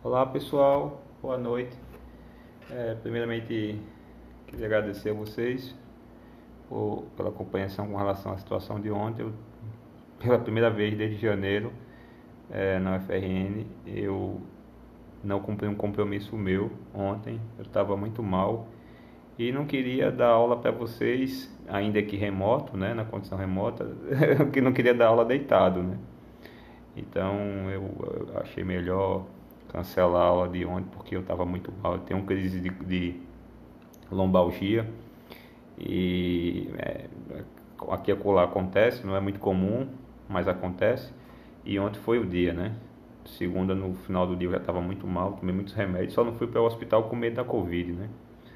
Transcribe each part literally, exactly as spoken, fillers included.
Olá pessoal, boa noite. É, primeiramente, queria agradecer a vocês por, pela compreensão com relação à situação de ontem. Eu, pela primeira vez desde janeiro, é, na U F R N, eu não cumpri um compromisso meu ontem. Eu estava muito mal e não queria dar aula para vocês, ainda que remoto, né, na condição remota, que não queria dar aula deitado, né? Então eu, eu achei melhor cancelar a aula de ontem porque eu estava muito mal. Eu tenho crise de, de lombalgia e é, aqui e acolá acontece, não é muito comum, mas acontece. E ontem foi o dia, né? Segunda, no final do dia eu já estava muito mal, tomei muitos remédios, só não fui para o hospital com medo da Covid, né?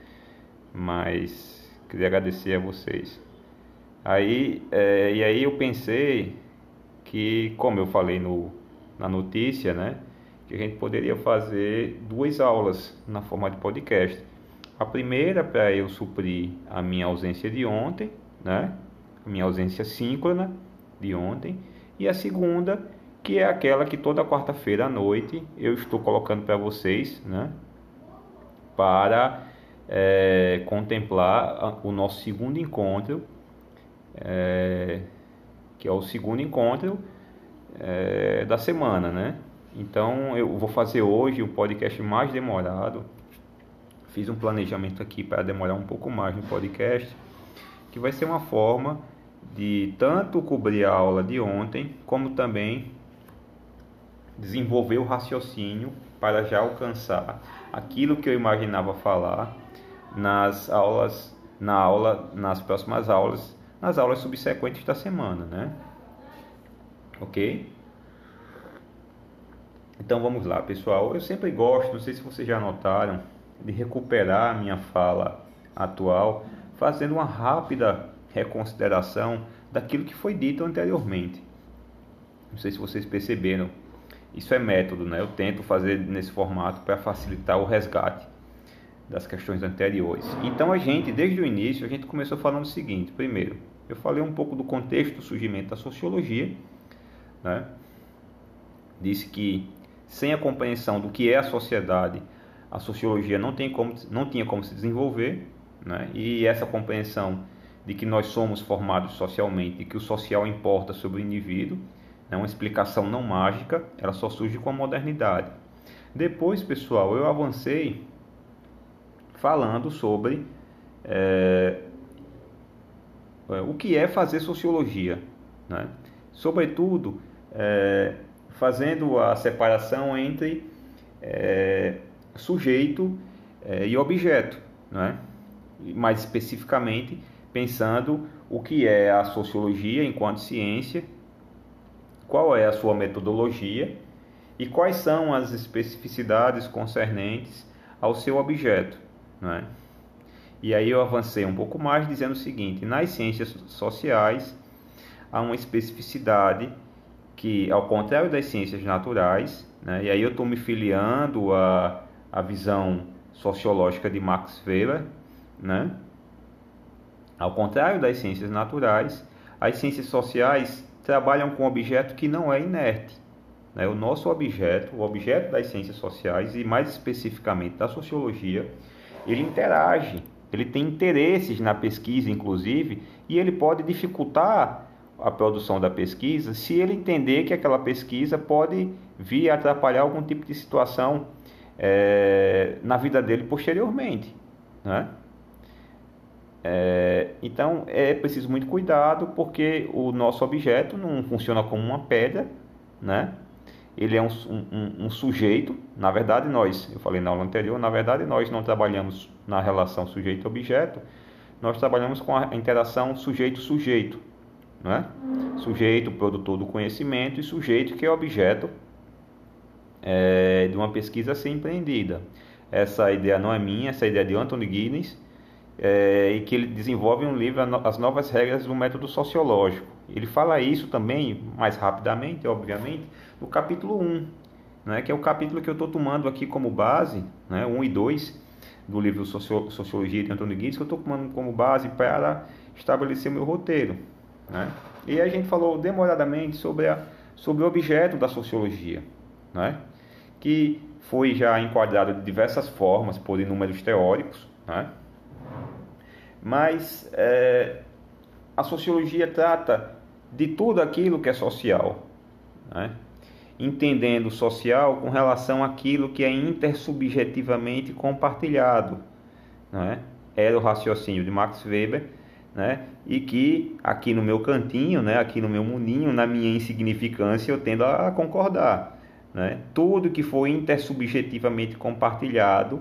Mas queria agradecer a vocês. Aí, é, e aí eu pensei que, como eu falei no, na notícia, né, que a gente poderia fazer duas aulas na forma de podcast. A primeira para eu suprir a minha ausência de ontem, né, a minha ausência síncrona de ontem, e a segunda, que é aquela que toda quarta-feira à noite eu estou colocando para vocês, né, para é, contemplar o nosso segundo encontro, é, que é o segundo encontro é, da semana, né? Então eu vou fazer hoje o podcast mais demorado. Fiz um planejamento aqui para demorar um pouco mais no podcast, que vai ser uma forma de tanto cobrir a aula de ontem, como também desenvolver o raciocínio para já alcançar aquilo que eu imaginava falar nas aulas, na aula, nas próximas aulas, nas aulas subsequentes da semana, né? Ok? Então vamos lá, pessoal. Eu sempre gosto, não sei se vocês já notaram, de recuperar a minha fala atual, fazendo uma rápida reconsideração daquilo que foi dito anteriormente. Não sei se vocês perceberam. Isso é método, né? Eu tento fazer nesse formato para facilitar o resgate das questões anteriores. Então a gente, desde o início, a gente começou falando o seguinte. Primeiro, eu falei um pouco do contexto do surgimento da sociologia, né? Disse que sem a compreensão do que é a sociedade, a sociologia não, tem como, não tinha como se desenvolver, né? E essa compreensão de que nós somos formados socialmente e que o social importa sobre o indivíduo, é uma explicação não mágica, ela só surge com a modernidade. Depois, pessoal, eu avancei falando sobre é, o que é fazer sociologia, né? Sobretudo, é, fazendo a separação entre é, sujeito é, e objeto, né? Mais especificamente, pensando o que é a sociologia enquanto ciência, qual é a sua metodologia e quais são as especificidades concernentes ao seu objeto, né? E aí eu avancei um pouco mais dizendo o seguinte: nas ciências sociais há uma especificidade que, ao contrário das ciências naturais, né, e aí eu estou me filiando à, à visão sociológica de Max Weber, né, ao contrário das ciências naturais, as ciências sociais trabalham com um objeto que não é inerte, né? O nosso objeto, o objeto das ciências sociais, e mais especificamente da sociologia, ele interage, ele tem interesses na pesquisa, inclusive, e ele pode dificultar a produção da pesquisa se ele entender que aquela pesquisa pode vir a atrapalhar algum tipo de situação é, na vida dele posteriormente, né? É, então é preciso muito cuidado, porque o nosso objeto não funciona como uma pedra, né? Ele é um, um, um sujeito. Na verdade nós, eu falei na aula anterior, na verdade nós não trabalhamos na relação sujeito-objeto, nós trabalhamos com a interação sujeito-sujeito, né? Sujeito, produtor do conhecimento, e sujeito, que é objeto é, de uma pesquisa a ser empreendida. Essa ideia não é minha, essa ideia é de Anthony Giddens, é, e que ele desenvolve um livro, As Novas Regras do Método Sociológico. Ele fala isso também, mais rapidamente, obviamente, no capítulo um, né, que é o capítulo que eu estou tomando aqui como base, né, um e dois do livro Sociologia de Anthony Giddens, que eu estou tomando como base para estabelecer o meu roteiro, né? E a gente falou demoradamente sobre, a, sobre o objeto da sociologia, né? que foi já enquadrado de diversas formas por inúmeros teóricos, né? Mas é, a sociologia trata de tudo aquilo que é social, né? Entendendo o social com relação àquilo que é intersubjetivamente compartilhado, né? Era o raciocínio de Max Weber, né? E que aqui no meu cantinho, né? Aqui no meu mundinho, na minha insignificância, eu tendo a concordar, né? Tudo que for intersubjetivamente compartilhado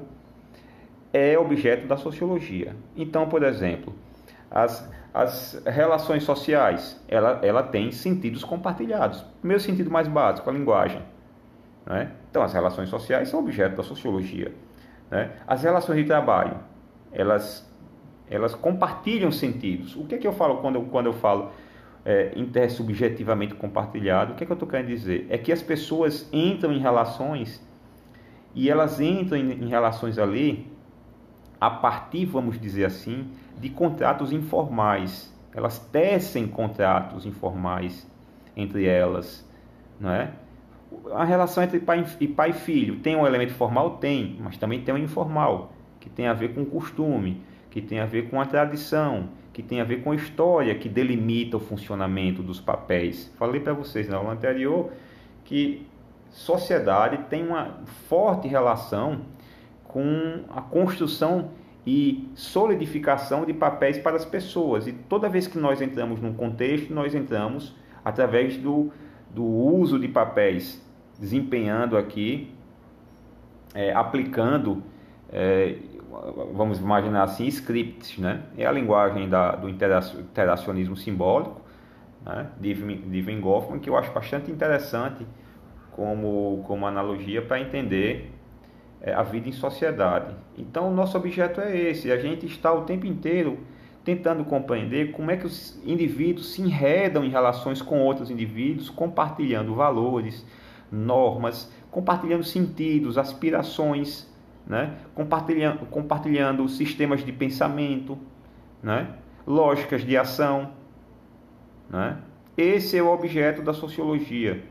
é objeto da sociologia. Então, por exemplo, as, as relações sociais, ela, ela tem sentidos compartilhados. Meu sentido mais básico, a linguagem, né? Então, as relações sociais são objeto da sociologia, né? As relações de trabalho, elas, elas compartilham sentidos. O que é que eu falo quando eu, quando eu falo é, intersubjetivamente compartilhado? O que é que eu estou querendo dizer? É que as pessoas entram em relações e elas entram em, em relações ali a partir, vamos dizer assim, de contratos informais. Elas tecem contratos informais entre elas, não é? A relação entre pai e pai e filho tem um elemento formal? Tem, mas também tem um informal, que tem a ver com costume, que tem a ver com a tradição, que tem a ver com a história que delimita o funcionamento dos papéis. Falei para vocês na aula anterior que sociedade tem uma forte relação com a construção e solidificação de papéis para as pessoas. E toda vez que nós entramos num contexto, nós entramos através do, do uso de papéis, desempenhando aqui, é, aplicando, é, vamos imaginar assim, scripts, né? É a linguagem da, do interacionismo simbólico, né? de Irving Goffman, que eu acho bastante interessante como, como analogia para entender a vida em sociedade. Então, o nosso objeto é esse. A gente está o tempo inteiro tentando compreender como é que os indivíduos se enredam em relações com outros indivíduos, compartilhando valores, normas, compartilhando sentidos, aspirações, né? compartilhando, compartilhando sistemas de pensamento, né? Lógicas de ação, né? Esse é o objeto da sociologia.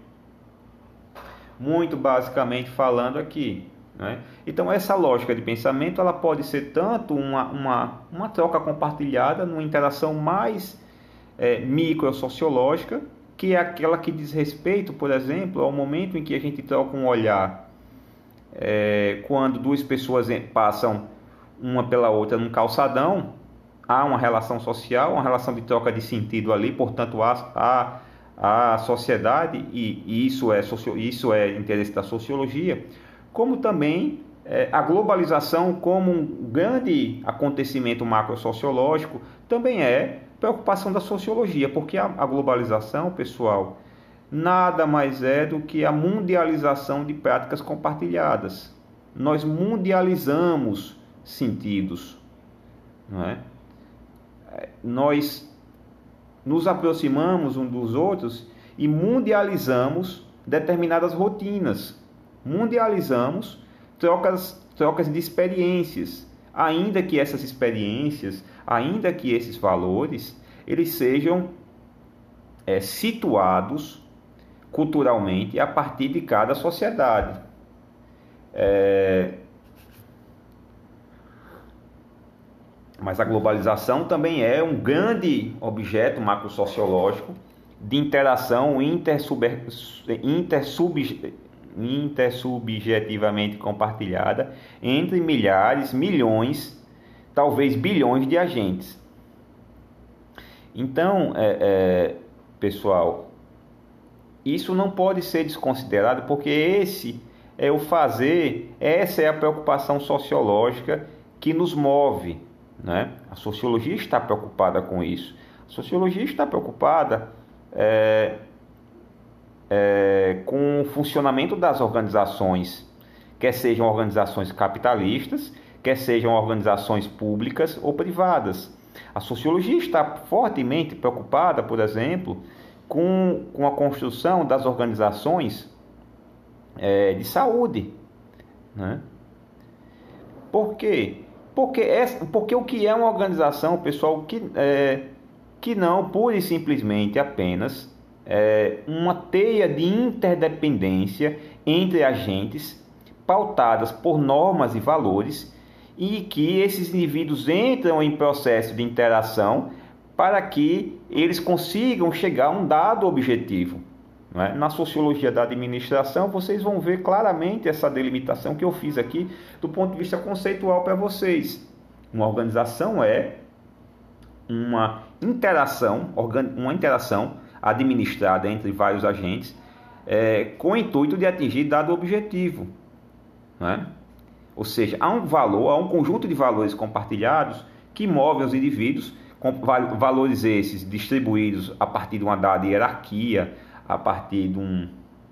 Muito basicamente falando aqui, né? Então, essa lógica de pensamento ela pode ser tanto uma, uma, uma troca compartilhada, numa interação mais é, microsociológica, que é aquela que diz respeito, por exemplo, ao momento em que a gente troca um olhar é, quando duas pessoas passam uma pela outra num calçadão. Há uma relação social, uma relação de troca de sentido ali, portanto, há, há a sociedade, e, e isso, é socio, isso é interesse da sociologia, como também é, a globalização como um grande acontecimento macrosociológico também é preocupação da sociologia, porque a, a globalização, pessoal, nada mais é do que a mundialização de práticas compartilhadas. Nós mundializamos sentidos, não é? Nós nos aproximamos uns dos outros e mundializamos determinadas rotinas. Mundializamos trocas, trocas de experiências, ainda que essas experiências, ainda que esses valores, eles sejam é, situados culturalmente a partir de cada sociedade. É... Mas a globalização também é um grande objeto macrosociológico de interação intersub... intersub... intersubjetivamente compartilhada entre milhares, milhões, talvez bilhões de agentes. Então, é, é, pessoal, isso não pode ser desconsiderado, porque esse é o fazer, essa é a preocupação sociológica que nos move, né? A sociologia está preocupada com isso. A sociologia está preocupada é, é, com o funcionamento das organizações, quer sejam organizações capitalistas, quer sejam organizações públicas ou privadas. A sociologia está fortemente preocupada, por exemplo, com, com a construção das organizações é, de saúde, né? Por quê? Porque, essa, porque o que é uma organização, pessoal, que, é, que não pura e simplesmente apenas é, uma teia de interdependência entre agentes pautadas por normas e valores, e que esses indivíduos entram em processo de interação para que eles consigam chegar a um dado objetivo. Não é? Na sociologia da administração, vocês vão ver claramente essa delimitação que eu fiz aqui do ponto de vista conceitual para vocês. Uma organização é uma interação, uma interação administrada entre vários agentes é, com o intuito de atingir dado objetivo. Não é? Ou seja, há um valor, há um conjunto de valores compartilhados que movem os indivíduos, com valores esses distribuídos a partir de uma dada hierarquia, a partir de, um,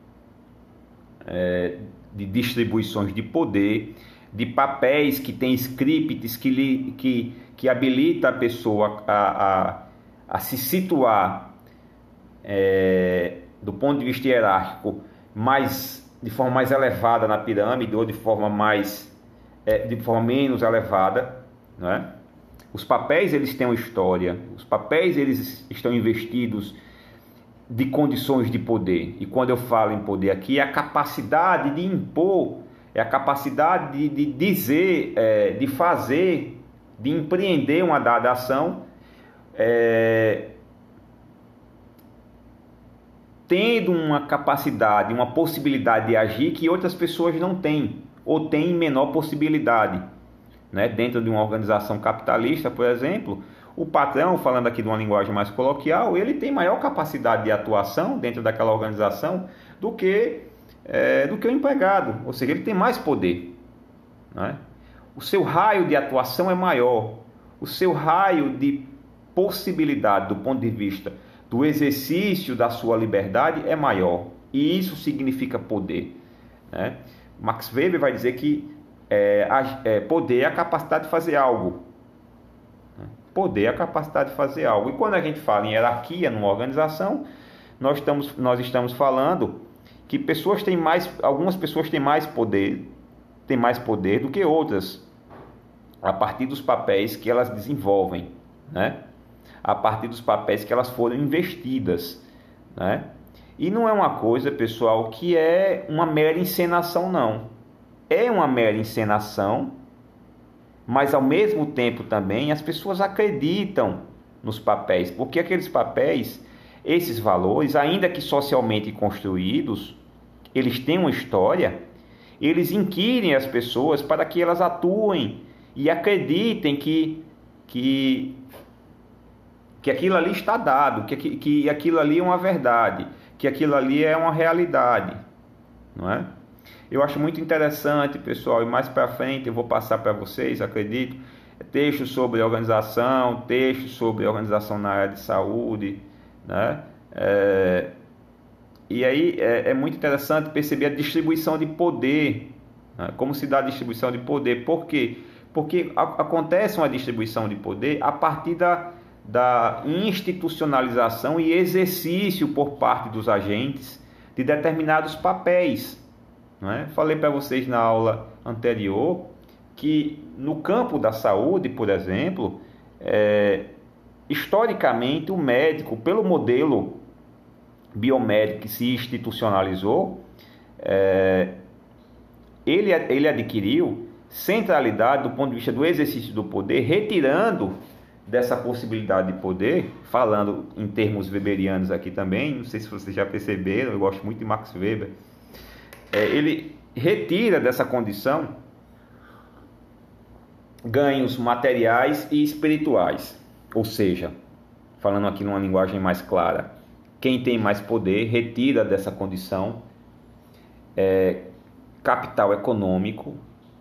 é, de distribuições de poder, de papéis que têm scripts que, lhe, que, que habilita a pessoa a, a, a se situar é, do ponto de vista hierárquico mais, de forma mais elevada na pirâmide ou de forma, mais, é, de forma menos elevada, não é? Os papéis eles têm uma história, os papéis eles estão investidos de condições de poder. E quando eu falo em poder aqui, é a capacidade de impor, é a capacidade de, de dizer, é, de fazer, de empreender uma dada ação, é, tendo uma capacidade, uma possibilidade de agir que outras pessoas não têm, ou têm menor possibilidade. Né? Dentro de uma organização capitalista, por exemplo, o patrão, falando aqui de uma linguagem mais coloquial, ele tem maior capacidade de atuação dentro daquela organização do que, é, do que o empregado, ou seja, ele tem mais poder. Né? O seu raio de atuação é maior, o seu raio de possibilidade do ponto de vista do exercício da sua liberdade é maior, e isso significa poder. Né? Max Weber vai dizer que é, é, poder é a capacidade de fazer algo. Poder é a capacidade de fazer algo. E quando a gente fala em hierarquia numa organização, nós estamos, nós estamos falando que pessoas têm mais, algumas pessoas têm mais poder, têm mais poder do que outras, a partir dos papéis que elas desenvolvem, né? A partir dos papéis que elas foram investidas, né? E não é uma coisa, pessoal, que é uma mera encenação, não. É uma mera encenação, mas ao mesmo tempo também as pessoas acreditam nos papéis, porque aqueles papéis, esses valores, ainda que socialmente construídos, eles têm uma história, eles inquirem as pessoas para que elas atuem e acreditem que, que, que aquilo ali está dado, que, que aquilo ali é uma verdade, que aquilo ali é uma realidade, não é? Eu acho muito interessante, pessoal, e mais para frente eu vou passar para vocês, acredito, textos sobre organização, textos sobre organização na área de saúde, né? É, e aí é, é muito interessante perceber a distribuição de poder, né? Como se dá a distribuição de poder. Por quê? Porque a, acontece uma distribuição de poder a partir da, da institucionalização e exercício por parte dos agentes de determinados papéis. Não é? Falei para vocês na aula anterior que no campo da saúde, por exemplo, é, historicamente o médico, pelo modelo biomédico que se institucionalizou, é, ele, ele adquiriu centralidade do ponto de vista do exercício do poder, retirando dessa possibilidade de poder, falando em termos weberianos aqui também, não sei se vocês já perceberam, eu gosto muito de Max Weber, é, ele retira dessa condição ganhos materiais e espirituais, ou seja, falando aqui numa linguagem mais clara, quem tem mais poder retira dessa condição é, capital econômico,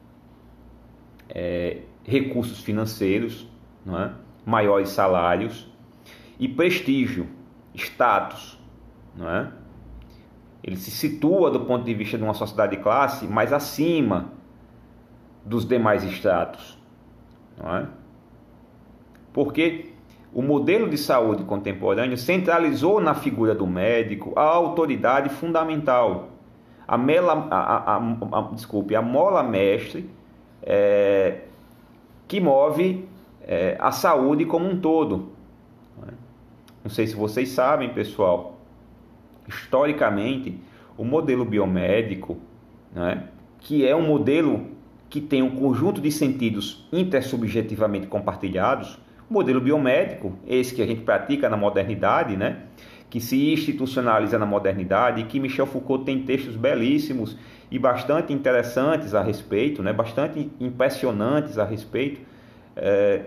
é, recursos financeiros, não é? Maiores salários e prestígio, status, não é? Ele se situa do ponto de vista de uma sociedade de classe mais acima dos demais estratos, não é? Porque o modelo de saúde contemporâneo centralizou na figura do médico a autoridade fundamental, a, mela, a, a, a, a, desculpe, a mola mestre é, que move é, a saúde como um todo. Não sei se vocês sabem, pessoal, historicamente, o modelo biomédico, né, que é um modelo que tem um conjunto de sentidos intersubjetivamente compartilhados, o modelo biomédico, esse que a gente pratica na modernidade, né, que se institucionaliza na modernidade, e que Michel Foucault tem textos belíssimos e bastante interessantes a respeito, né, bastante impressionantes a respeito. É,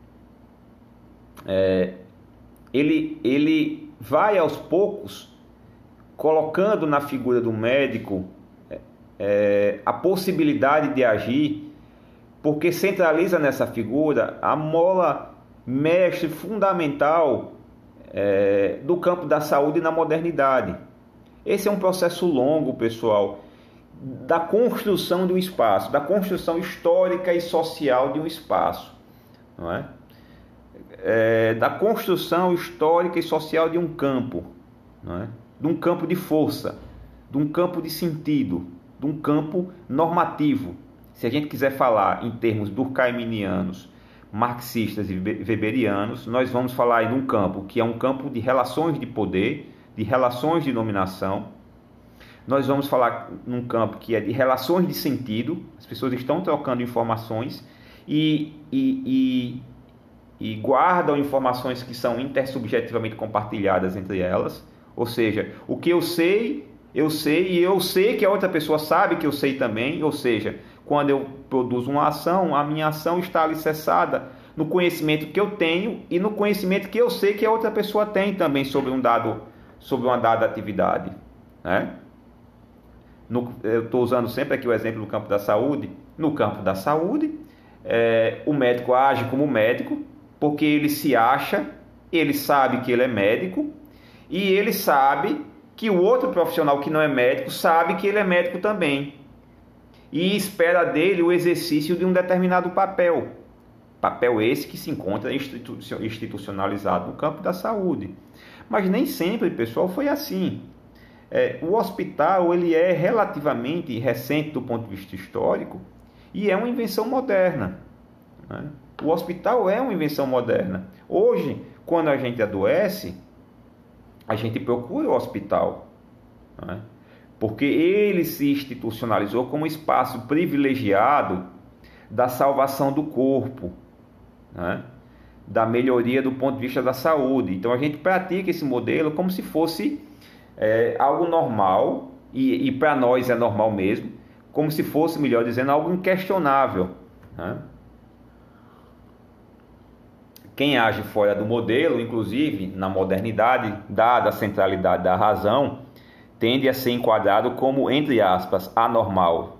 é, ele, ele vai aos poucos colocando na figura do médico é, a possibilidade de agir, porque centraliza nessa figura a mola mestre fundamental é, do campo da saúde na modernidade. Esse é um processo longo, pessoal, da construção de um espaço, da construção histórica e social de um espaço, não é? É, da construção histórica e social de um campo, não é? De um campo de força, de um campo de sentido, de um campo normativo. Se a gente quiser falar em termos durkheimianos, marxistas e weberianos, nós vamos falar aí de um campo que é um campo de relações de poder, de relações de dominação. Nós vamos falar num campo que é de relações de sentido, as pessoas estão trocando informações e, e, e, e guardam informações que são intersubjetivamente compartilhadas entre elas. Ou seja, o que eu sei, eu sei e eu sei que a outra pessoa sabe que eu sei também. Ou seja, quando eu produzo uma ação, a minha ação está alicerçada no conhecimento que eu tenho e no conhecimento que eu sei que a outra pessoa tem também sobre um dado, sobre uma dada atividade, né? No, eu estou usando sempre aqui o exemplo do campo da saúde. No campo da saúde, é, o médico age como médico porque ele se acha, ele sabe que ele é médico e ele sabe que o outro profissional que não é médico sabe que ele é médico também e espera dele o exercício de um determinado papel. Papel esse que se encontra institucionalizado no campo da saúde. Mas nem sempre, pessoal, foi assim. É, o hospital ele é relativamente recente do ponto de vista histórico e é uma invenção moderna, né? O hospital é uma invenção moderna. Hoje, quando a gente adoece, a gente procura o hospital, né? Porque ele se institucionalizou como espaço privilegiado da salvação do corpo, né? Da melhoria do ponto de vista da saúde. Então a gente pratica esse modelo como se fosse é, algo normal, e, e para nós é normal mesmo, como se fosse, melhor dizendo, algo inquestionável, né? Quem age fora do modelo, inclusive na modernidade, dada a centralidade da razão, tende a ser enquadrado como, entre aspas, anormal,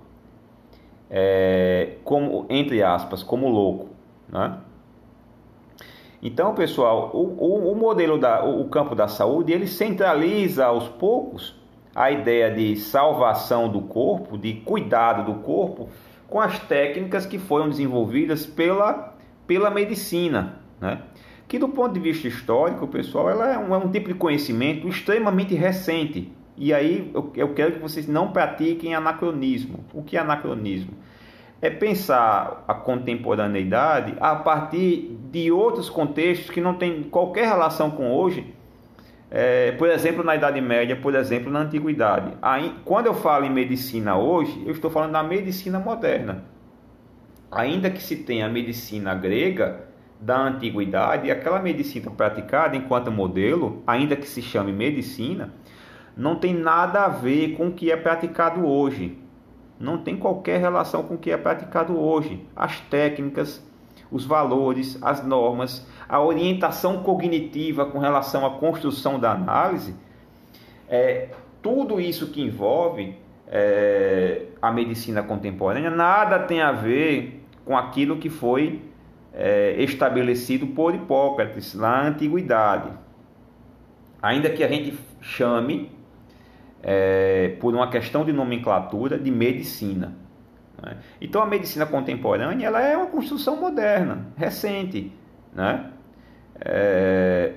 é, como, entre aspas, como louco, né? Então, pessoal, o, o, o modelo, da, o, o campo da saúde, ele centraliza aos poucos a ideia de salvação do corpo, de cuidado do corpo, com as técnicas que foram desenvolvidas pela, pela medicina, né? Que do ponto de vista histórico, pessoal, ela é um, é um tipo de conhecimento extremamente recente. E aí eu, eu quero que vocês não pratiquem anacronismo. O que é anacronismo? É pensar a contemporaneidade a partir de outros contextos que não têm qualquer relação com hoje. É, por exemplo, na Idade Média, por exemplo, na Antiguidade. Aí, quando eu falo em medicina hoje, eu estou falando da medicina moderna. Ainda que se tenha a medicina grega da Antiguidade, aquela medicina praticada enquanto modelo, ainda que se chame medicina, não tem nada a ver com o que é praticado hoje. Não tem qualquer relação com o que é praticado hoje. As técnicas, os valores, as normas, a orientação cognitiva com relação à construção da análise, é, tudo isso que envolve é, a medicina contemporânea, nada tem a ver com aquilo que foi é, estabelecido por Hipócrates na Antiguidade. Ainda que a gente chame, É, por uma questão de nomenclatura, de medicina, né? Então a medicina contemporânea ela é uma construção moderna, recente, né? É...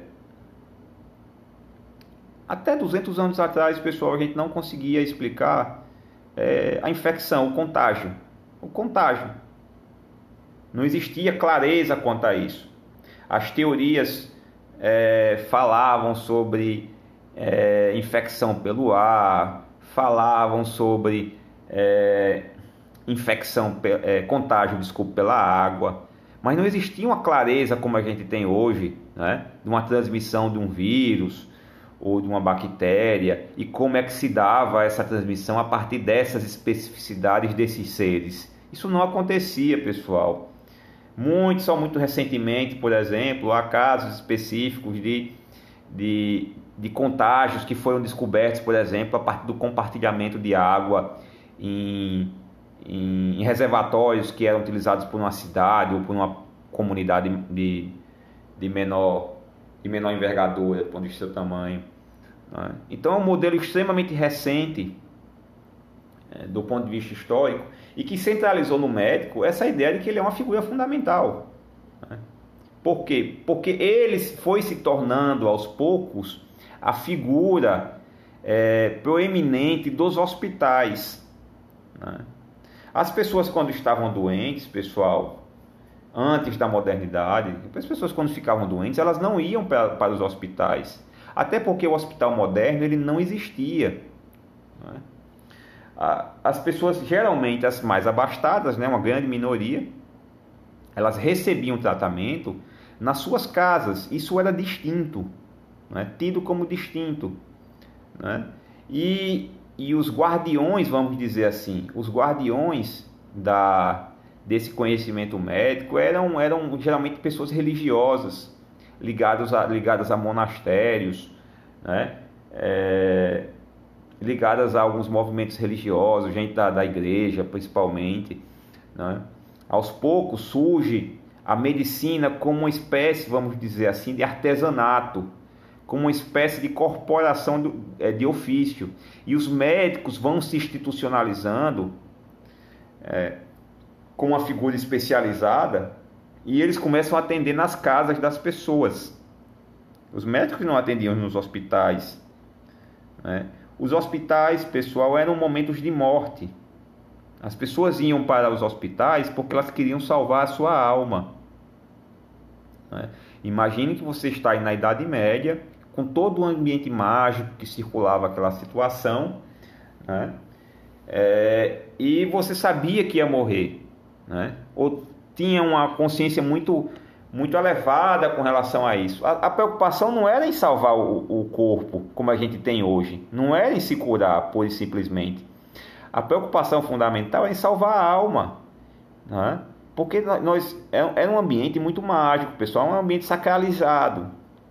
Até duzentos anos atrás, pessoal, a gente não conseguia explicar é, a infecção, o contágio. O contágio. Não existia clareza quanto a isso. As teorias é, falavam sobre é, infecção pelo ar, falavam sobre é, infecção, é, contágio, desculpa, pela água, mas não existia uma clareza como a gente tem hoje, né, de uma transmissão de um vírus ou de uma bactéria e como é que se dava essa transmissão a partir dessas especificidades desses seres. Isso não acontecia, pessoal. Muito, só muito recentemente, por exemplo, há casos específicos de, de, de contágios que foram descobertos, por exemplo, a partir do compartilhamento de água em, em, em reservatórios que eram utilizados por uma cidade ou por uma comunidade de, de, menor, de menor envergadura, do ponto de vista do seu tamanho. Né? Então é um modelo extremamente recente, é, do ponto de vista histórico, e que centralizou no médico essa ideia de que ele é uma figura fundamental. Né? Por quê? Porque ele foi se tornando aos poucos a figura é, proeminente dos hospitais. Né? As pessoas, quando estavam doentes, pessoal, antes da modernidade, as pessoas, quando ficavam doentes, elas não iam para, para os hospitais, até porque o hospital moderno ele não existia. Né? As pessoas, geralmente as mais abastadas, né, uma grande minoria, elas recebiam tratamento nas suas casas. Isso era distinto, né, tido como distinto. Né? E, e os guardiões, vamos dizer assim, os guardiões da, desse conhecimento médico eram, eram geralmente pessoas religiosas, ligadas a, ligadas a monastérios, né? É, ligadas a alguns movimentos religiosos, gente da, da igreja principalmente. Né? Aos poucos surge a medicina como uma espécie, vamos dizer assim, de artesanato, como uma espécie de corporação do, é, de ofício. E os médicos vão se institucionalizando é, com uma figura especializada e eles começam a atender nas casas das pessoas. Os médicos não atendiam nos hospitais, né? Os hospitais, pessoal, eram momentos de morte. As pessoas iam para os hospitais porque elas queriam salvar a sua alma. Né? Imagine que você está aí na Idade Média, com todo o ambiente mágico que circulava aquela situação, né? É, e você sabia que ia morrer, né? Ou tinha uma consciência muito, muito elevada com relação a isso. A, a preocupação não era em salvar o, o corpo, como a gente tem hoje. Não era em se curar, pura e simplesmente. A preocupação fundamental é em salvar a alma. Né? Porque nós, é, é um ambiente muito mágico, pessoal. É um ambiente sacralizado.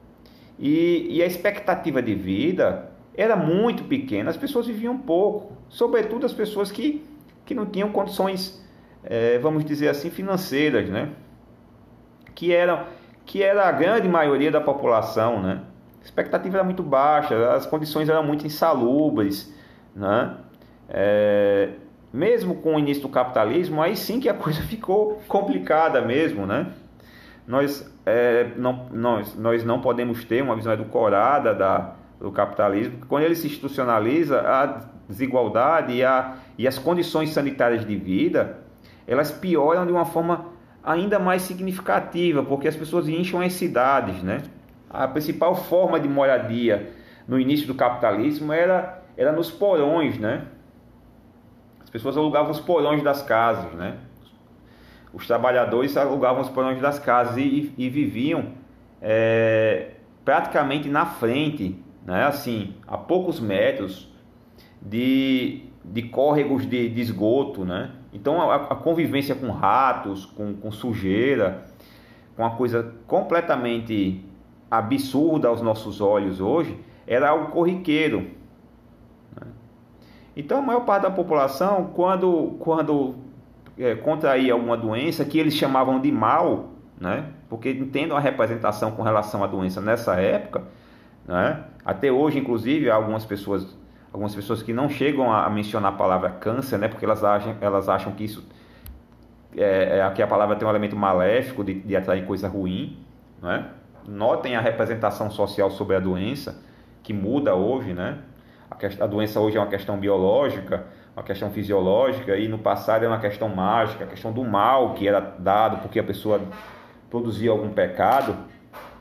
E, e a expectativa de vida era muito pequena. As pessoas viviam pouco. Sobretudo as pessoas que, que não tinham condições, é, vamos dizer assim, financeiras, né? Que era, que era a grande maioria da população, né? A expectativa era muito baixa, as condições eram muito insalubres, né? É, mesmo com o início do capitalismo, aí sim que a coisa ficou complicada mesmo, né? Nós, é, não, nós, nós não podemos ter uma visão edulcorada da, do capitalismo, porque quando ele se institucionaliza, a desigualdade e, a, e as condições sanitárias de vida, elas pioram de uma forma ainda mais significativa, porque as pessoas incham as cidades, né? A principal forma de moradia no início do capitalismo era, era nos porões, né? As pessoas alugavam os porões das casas, né? Os trabalhadores alugavam os porões das casas e, e viviam é, praticamente na frente, né? Assim, a poucos metros de, de córregos de, de esgoto, né? Então a, a convivência com ratos, com, com sujeira, com uma coisa completamente absurda aos nossos olhos hoje, era algo corriqueiro. Né? Então a maior parte da população, quando, quando é, contraía alguma doença que eles chamavam de mal, né? Porque entendam a representação com relação à doença nessa época, né? Até hoje, inclusive, há algumas pessoas Algumas pessoas que não chegam a mencionar a palavra câncer, né? Porque elas acham, elas acham que isso é, é que a palavra tem um elemento maléfico de, de atrair coisa ruim, né? Notem a representação social sobre a doença que muda hoje, né? A, que, a doença hoje é uma questão biológica, uma questão fisiológica, e no passado era uma questão mágica, a questão do mal que era dado porque a pessoa produzia algum pecado.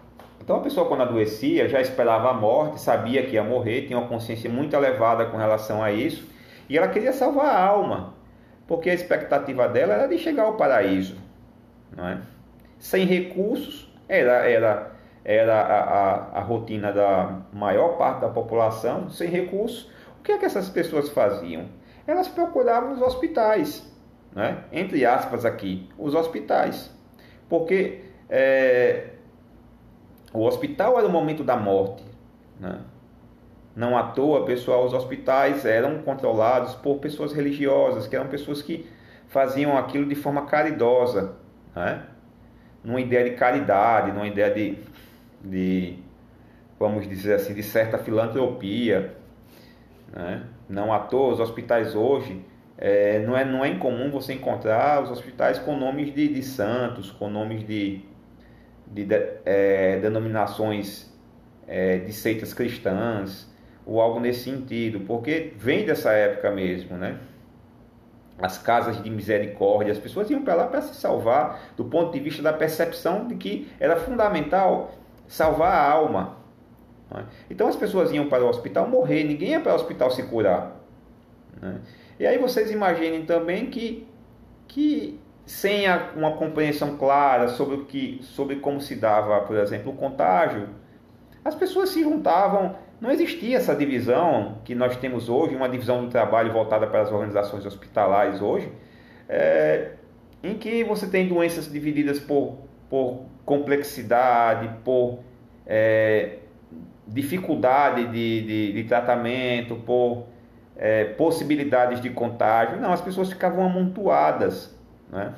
Então a pessoa, quando adoecia, já esperava a morte, sabia que ia morrer, tinha uma consciência muito elevada com relação a isso, e ela queria salvar a alma, porque a expectativa dela era de chegar ao paraíso, não é? Sem recursos, era, era, era a, a, a rotina da maior parte da população, sem recursos. O que é que essas pessoas faziam? Elas procuravam os hospitais, né? Entre aspas aqui, os hospitais, porque é, o hospital era o momento da morte, né? Não à toa, pessoal, os hospitais eram controlados por pessoas religiosas, que eram pessoas que faziam aquilo de forma caridosa, né? Numa ideia de caridade, numa ideia de, de, vamos dizer assim, de certa filantropia, né? Não à toa, os hospitais hoje, é, não, é, não é incomum você encontrar os hospitais com nomes de, de santos, com nomes de, de, de é, denominações é, de seitas cristãs, ou algo nesse sentido, porque vem dessa época mesmo, né? As casas de misericórdia, as pessoas iam para lá para se salvar, do ponto de vista da percepção de que era fundamental salvar a alma, né? Então as pessoas iam para o hospital morrer, ninguém ia para o hospital se curar, né? E aí vocês imaginem também que, que sem a, uma compreensão clara sobre, o que, sobre como se dava, por exemplo, o contágio, as pessoas se juntavam. Não existia essa divisão que nós temos hoje, uma divisão do trabalho voltada para as organizações hospitalares hoje, é, em que você tem doenças divididas por, por complexidade, por é, dificuldade de, de, de tratamento, por é, possibilidades de contágio. Não, as pessoas ficavam amontoadas, né?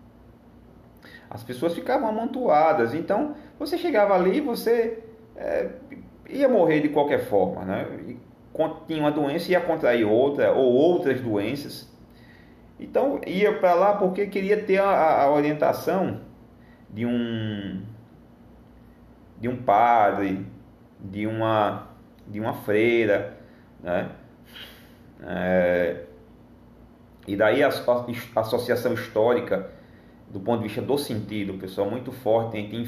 As pessoas ficavam amontoadas. Então, você chegava ali, você... É, ia morrer de qualquer forma, né? E tinha uma doença, ia contrair outra ou outras doenças. Então ia para lá porque queria ter a, a orientação de um de um padre, de uma de uma freira, né? É, e daí a, a associação histórica, do ponto de vista do sentido, pessoal, muito forte entre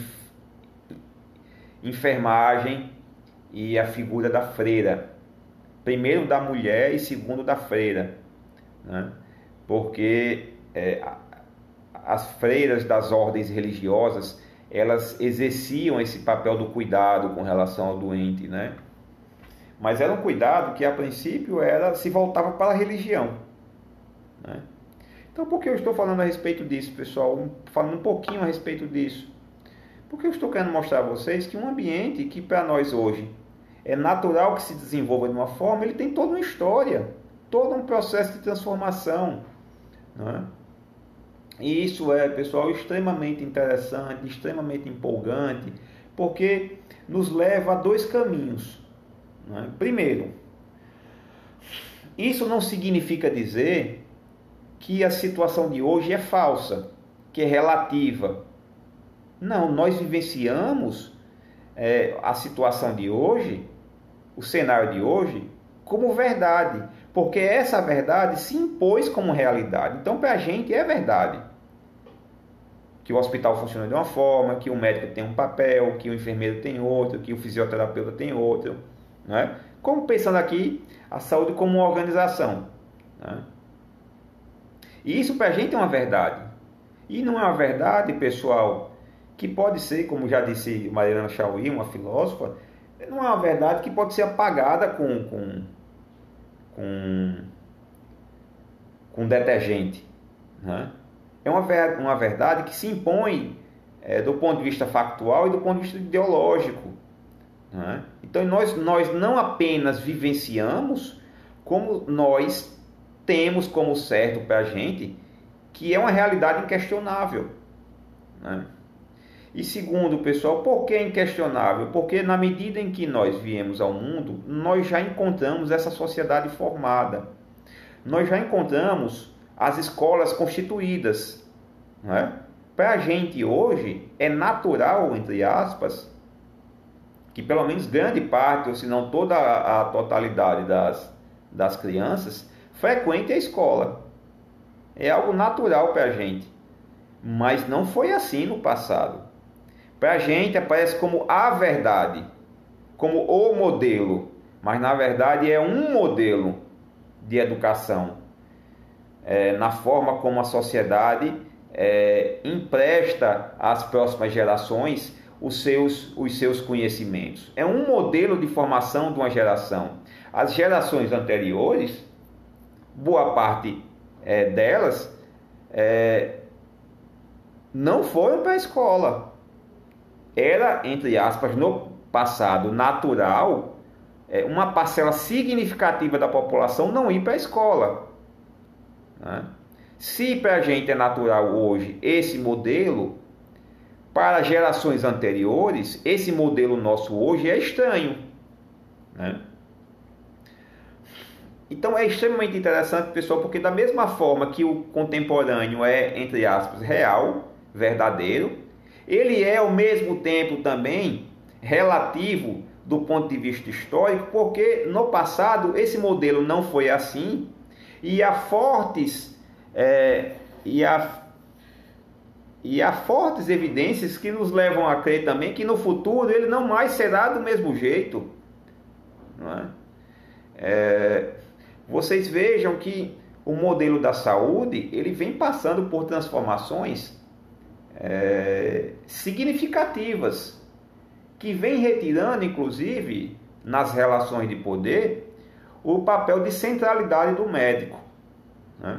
enfermagem e a figura da freira, primeiro da mulher e segundo da freira, né? Porque é, as freiras das ordens religiosas, elas exerciam esse papel do cuidado com relação ao doente, né? Mas era um cuidado que a princípio era, se voltava para a religião, né? Então por que eu estou falando a respeito disso, pessoal? Falando um pouquinho a respeito disso, porque eu estou querendo mostrar a vocês que um ambiente que para nós hoje é natural que se desenvolva de uma forma, ele tem toda uma história, todo um processo de transformação, né? E isso é, pessoal, extremamente interessante, extremamente empolgante, porque nos leva a dois caminhos, né? Primeiro, isso não significa dizer que a situação de hoje é falsa, que é relativa. Não, nós vivenciamos é, a situação de hoje, o cenário de hoje, como verdade, porque essa verdade se impôs como realidade. Então, para a gente é verdade que o hospital funciona de uma forma, que o médico tem um papel, que o enfermeiro tem outro, que o fisioterapeuta tem outro, né? Como pensando aqui a saúde como uma organização, né? E isso para a gente é uma verdade. E não é uma verdade, pessoal, que pode ser, como já disse Mariana Chauí, uma filósofa, não é uma verdade que pode ser apagada com, com, com, com detergente, né? É uma, uma verdade que se impõe é, do ponto de vista factual e do ponto de vista ideológico, né? Então nós, nós não apenas vivenciamos, como nós temos como certo para a gente, que é uma realidade inquestionável, né? E segundo, pessoal, por que é inquestionável? Porque na medida em que nós viemos ao mundo, nós já encontramos essa sociedade formada. Nós já encontramos as escolas constituídas, né? Para a gente hoje é natural, entre aspas, que pelo menos grande parte, ou se não toda a, a totalidade das, das crianças, frequente a escola. É algo natural para a gente. Mas não foi assim no passado. Para a gente aparece como a verdade, como o modelo, mas na verdade é um modelo de educação, é, na forma como a sociedade é, empresta às próximas gerações os seus, os seus conhecimentos. É um modelo de formação de uma geração. As gerações anteriores, boa parte é, delas, é, não foram para a escola. Era, entre aspas, no passado natural, é, uma parcela significativa da população não ir para a escola, né? Se para a gente é natural hoje esse modelo, para gerações anteriores, esse modelo nosso hoje é estranho, né? Então é extremamente interessante, pessoal, porque da mesma forma que o contemporâneo é, entre aspas, real, verdadeiro, ele é ao mesmo tempo também relativo do ponto de vista histórico, porque no passado esse modelo não foi assim, e há fortes, é, e há, e há fortes evidências que nos levam a crer também que no futuro ele não mais será do mesmo jeito, não é? É, vocês vejam que o modelo da saúde ele vem passando por transformações é, significativas, que vem retirando, inclusive, nas relações de poder, o papel de centralidade do médico, né?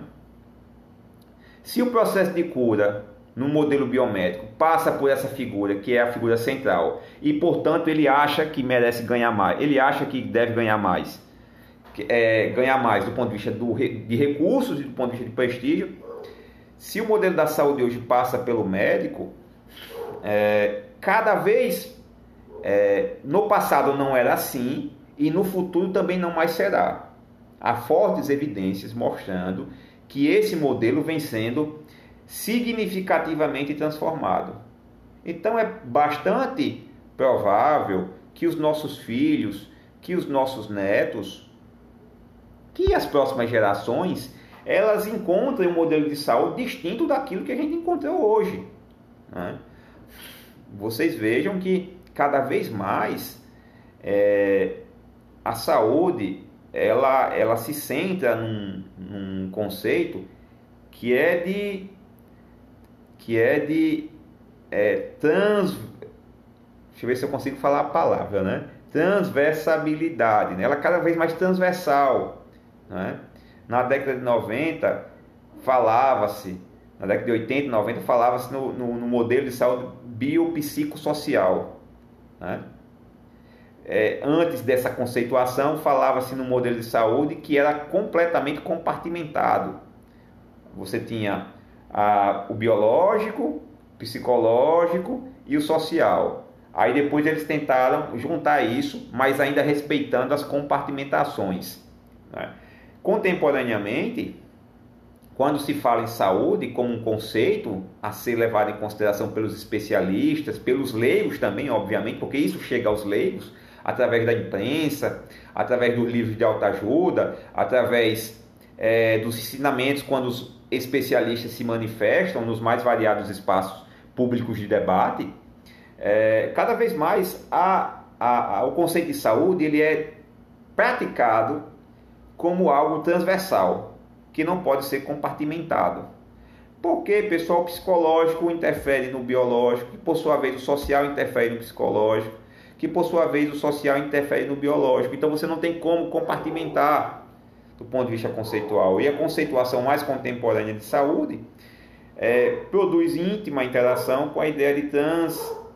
Se o processo de cura no modelo biomédico passa por essa figura, que é a figura central, e, portanto, ele acha que merece ganhar mais, ele acha que deve ganhar mais, é, ganhar mais do ponto de vista do, de recursos e do ponto de vista de prestígio. Se o modelo da saúde hoje passa pelo médico, é, cada vez, é, no passado não era assim e no futuro também não mais será. Há fortes evidências mostrando que esse modelo vem sendo significativamente transformado. Então é bastante provável que os nossos filhos, que os nossos netos, que as próximas gerações, elas encontrem um modelo de saúde distinto daquilo que a gente encontrou hoje, né? Vocês vejam que cada vez mais é, a saúde ela, ela se centra num, num conceito que é de que é de é, trans deixa eu ver se eu consigo falar a palavra, né? Transversabilidade, né? Ela é cada vez mais transversal, né? Na década de noventa falava-se, na década de oitenta e noventa falava-se no, no, no modelo de saúde biopsicossocial, né? É, antes dessa conceituação falava-se no modelo de saúde que era completamente compartimentado. Você tinha a, o biológico, psicológico e o social. Aí depois eles tentaram juntar isso, mas ainda respeitando as compartimentações, né? Contemporaneamente, quando se fala em saúde como um conceito a ser levado em consideração pelos especialistas, pelos leigos também, obviamente, porque isso chega aos leigos através da imprensa, através dos livros de autoajuda, através é, dos ensinamentos quando os especialistas se manifestam nos mais variados espaços públicos de debate. É, cada vez mais a, a, a, o conceito de saúde ele é praticado como algo transversal, que não pode ser compartimentado. Porque, pessoal, o psicológico interfere no biológico, que por sua vez o social interfere no psicológico, que por sua vez o social interfere no biológico. Então você não tem como compartimentar do ponto de vista conceitual. E a conceituação mais contemporânea de saúde é, produz íntima interação com a ideia de trans,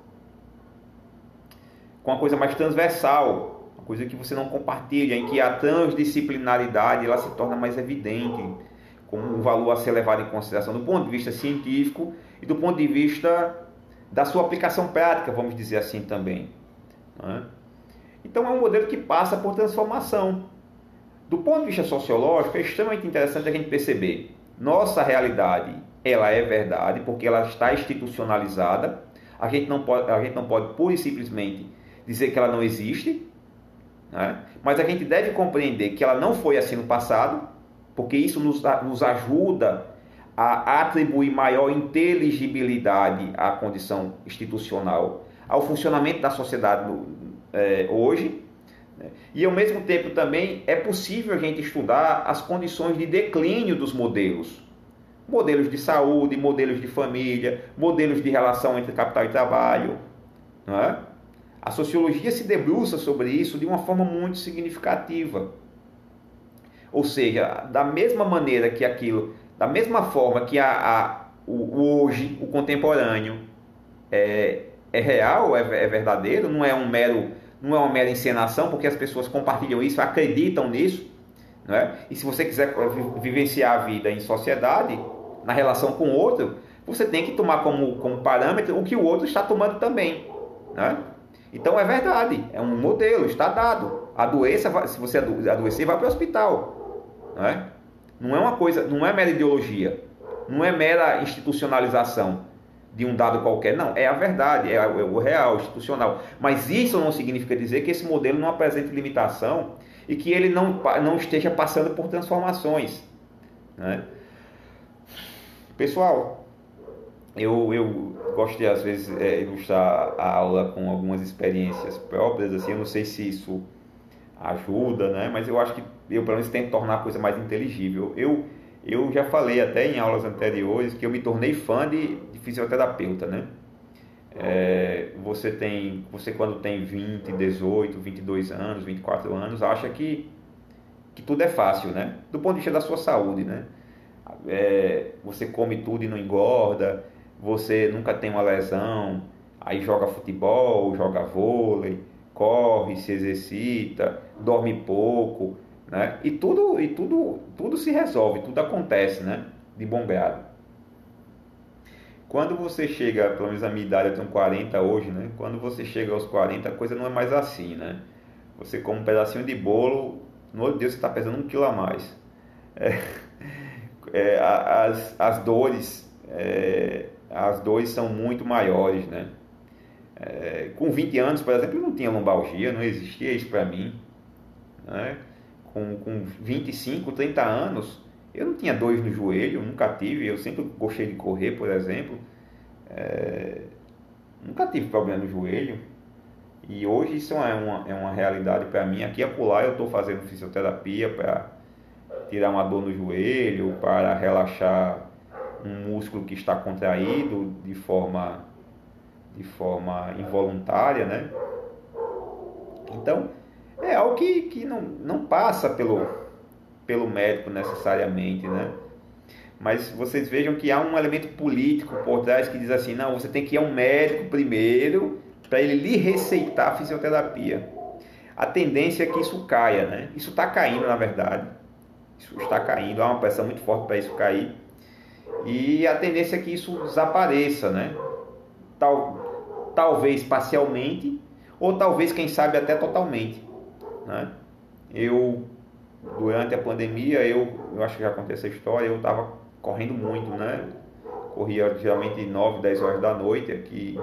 com uma coisa mais transversal, uma coisa que você não compartilha, em que a transdisciplinaridade ela se torna mais evidente, como um valor a ser levado em consideração do ponto de vista científico e do ponto de vista da sua aplicação prática, vamos dizer assim também, né? Então é um modelo que passa por transformação. Do ponto de vista sociológico, é extremamente interessante a gente perceber. Nossa realidade, ela é verdade, porque ela está institucionalizada. A gente não pode, a gente não pode pura e simplesmente dizer que ela não existe, né? Mas a gente deve compreender que ela não foi assim no passado, porque isso nos, nos ajuda a atribuir maior inteligibilidade à condição institucional, ao funcionamento da sociedade é, hoje. E ao mesmo tempo também é possível a gente estudar as condições de declínio dos modelos. Modelos de saúde, modelos de família, modelos de relação entre capital e trabalho. Não é? A sociologia se debruça sobre isso de uma forma muito significativa. Ou seja, da mesma maneira que aquilo, da mesma forma que a, a, o, o hoje, o contemporâneo, é, é real, é, é verdadeiro, não é um mero, não é uma mera encenação, porque as pessoas compartilham isso, acreditam nisso, não é? E se você quiser vivenciar a vida em sociedade, na relação com o outro, você tem que tomar como, como parâmetro o que o outro está tomando também, não é? Então é verdade, é um modelo, está dado. A doença, se você adoecer, vai para o hospital, não é? Não é uma coisa, não é mera ideologia, não é mera institucionalização de um dado qualquer, não, é a verdade, é o real, institucional. Mas isso não significa dizer que esse modelo não apresente limitação e que ele não, não esteja passando por transformações, né? Pessoal, eu, eu gosto de às vezes é, ilustrar a aula com algumas experiências próprias, assim, eu não sei se isso ajuda, né? Mas eu acho que eu pelo menos tento tornar a coisa mais inteligível. Eu Eu já falei até em aulas anteriores que eu me tornei fã de, de fisioterapeuta, né? É, você tem, você quando tem vinte, dezoito, vinte e dois anos, vinte e quatro anos, acha que, que tudo é fácil, né? Do ponto de vista da sua saúde, né? É, você come tudo e não engorda, você nunca tem uma lesão, aí joga futebol, joga vôlei, corre, se exercita, dorme pouco, né? E tudo, e tudo, tudo se resolve, tudo acontece, né? De bom grado. Quando você chega, pelo menos a minha idade, eu tenho quarenta hoje, né? Quando você chega aos quarenta, a coisa não é mais assim, né? Você come um pedacinho de bolo, no outro dia você está pesando um quilo a mais. É, é, as, as dores, é, as dores são muito maiores, né? É, com vinte anos, por exemplo, eu não tinha lombalgia, não existia isso para mim, né? Com, com vinte e cinco, trinta anos, eu não tinha dores no joelho, nunca tive, eu sempre gostei de correr, por exemplo, é, nunca tive problema no joelho, e hoje isso é uma, é uma realidade para mim. Aqui e acolá eu estou fazendo fisioterapia para tirar uma dor no joelho, para relaxar um músculo que está contraído de forma, de forma involuntária, né? Então, é algo que, que não, não passa pelo, pelo médico necessariamente, né? Mas vocês vejam que há um elemento político por trás que diz assim, não, você tem que ir a um médico primeiro para ele lhe receitar fisioterapia. A tendência é que isso caia, né? Isso está caindo, na verdade. Isso está caindo, há uma pressão muito forte para isso cair. E a tendência é que isso desapareça, né? Tal, talvez parcialmente, ou talvez, quem sabe, até totalmente, né? Eu, durante a pandemia, eu, eu acho que já contei essa história, eu estava correndo muito, né? Corria geralmente nove, dez horas da noite aqui,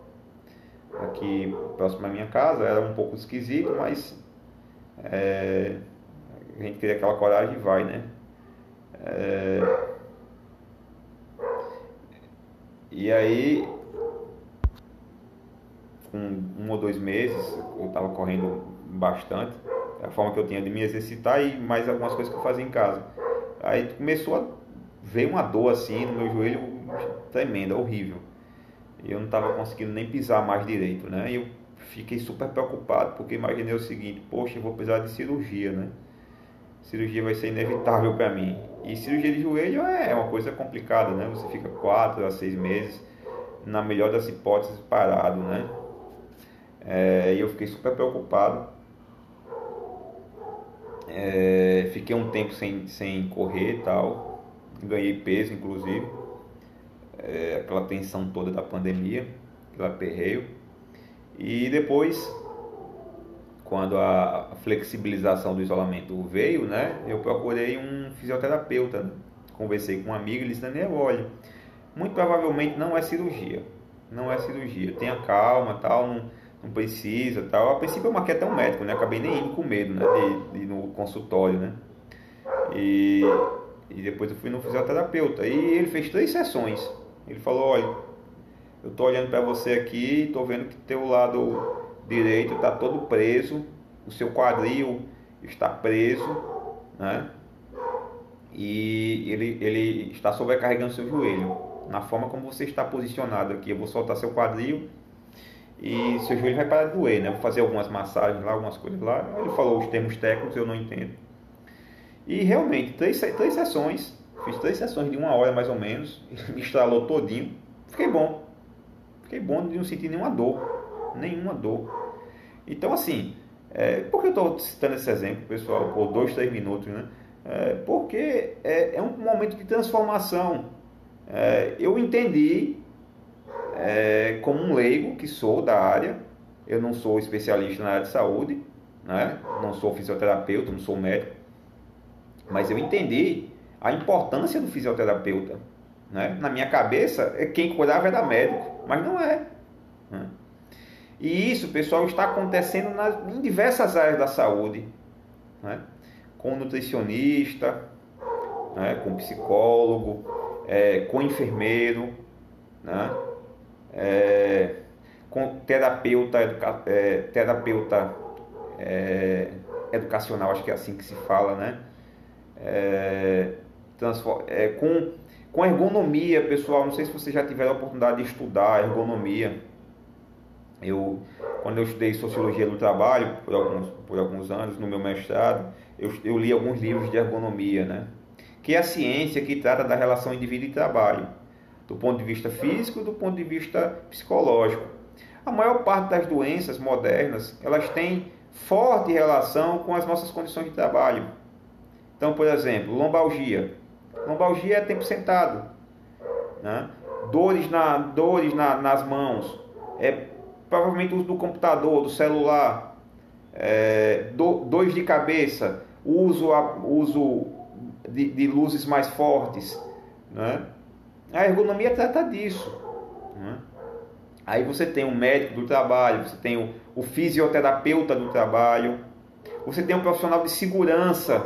aqui próximo da minha casa. Era um pouco esquisito, mas é, a gente cria aquela coragem e vai, né? É, e aí, com um ou dois meses, eu estava correndo bastante, a forma que eu tinha de me exercitar e mais algumas coisas que eu fazia em casa. Aí começou a ver uma dor assim no meu joelho tremenda, horrível. E eu não estava conseguindo nem pisar mais direito, né? E eu fiquei super preocupado, porque imaginei o seguinte, poxa, eu vou precisar de cirurgia, né? Cirurgia vai ser inevitável para mim. E cirurgia de joelho é uma coisa complicada, né? Você fica quatro a seis meses, na melhor das hipóteses, parado, né? É, e eu fiquei super preocupado. É, fiquei um tempo sem, sem correr e tal. Ganhei peso, inclusive. É, aquela tensão toda da pandemia, aquele aperreio. E depois, quando a flexibilização do isolamento veio, né, eu procurei um fisioterapeuta, né? Conversei com um amigo e ele disse, Daniel, olha, muito provavelmente não é cirurgia, não é cirurgia, tenha calma, tal, não, não precisa, tal. A princípio eu marquei até um médico, né, acabei nem indo com medo, né, de, de ir no consultório, né, e, E depois eu fui no fisioterapeuta. E ele fez três sessões. Ele falou, olha, eu tô olhando para você aqui, tô vendo que teu lado direito está todo preso, o seu quadril está preso, né? E ele, ele está sobrecarregando seu joelho. Na forma como você está posicionado aqui, eu vou soltar seu quadril e seu joelho vai parar de doer, né? Vou fazer algumas massagens lá, algumas coisas lá. Ele falou os termos técnicos, eu não entendo. E realmente, três, três sessões, fiz três sessões de uma hora mais ou menos, me estralou todinho, fiquei bom. Fiquei bom de não sentir nenhuma dor, nenhuma dor. Então assim, é, por que eu estou citando esse exemplo, pessoal, por dois, três minutos, né? É, porque é, é um momento de transformação. É, eu entendi, é, como um leigo que sou da área, eu não sou especialista na área de saúde, né? Não sou fisioterapeuta, não sou médico, mas eu entendi a importância do fisioterapeuta, né? Na minha cabeça, quem cuidava era médico, mas não é, né? E isso, pessoal, está acontecendo nas, em diversas áreas da saúde, né? Com nutricionista, né? Com psicólogo, é, com enfermeiro, né? É, com terapeuta, educa, é, terapeuta é, educacional, acho que é assim que se fala, né? É, transform, é, com, com ergonomia, pessoal, não sei se vocês já tiveram a oportunidade de estudar ergonomia. Eu, quando eu estudei Sociologia do Trabalho, por alguns, por alguns anos, no meu mestrado, eu, eu li alguns livros de ergonomia, né? Que é a ciência que trata da relação indivíduo e trabalho, do ponto de vista físico e do ponto de vista psicológico. A maior parte das doenças modernas, elas têm forte relação com as nossas condições de trabalho. Então, por exemplo, lombalgia. Lombalgia é tempo sentado, né? Dores, na, dores na, nas mãos, é provavelmente uso do computador, do celular, é, do, dores de cabeça, uso, uso de, de luzes mais fortes, né? A ergonomia trata disso, né? Aí você tem o médico do trabalho, você tem o, o fisioterapeuta do trabalho, você tem um profissional de segurança,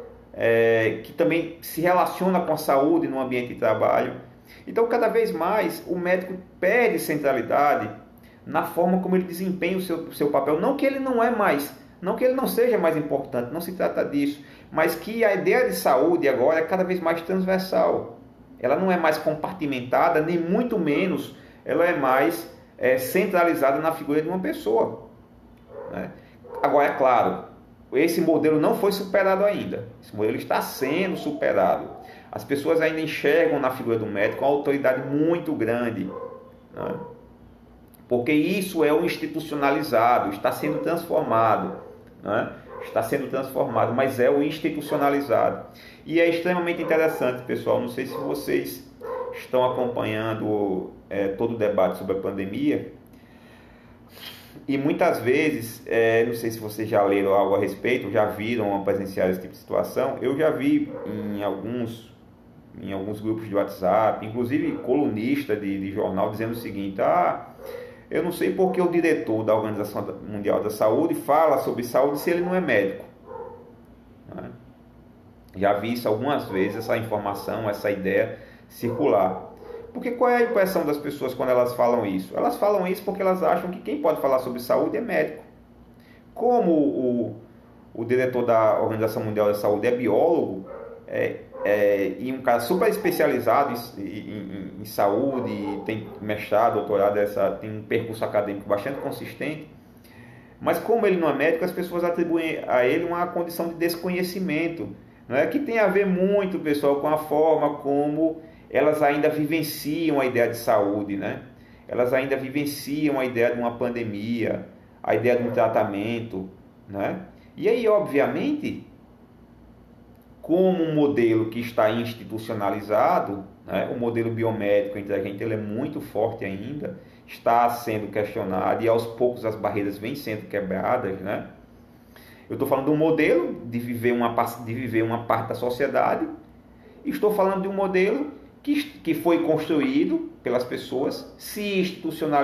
é, que também se relaciona com a saúde no ambiente de trabalho. Então, cada vez mais, o médico perde centralidade na forma como ele desempenha o seu, o seu papel. Não que ele não é mais, não que ele não seja mais importante, não se trata disso, mas que a ideia de saúde agora é cada vez mais transversal. Ela não é mais compartimentada, nem muito menos ela é mais é, centralizada na figura de uma pessoa, né? Agora, é claro, esse modelo não foi superado ainda. Esse modelo está sendo superado. As pessoas ainda enxergam na figura do médico uma autoridade muito grande, né? Porque isso é o institucionalizado, está sendo transformado, né? Está sendo transformado, mas é o institucionalizado. E é extremamente interessante, pessoal, não sei se vocês estão acompanhando é, todo o debate sobre a pandemia, e muitas vezes, é, não sei se vocês já leram algo a respeito, já viram ou presenciaram esse tipo de situação. Eu já vi em alguns, em alguns grupos de WhatsApp, inclusive colunista de, de jornal, dizendo o seguinte: ah, eu não sei porque o diretor da Organização Mundial da Saúde fala sobre saúde se ele não é médico, né? Já vi isso algumas vezes, essa informação, essa ideia circular. Porque qual é a impressão das pessoas quando elas falam isso? Elas falam isso porque elas acham que quem pode falar sobre saúde é médico. Como o, o diretor da Organização Mundial da Saúde é biólogo, é, é, e um cara super especializado em, em, em saúde, tem mestrado, doutorado, essa, tem um percurso acadêmico bastante consistente, mas como ele não é médico, as pessoas atribuem a ele uma condição de desconhecimento, não é? Que tem a ver muito, pessoal, com a forma como elas ainda vivenciam a ideia de saúde, né? Elas ainda vivenciam a ideia de uma pandemia, a ideia de um tratamento, né? E aí, obviamente, como um modelo que está institucionalizado, né, o modelo biomédico entre a gente ele é muito forte ainda, está sendo questionado e aos poucos as barreiras vêm sendo quebradas, né? Eu estou falando de um modelo de viver uma, de viver uma parte da sociedade, e estou falando de um modelo que, que foi construído pelas pessoas, se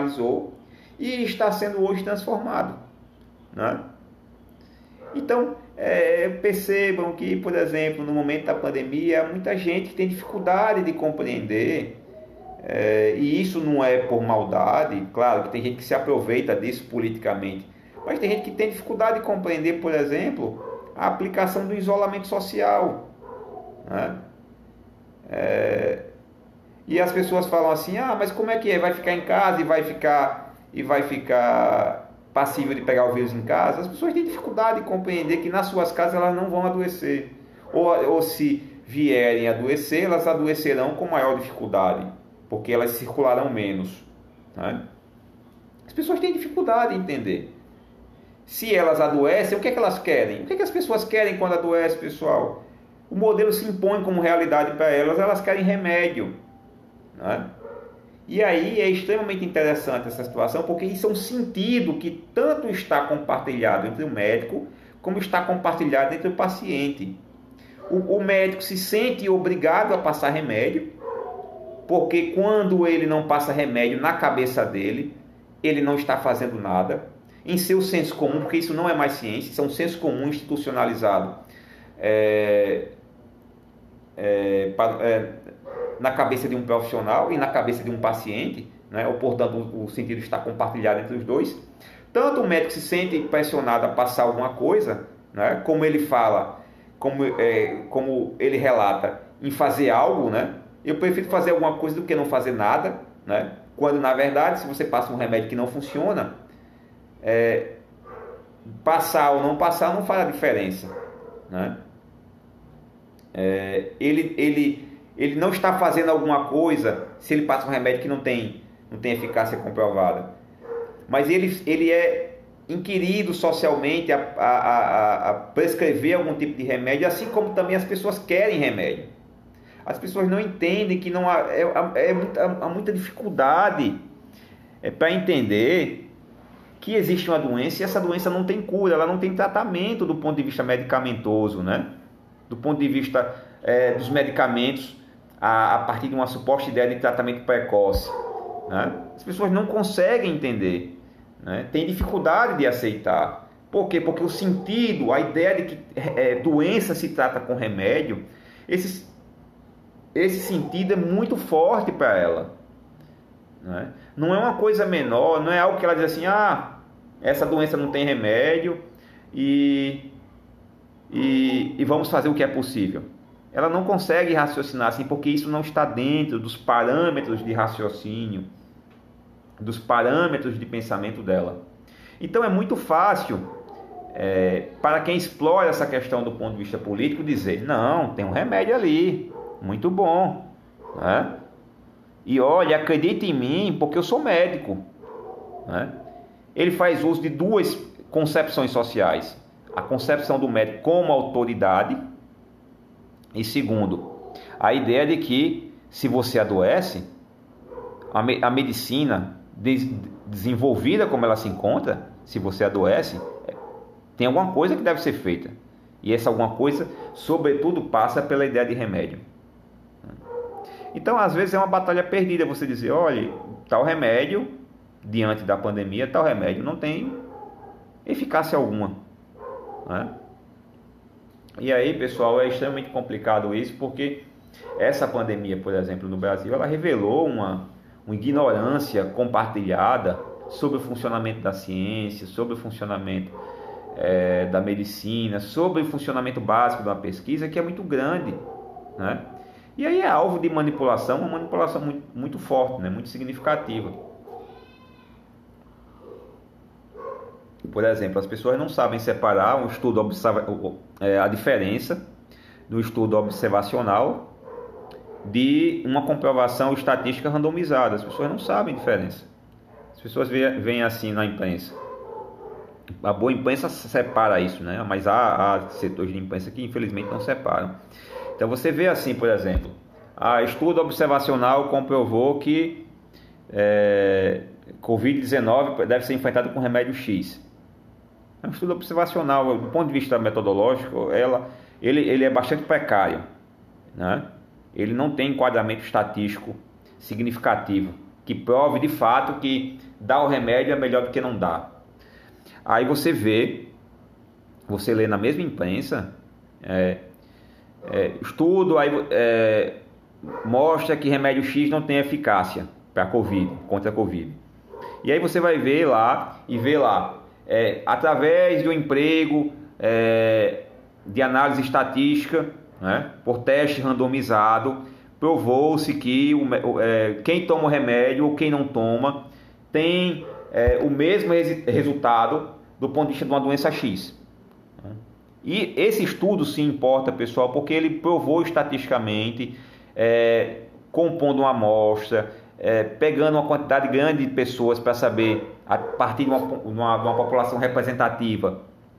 institucionalizou e está sendo hoje transformado, né? Então, É, percebam que, por exemplo, no momento da pandemia, há muita gente que tem dificuldade de compreender, é, e isso não é por maldade, claro que tem gente que se aproveita disso politicamente, mas tem gente que tem dificuldade de compreender, por exemplo, a aplicação do isolamento social, né? É, e as pessoas falam assim, ah, mas como é que é? Vai ficar em casa e vai ficar, e vai ficar passível de pegar o vírus em casa? As pessoas têm dificuldade de compreender que nas suas casas elas não vão adoecer. Ou, ou se vierem adoecer, elas adoecerão com maior dificuldade, porque elas circularão menos, né? As pessoas têm dificuldade em entender. Se elas adoecem, o que é que elas querem? O que é que as pessoas querem quando adoecem, pessoal? O modelo se impõe como realidade para elas, elas querem remédio, né? E aí é extremamente interessante essa situação, porque isso é um sentido que tanto está compartilhado entre o médico, como está compartilhado entre o paciente. O, o médico se sente obrigado a passar remédio, porque quando ele não passa remédio na cabeça dele, ele não está fazendo nada. Em seu senso comum, porque isso não é mais ciência, isso é um senso comum institucionalizado é, é, é, na cabeça de um profissional e na cabeça de um paciente, né? Ou, portanto, o, o sentido está compartilhado entre os dois. Tanto o médico se sente pressionado a passar alguma coisa, né? Como ele fala, como, é, como ele relata, em fazer algo, né? Eu prefiro fazer alguma coisa do que não fazer nada, né? Quando, na verdade, se você passa um remédio que não funciona, É, passar ou não passar não faz a diferença, né? É, ele, ele, ele não está fazendo alguma coisa se ele passa um remédio que não tem, não tem eficácia comprovada, mas ele, ele é inquirido socialmente a, a, a, a prescrever algum tipo de remédio, assim como também as pessoas querem remédio. As pessoas não entendem que não há, é, é muita, há muita dificuldade é, para entender que existe uma doença e essa doença não tem cura, ela não tem tratamento do ponto de vista medicamentoso, né? Do ponto de vista é, dos medicamentos, a, a partir de uma suposta ideia de tratamento precoce, né? As pessoas não conseguem entender, né? Tem dificuldade de aceitar. Por quê? Porque o sentido, a ideia de que é, doença se trata com remédio, esse, esse sentido é muito forte para ela, né? Não é uma coisa menor, não é algo que ela diz assim, ah, essa doença não tem remédio e, e, e vamos fazer o que é possível. Ela não consegue raciocinar assim, porque isso não está dentro dos parâmetros de raciocínio, dos parâmetros de pensamento dela. Então é muito fácil é, para quem explora essa questão do ponto de vista político dizer, não, tem um remédio ali, muito bom, né? E olha, acredite em mim, porque eu sou médico, né? Ele faz uso de duas concepções sociais. A concepção do médico como autoridade e, segundo, a ideia de que se você adoece, a, me, a medicina des, desenvolvida como ela se encontra, se você adoece, tem alguma coisa que deve ser feita. E essa alguma coisa, sobretudo, passa pela ideia de remédio. Então, às vezes é uma batalha perdida você dizer, olha, tal remédio, diante da pandemia, tal remédio não tem eficácia alguma, né? E aí, pessoal, é extremamente complicado isso, porque essa pandemia, por exemplo, no Brasil, ela revelou uma, uma ignorância compartilhada sobre o funcionamento da ciência, sobre o funcionamento é, da medicina, sobre o funcionamento básico da pesquisa, que é muito grande, né? E aí é alvo de manipulação, uma manipulação muito, muito forte, né? Muito significativa. Por exemplo, as pessoas não sabem separar um estudo observa, é, a diferença do estudo observacional de uma comprovação estatística randomizada. As pessoas não sabem a diferença. As pessoas veem assim na imprensa. A boa imprensa separa isso, né? Mas há, há setores de imprensa que infelizmente não separam. Então você vê assim, por exemplo, a estudo observacional comprovou que é, covid dezenove deve ser enfrentado com remédio X. É um estudo observacional, do ponto de vista metodológico, ela, ele, ele é bastante precário, né? Ele não tem enquadramento estatístico significativo, que prove de fato que dar o remédio é melhor do que não dar. Aí você vê você lê na mesma imprensa, é, é, estudo aí, é, mostra que remédio X não tem eficácia para Covid, contra a Covid. E aí você vai ver lá e ver lá, é, através do emprego é, de análise estatística, né, por teste randomizado, provou-se que o, é, quem toma o remédio ou quem não toma tem é, o mesmo res, resultado do ponto de vista de uma doença X. E esse estudo se importa, pessoal, porque ele provou estatisticamente, é, compondo uma amostra, é, pegando uma quantidade grande de pessoas para saber, a partir de uma, uma, uma população representativa,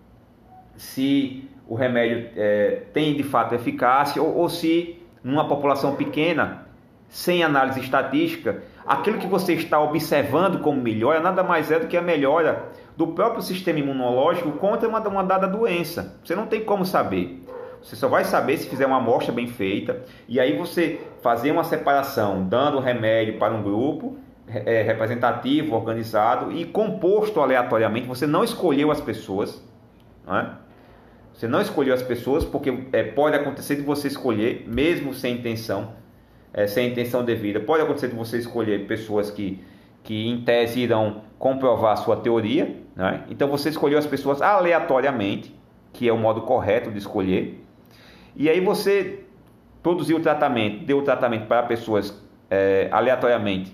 se o remédio é, tem de fato eficácia ou, ou se, numa população pequena, sem análise estatística, aquilo que você está observando como melhora nada mais é do que a melhora do próprio sistema imunológico contra uma, uma dada doença. Você não tem como saber. Você só vai saber se fizer uma amostra bem feita e aí você fazer uma separação, dando remédio para um grupo é, representativo, organizado e composto aleatoriamente. Você não escolheu as pessoas, não é? Você não escolheu as pessoas porque é, pode acontecer de você escolher, mesmo sem intenção, é, sem intenção devida. Pode acontecer de você escolher pessoas que, que em tese irão comprovar a sua teoria, né? Então você escolheu as pessoas aleatoriamente, que é o modo correto de escolher. E aí você produziu o tratamento, deu o tratamento para pessoas é, aleatoriamente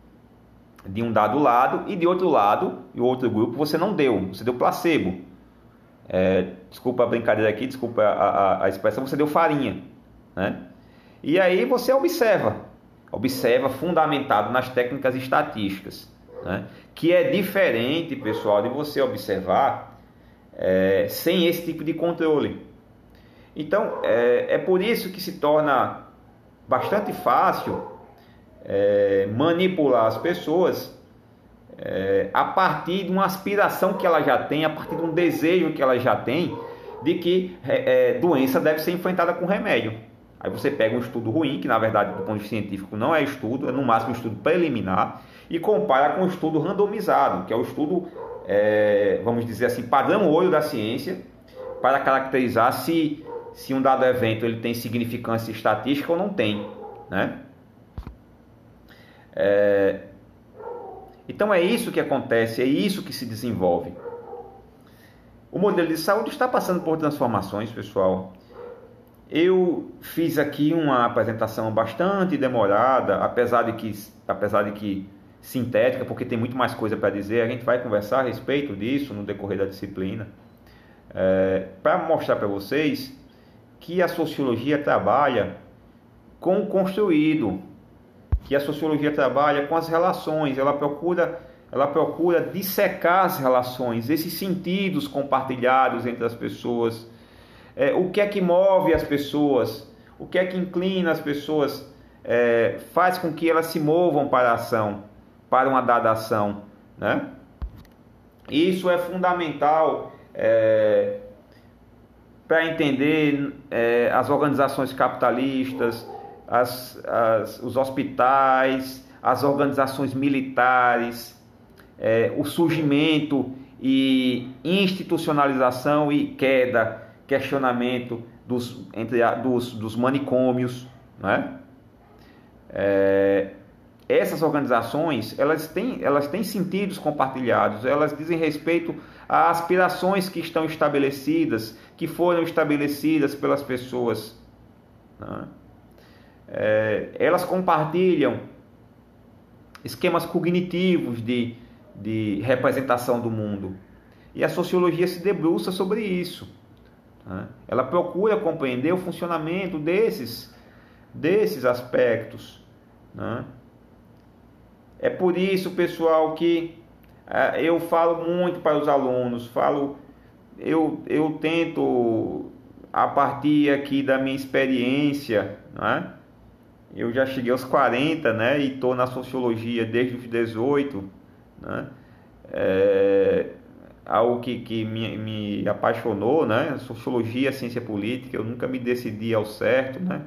de um dado lado e de outro lado, e outro grupo, você não deu, você deu placebo. É, desculpa a brincadeira aqui, desculpa a, a, a expressão, você deu farinha, né? E aí você observa, observa fundamentado nas técnicas estatísticas, né? Que é diferente, pessoal, de você observar é, sem esse tipo de controle. Então, é, é por isso que se torna bastante fácil é, manipular as pessoas é, a partir de uma aspiração que ela já tem, a partir de um desejo que ela já tem de que é, doença deve ser enfrentada com remédio. Aí você pega um estudo ruim, que na verdade do ponto de vista científico não é estudo, é no máximo um estudo preliminar, e compara com um estudo randomizado, que é o estudo, é, vamos dizer assim, padrão ouro da ciência, para caracterizar se, se um dado evento ele tem significância estatística ou não tem, né? É, então é isso que acontece, é isso que se desenvolve. O modelo de saúde está passando por transformações, pessoal. Eu fiz aqui uma apresentação bastante demorada, apesar de que, apesar de que sintética, porque tem muito mais coisa para dizer. A gente vai conversar a respeito disso no decorrer da disciplina, é, para mostrar para vocês que a sociologia trabalha com o construído, que a sociologia trabalha com as relações, ela procura, ela procura dissecar as relações, esses sentidos compartilhados entre as pessoas. É, o que é que move as pessoas, o que é que inclina as pessoas, é, faz com que elas se movam para a ação, para uma dada ação, né? Isso é fundamental é, para entender é, as organizações capitalistas, as, as, os hospitais, as organizações militares, é, o surgimento e institucionalização e queda, questionamento dos, entre a, dos, dos manicômios, né? É, essas organizações elas têm, elas têm sentidos compartilhados, elas dizem respeito a aspirações que estão estabelecidas, que foram estabelecidas pelas pessoas, né? É, elas compartilham esquemas cognitivos de, de representação do mundo, e a sociologia se debruça sobre isso. Ela procura compreender o funcionamento desses, desses aspectos, né? É por isso, pessoal, que uh, eu falo muito para os alunos, falo, eu, eu tento, a partir aqui da minha experiência, né? Eu já cheguei aos quarenta, né? E estou na sociologia desde os dezoito, né? É, algo que, que me, me apaixonou, né? Sociologia, ciência política, eu nunca me decidi ao certo, né?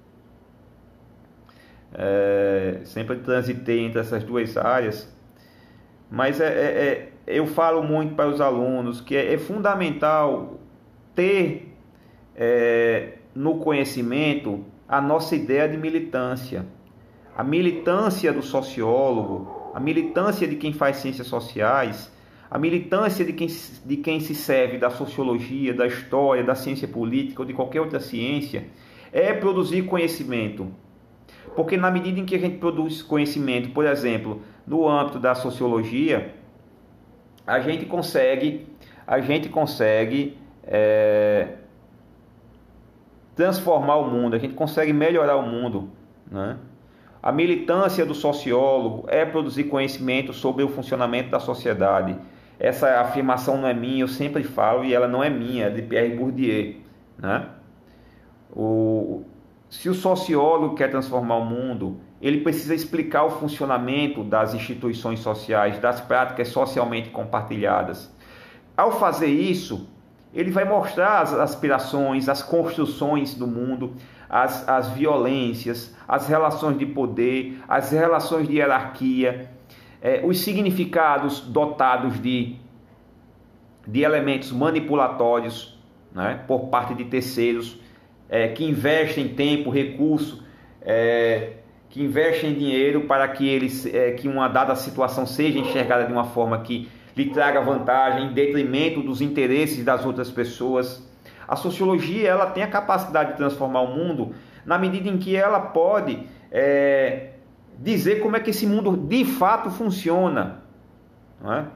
É, sempre transitei entre essas duas áreas, mas é, é, é, eu falo muito para os alunos que é, é fundamental ter é, no conhecimento a nossa ideia de militância. A militância do sociólogo, a militância de quem faz ciências sociais, a militância de quem, de quem se serve da sociologia, da história, da ciência política ou de qualquer outra ciência, é produzir conhecimento. Porque na medida em que a gente produz conhecimento, por exemplo, no âmbito da sociologia, a gente consegue, a gente consegue é, transformar o mundo, a gente consegue melhorar o mundo, né? A militância do sociólogo é produzir conhecimento sobre o funcionamento da sociedade. Essa afirmação não é minha, eu sempre falo, e ela não é minha, é de Pierre Bourdieu, né? O, se o sociólogo quer transformar o mundo, ele precisa explicar o funcionamento das instituições sociais, das práticas socialmente compartilhadas. Ao fazer isso, ele vai mostrar as aspirações, as construções do mundo, as, as violências, as relações de poder, as relações de hierarquia, eh, os significados dotados de, de elementos manipulatórios, né, por parte de terceiros, eh, que investem tempo, recurso, eh, que investem dinheiro para que, eles, eh, que uma dada situação seja enxergada de uma forma que lhe traga vantagem em detrimento dos interesses das outras pessoas. A sociologia, ela tem a capacidade de transformar o mundo na medida em que ela pode é, dizer como é que esse mundo de fato funciona, não é?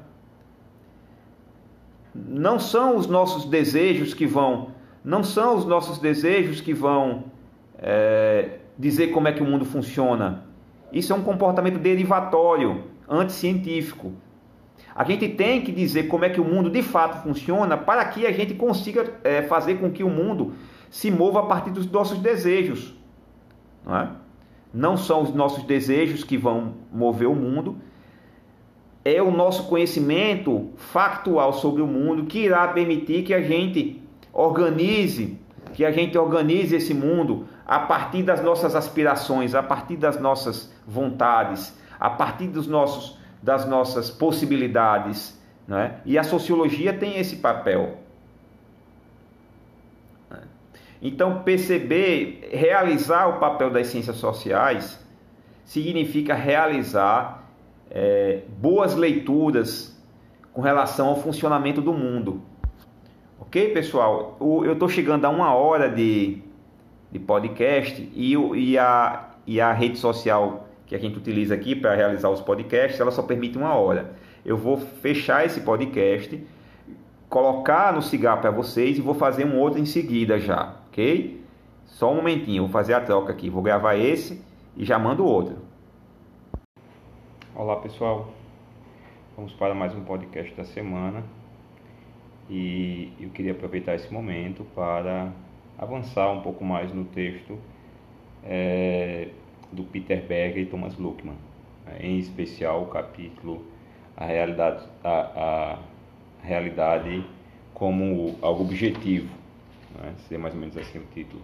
Não são os nossos desejos que vão, não são os nossos desejos que vão é, dizer como é que o mundo funciona. Isso é um comportamento derivatório, anticientífico. A gente tem que dizer como é que o mundo de fato funciona para que a gente consiga é, fazer com que o mundo se mova a partir dos nossos desejos. Não é? Não são os nossos desejos que vão mover o mundo, é o nosso conhecimento factual sobre o mundo que irá permitir que a gente organize, que a gente organize esse mundo a partir das nossas aspirações, a partir das nossas vontades, a partir dos nossos das nossas possibilidades, né? E a sociologia tem esse papel. Então, perceber, realizar o papel das ciências sociais significa realizar é, boas leituras com relação ao funcionamento do mundo. Ok, pessoal? Eu estou chegando a uma hora de, de podcast e, e, a, e a rede social que a gente utiliza aqui para realizar os podcasts, ela só permite uma hora. Eu vou fechar esse podcast, colocar no cigarro para vocês e vou fazer um outro em seguida já, ok? Só um momentinho, vou fazer a troca aqui. Vou gravar esse e já mando outro. Olá, pessoal. Vamos para mais um podcast da semana. E eu queria aproveitar esse momento para avançar um pouco mais no texto é, do Peter Berger e Thomas Luckmann, em especial o capítulo a realidade, a, a realidade como algo objetivo, né? Seria mais ou menos assim o título.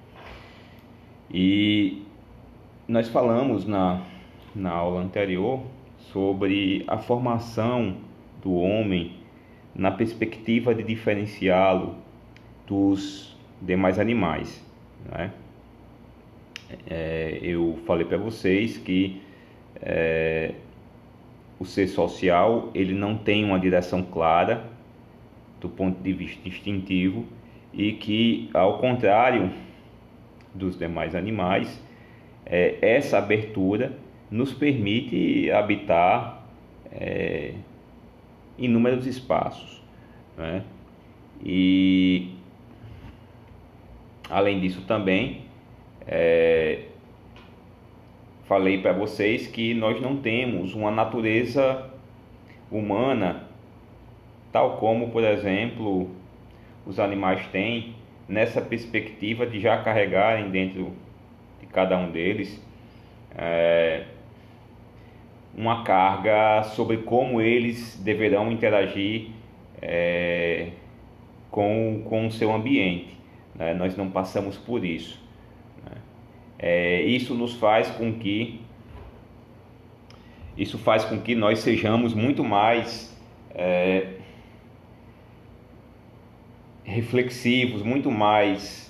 E nós falamos na, na aula anterior sobre a formação do homem na perspectiva de diferenciá-lo dos demais animais, né? É, eu falei para vocês que é, o ser social ele não tem uma direção clara do ponto de vista instintivo e que, ao contrário dos demais animais, é, essa abertura nos permite habitar é, inúmeros espaços, né? E além disso também É, falei para vocês que nós não temos uma natureza humana tal como, por exemplo, os animais têm, nessa perspectiva de já carregarem dentro de cada um deles é, uma carga sobre como eles deverão interagir é, com, com o seu ambiente, né? Nós não passamos por isso. É, isso nos faz com que isso faz com que nós sejamos muito mais é, reflexivos, muito mais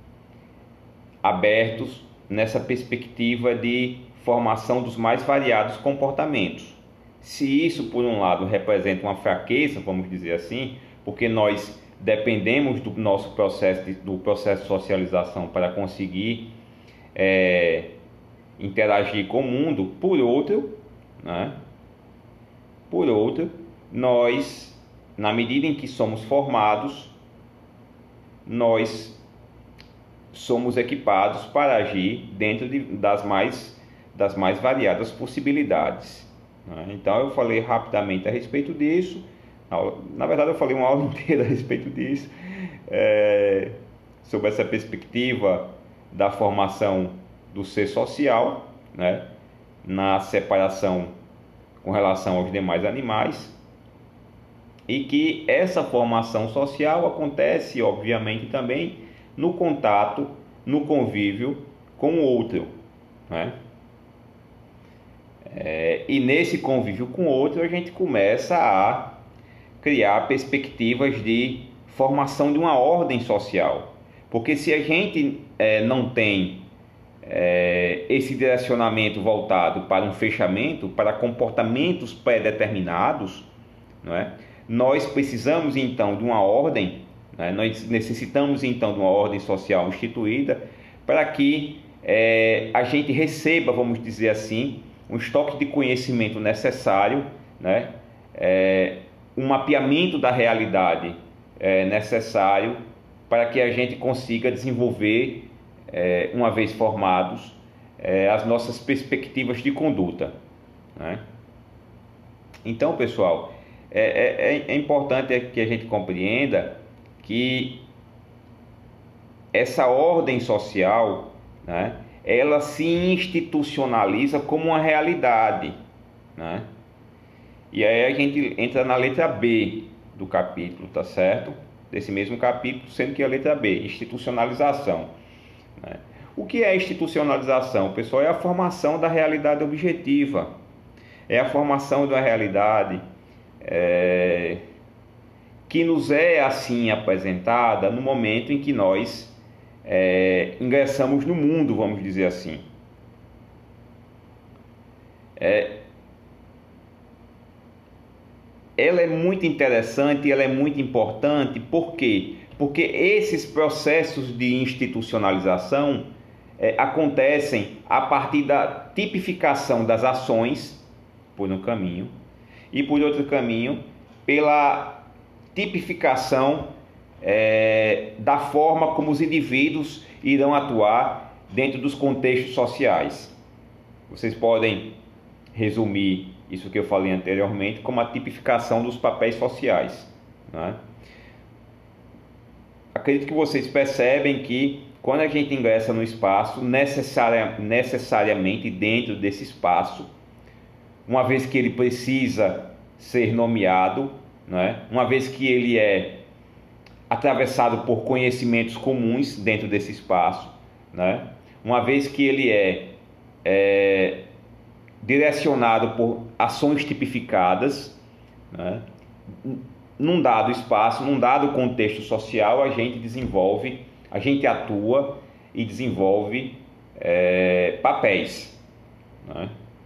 abertos nessa perspectiva de formação dos mais variados comportamentos. Se isso, por um lado, representa uma fraqueza, vamos dizer assim, porque nós dependemos do nosso processo, de, do processo de socialização para conseguir é, interagir com o mundo, por outro, né? Por outro, nós, na medida em que somos formados, nós somos equipados para agir dentro de, das, mais, das mais variadas possibilidades. Né? Então eu falei rapidamente a respeito disso. Na verdade eu falei uma aula inteira a respeito disso, é, sobre essa perspectiva da formação do ser social, né, na separação com relação aos demais animais, e que essa formação social acontece obviamente também no contato, no convívio com o outro, né? É, e nesse convívio com o outro a gente começa a criar perspectivas de formação de uma ordem social, porque se a gente é, não tem é, esse direcionamento voltado para um fechamento, para comportamentos pré-determinados, não é? Nós precisamos então de uma ordem, né? Nós necessitamos então de uma ordem social instituída para que é, a gente receba, vamos dizer assim, um estoque de conhecimento necessário, né? É, um mapeamento da realidade é, necessário para que a gente consiga desenvolver, é, uma vez formados, é, as nossas perspectivas de conduta, né? Então, pessoal, é, é, é importante que a gente compreenda que essa ordem social, né, ela se institucionaliza como uma realidade, né? E aí a gente entra na letra B do capítulo, tá certo? Desse mesmo capítulo, sendo que a letra B, institucionalização, né? O que é institucionalização, pessoal? É a formação da realidade objetiva, é a formação de uma realidade é, que nos é assim apresentada no momento em que nós é, ingressamos no mundo, vamos dizer assim. É, ela é muito interessante, ela é muito importante, por quê? Porque esses processos de institucionalização é, acontecem a partir da tipificação das ações, por um caminho, e por outro caminho, pela tipificação é, da forma como os indivíduos irão atuar dentro dos contextos sociais. Vocês podem resumir isso que eu falei anteriormente como a tipificação dos papéis sociais, né? Acredito que vocês percebem que quando a gente ingressa no espaço, necessaria, necessariamente dentro desse espaço, uma vez que ele precisa ser nomeado, né? Uma vez que ele é atravessado por conhecimentos comuns dentro desse espaço, né? Uma vez que ele é, é direcionado por ações tipificadas, né? Num dado espaço, num dado contexto social, a gente desenvolve, a gente atua e desenvolve é, papéis, né?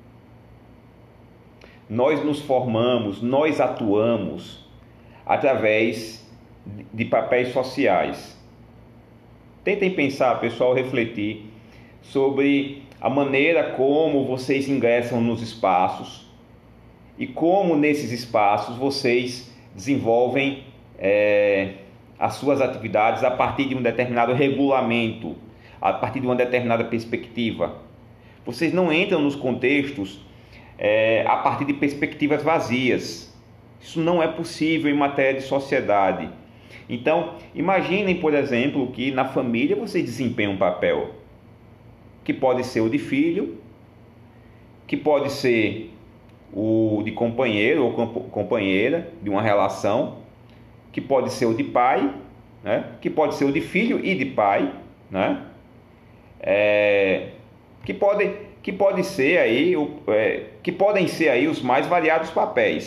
Nós nos formamos, nós atuamos através de papéis sociais. Tentem pensar, pessoal, refletir sobre a maneira como vocês ingressam nos espaços e como nesses espaços vocês desenvolvem é, as suas atividades a partir de um determinado regulamento, a partir de uma determinada perspectiva. Vocês não entram nos contextos é, a partir de perspectivas vazias. Isso não é possível em matéria de sociedade. Então, imaginem, por exemplo, que na família vocês desempenham um papel que pode ser o de filho, que pode ser o de companheiro ou companheira de uma relação, que pode ser o de pai, né? Que pode ser o de filho e de pai, né? É, que pode, que pode ser aí, o, é, que podem ser aí os mais variados papéis.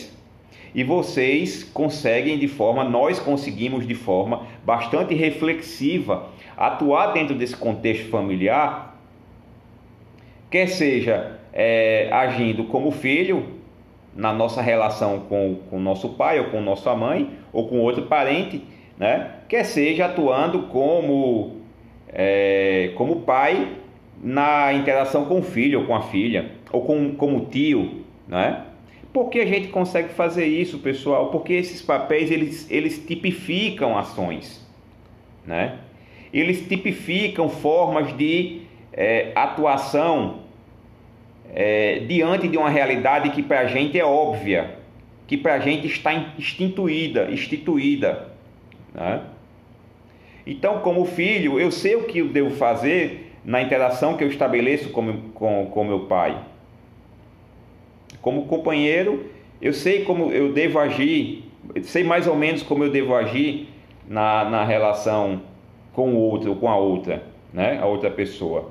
E vocês conseguem de forma, nós conseguimos de forma bastante reflexiva atuar dentro desse contexto familiar, quer seja é, agindo como filho, na nossa relação com o nosso pai ou com nossa mãe ou com outro parente, né? Quer seja atuando como, é, como pai na interação com o filho ou com a filha, ou com, como tio, né? Por que a gente consegue fazer isso, pessoal? Porque esses papéis, eles, eles tipificam ações, né? Eles tipificam formas de é, atuação é, diante de uma realidade que para a gente é óbvia, que para a gente está instituída, instituída, né? Então, como filho, eu sei o que eu devo fazer na interação que eu estabeleço com, com, com meu pai. Como companheiro, eu sei como eu devo agir, sei mais ou menos como eu devo agir na, na relação com o outro, com a outra, né? A outra pessoa.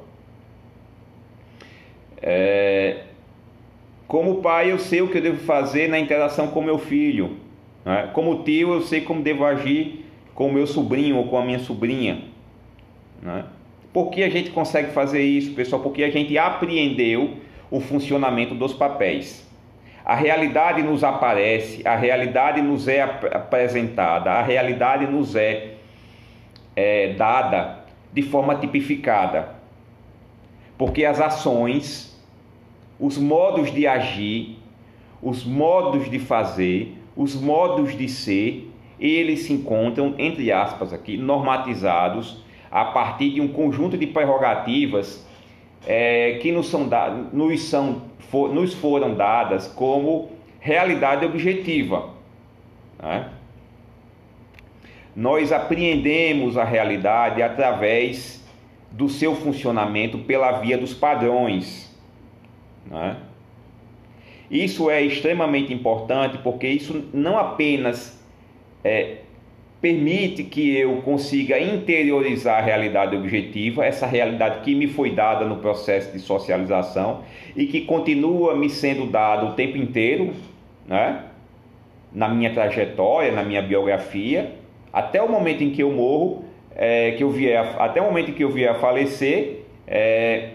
É, como pai, eu sei o que eu devo fazer na interação com meu filho, né? Como tio, eu sei como devo agir com o meu sobrinho ou com a minha sobrinha, né? Por que a gente consegue fazer isso, pessoal? Porque a gente apreendeu o funcionamento dos papéis. A realidade nos aparece, a realidade nos é apresentada, a realidade nos é, é dada de forma tipificada. Porque as ações, os modos de agir, os modos de fazer, os modos de ser, eles se encontram, entre aspas aqui, normatizados a partir de um conjunto de prerrogativas é, que nos, são da, nos, são, for, nos foram dadas como realidade objetiva, né? Nós apreendemos a realidade através do seu funcionamento pela via dos padrões, né? Isso é extremamente importante porque isso não apenas é, permite que eu consiga interiorizar a realidade objetiva, essa realidade que me foi dada no processo de socialização e que continua me sendo dada o tempo inteiro, né? Na minha trajetória, na minha biografia, até o momento em que eu morro, é, que eu vier a, até o momento em que eu vier a falecer, é,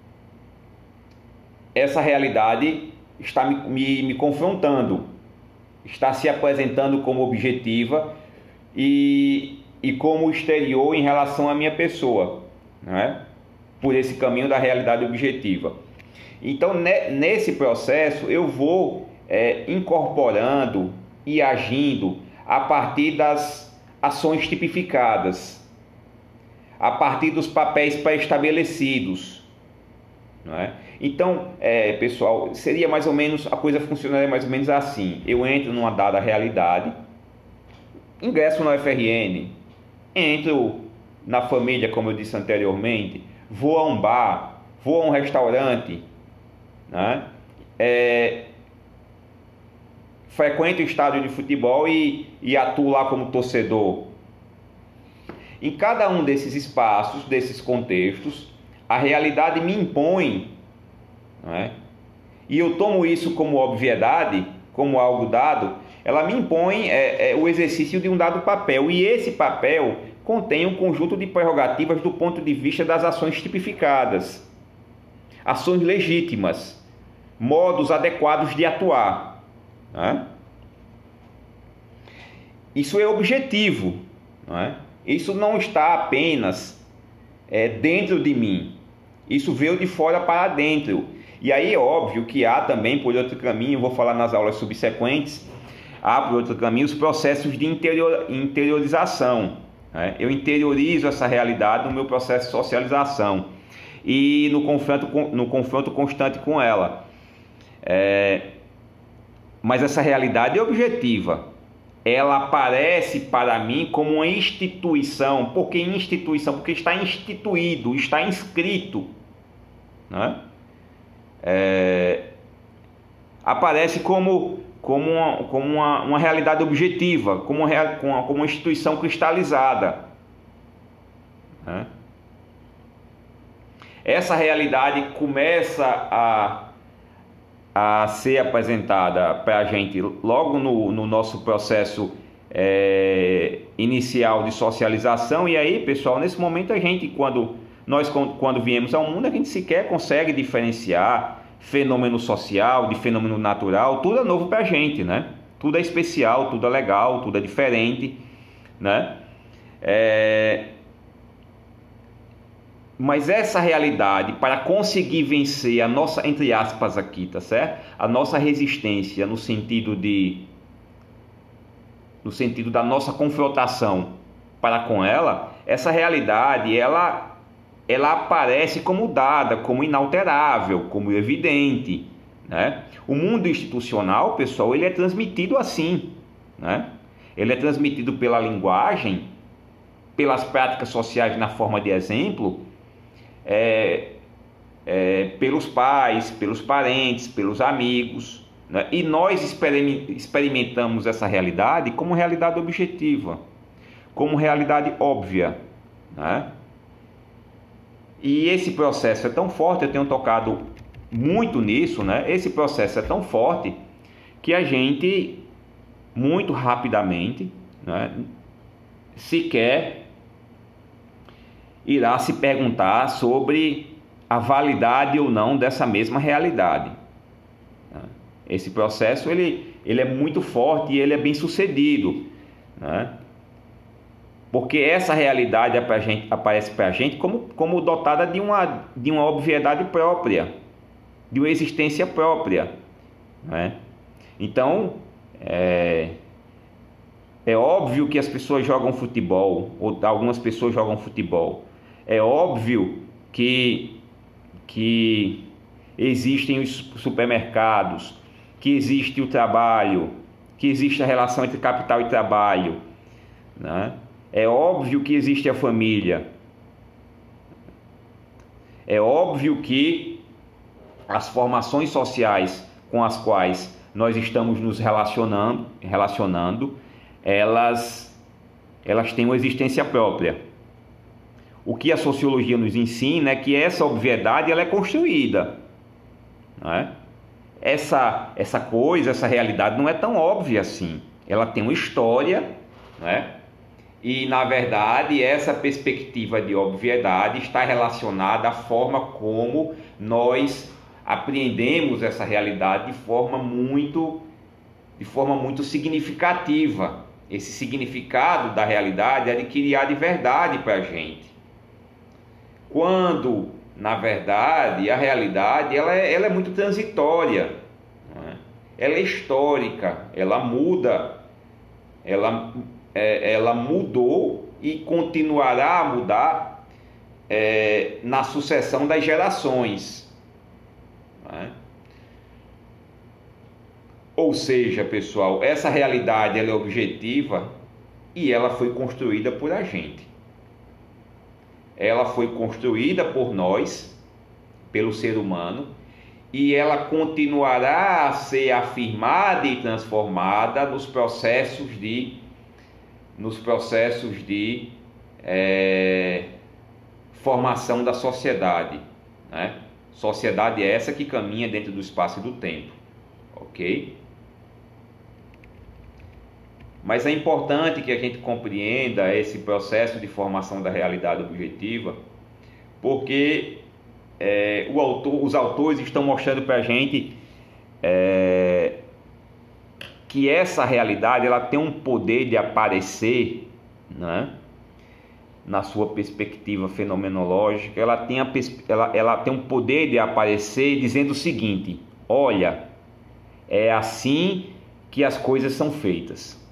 essa realidade está me, me, me confrontando, está se apresentando como objetiva e, e como exterior em relação à minha pessoa, né? Por esse caminho da realidade objetiva. Então, ne, nesse processo, eu vou é, incorporando e agindo a partir das ações tipificadas, a partir dos papéis pré-estabelecidos, não é? Então, é, pessoal, seria mais ou menos, a coisa funcionaria mais ou menos assim: eu entro numa dada realidade, ingresso no F R N, entro na família, como eu disse anteriormente, vou a um bar, vou a um restaurante, né? É, frequento o estádio de futebol e, e atuo lá como torcedor. Em cada um desses espaços, desses contextos, a realidade me impõe, não é? E eu tomo isso como obviedade, como algo dado. Ela me impõe é, é, o exercício de um dado papel, e esse papel contém um conjunto de prerrogativas do ponto de vista das ações tipificadas, ações legítimas, modos adequados de atuar, né? Isso é objetivo, não é? Isso não está apenas é, dentro de mim, isso veio de fora para dentro. E aí é óbvio que há também, por outro caminho, vou falar nas aulas subsequentes, há por outro caminho os processos de interior, interiorização, né? Eu interiorizo essa realidade no meu processo de socialização e no confronto, no confronto constante com ela. É, mas essa realidade é objetiva. Ela aparece para mim como uma instituição. Por que instituição? Porque está instituído, está inscrito, né? É, aparece como, como, uma, como uma, uma realidade objetiva, como uma, como uma instituição cristalizada, né? Essa realidade começa a, a ser apresentada para a gente logo no, no nosso processo é, inicial de socialização. E aí, pessoal, nesse momento a gente, quando nós quando viemos ao mundo, a gente sequer consegue diferenciar fenômeno social de fenômeno natural. Tudo é novo para a gente, né? Tudo é especial, tudo é legal, tudo é diferente, né? É... Mas essa realidade, para conseguir vencer a nossa, entre aspas aqui, tá certo? A nossa resistência no sentido de, no sentido da nossa confrontação para com ela, essa realidade, ela, ela aparece como dada, como inalterável, como evidente, né? O mundo institucional, pessoal, ele é transmitido assim, né? Ele é transmitido pela linguagem, pelas práticas sociais na forma de exemplo, É, é, pelos pais, pelos parentes, pelos amigos, né? E nós experimentamos essa realidade como realidade objetiva, como realidade óbvia, né? E esse processo é tão forte, eu tenho tocado muito nisso, né? Esse processo é tão forte que a gente, muito rapidamente, né, sequer irá se perguntar sobre a validade ou não dessa mesma realidade. Esse processo ele, ele é muito forte e ele é bem sucedido, né? Porque essa realidade aparece para a gente como, como dotada de uma, de uma obviedade própria, de uma existência própria, né? Então, é, é óbvio que as pessoas jogam futebol, ou algumas pessoas jogam futebol. É óbvio que, que existem os supermercados, que existe o trabalho, que existe a relação entre capital e trabalho, né? É óbvio que existe a família. É óbvio que as formações sociais com as quais nós estamos nos relacionando, relacionando elas, elas têm uma existência própria. O que a sociologia nos ensina é que essa obviedade ela é construída, não é? Essa, essa coisa, essa realidade não é tão óbvia assim. Ela tem uma história, não é? E, na verdade, essa perspectiva de obviedade está relacionada à forma como nós apreendemos essa realidade de forma muito, de forma muito significativa. Esse significado da realidade é de criar de verdade para a gente. Quando, na verdade, a realidade ela é, ela é muito transitória, não é? Ela é histórica, ela muda, ela, é, ela mudou e continuará a mudar é, na sucessão das gerações, não é? Ou seja, pessoal, essa realidade ela é objetiva e ela foi construída por a gente. Ela foi construída por nós, pelo ser humano, e ela continuará a ser afirmada e transformada nos processos de, nos processos de é, formação da sociedade, né? Sociedade essa que caminha dentro do espaço e do tempo, ok? Mas é importante que a gente compreenda esse processo de formação da realidade objetiva, porque é, o autor, os autores estão mostrando para a gente é, que essa realidade ela tem um poder de aparecer, né, na sua perspectiva fenomenológica. Ela tem, a, ela, ela tem um poder de aparecer dizendo o seguinte: olha, é assim que as coisas são feitas.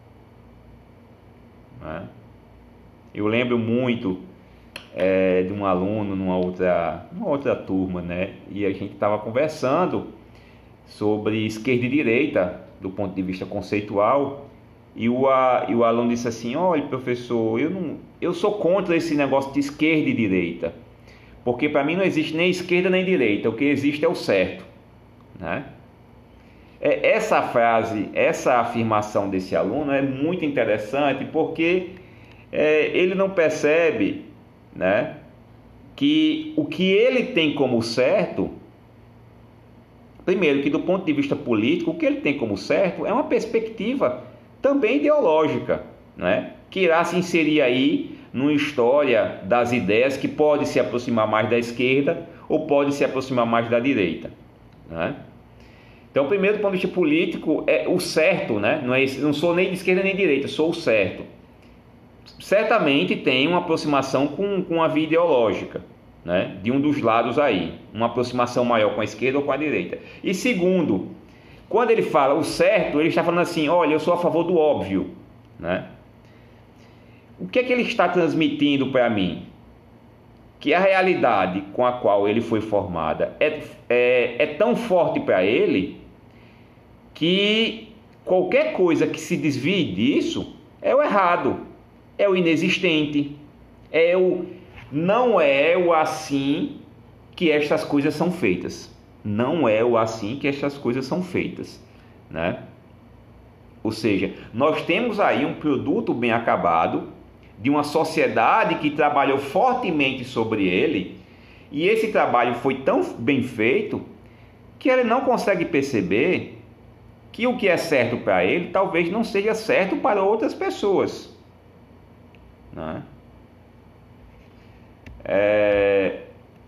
Eu lembro muito é, de um aluno numa outra, numa outra turma, né? E a gente estava conversando sobre esquerda e direita do ponto de vista conceitual, e o, a, e o aluno disse assim: olha, professor, eu, não, eu sou contra esse negócio de esquerda e direita, porque para mim não existe nem esquerda nem direita, o que existe é o certo, né? Essa frase, essa afirmação desse aluno é muito interessante, porque é, ele não percebe, né, que o que ele tem como certo primeiro, que do ponto de vista político, o que ele tem como certo é uma perspectiva também ideológica, né? Que irá se inserir aí numa história das ideias que pode se aproximar mais da esquerda ou pode se aproximar mais da direita, né? Então, primeiro, do ponto de vista político, é o certo, né? Não, é, não sou nem de esquerda nem de direita, sou o certo. Certamente tem uma aproximação com, com a via ideológica, né? De um dos lados aí, uma aproximação maior com a esquerda ou com a direita. E segundo, quando ele fala o certo, ele está falando assim, olha, eu sou a favor do óbvio, né? O que é que ele está transmitindo para mim? Que a realidade com a qual ele foi formada é, é, é tão forte para ele que qualquer coisa que se desvie disso é o errado, é o inexistente, é o não é o assim que estas coisas são feitas. Não é o assim que estas coisas são feitas, né? Ou seja, nós temos aí um produto bem acabado de uma sociedade que trabalhou fortemente sobre ele, e esse trabalho foi tão bem feito que ele não consegue perceber que o que é certo para ele talvez não seja certo para outras pessoas, né? É...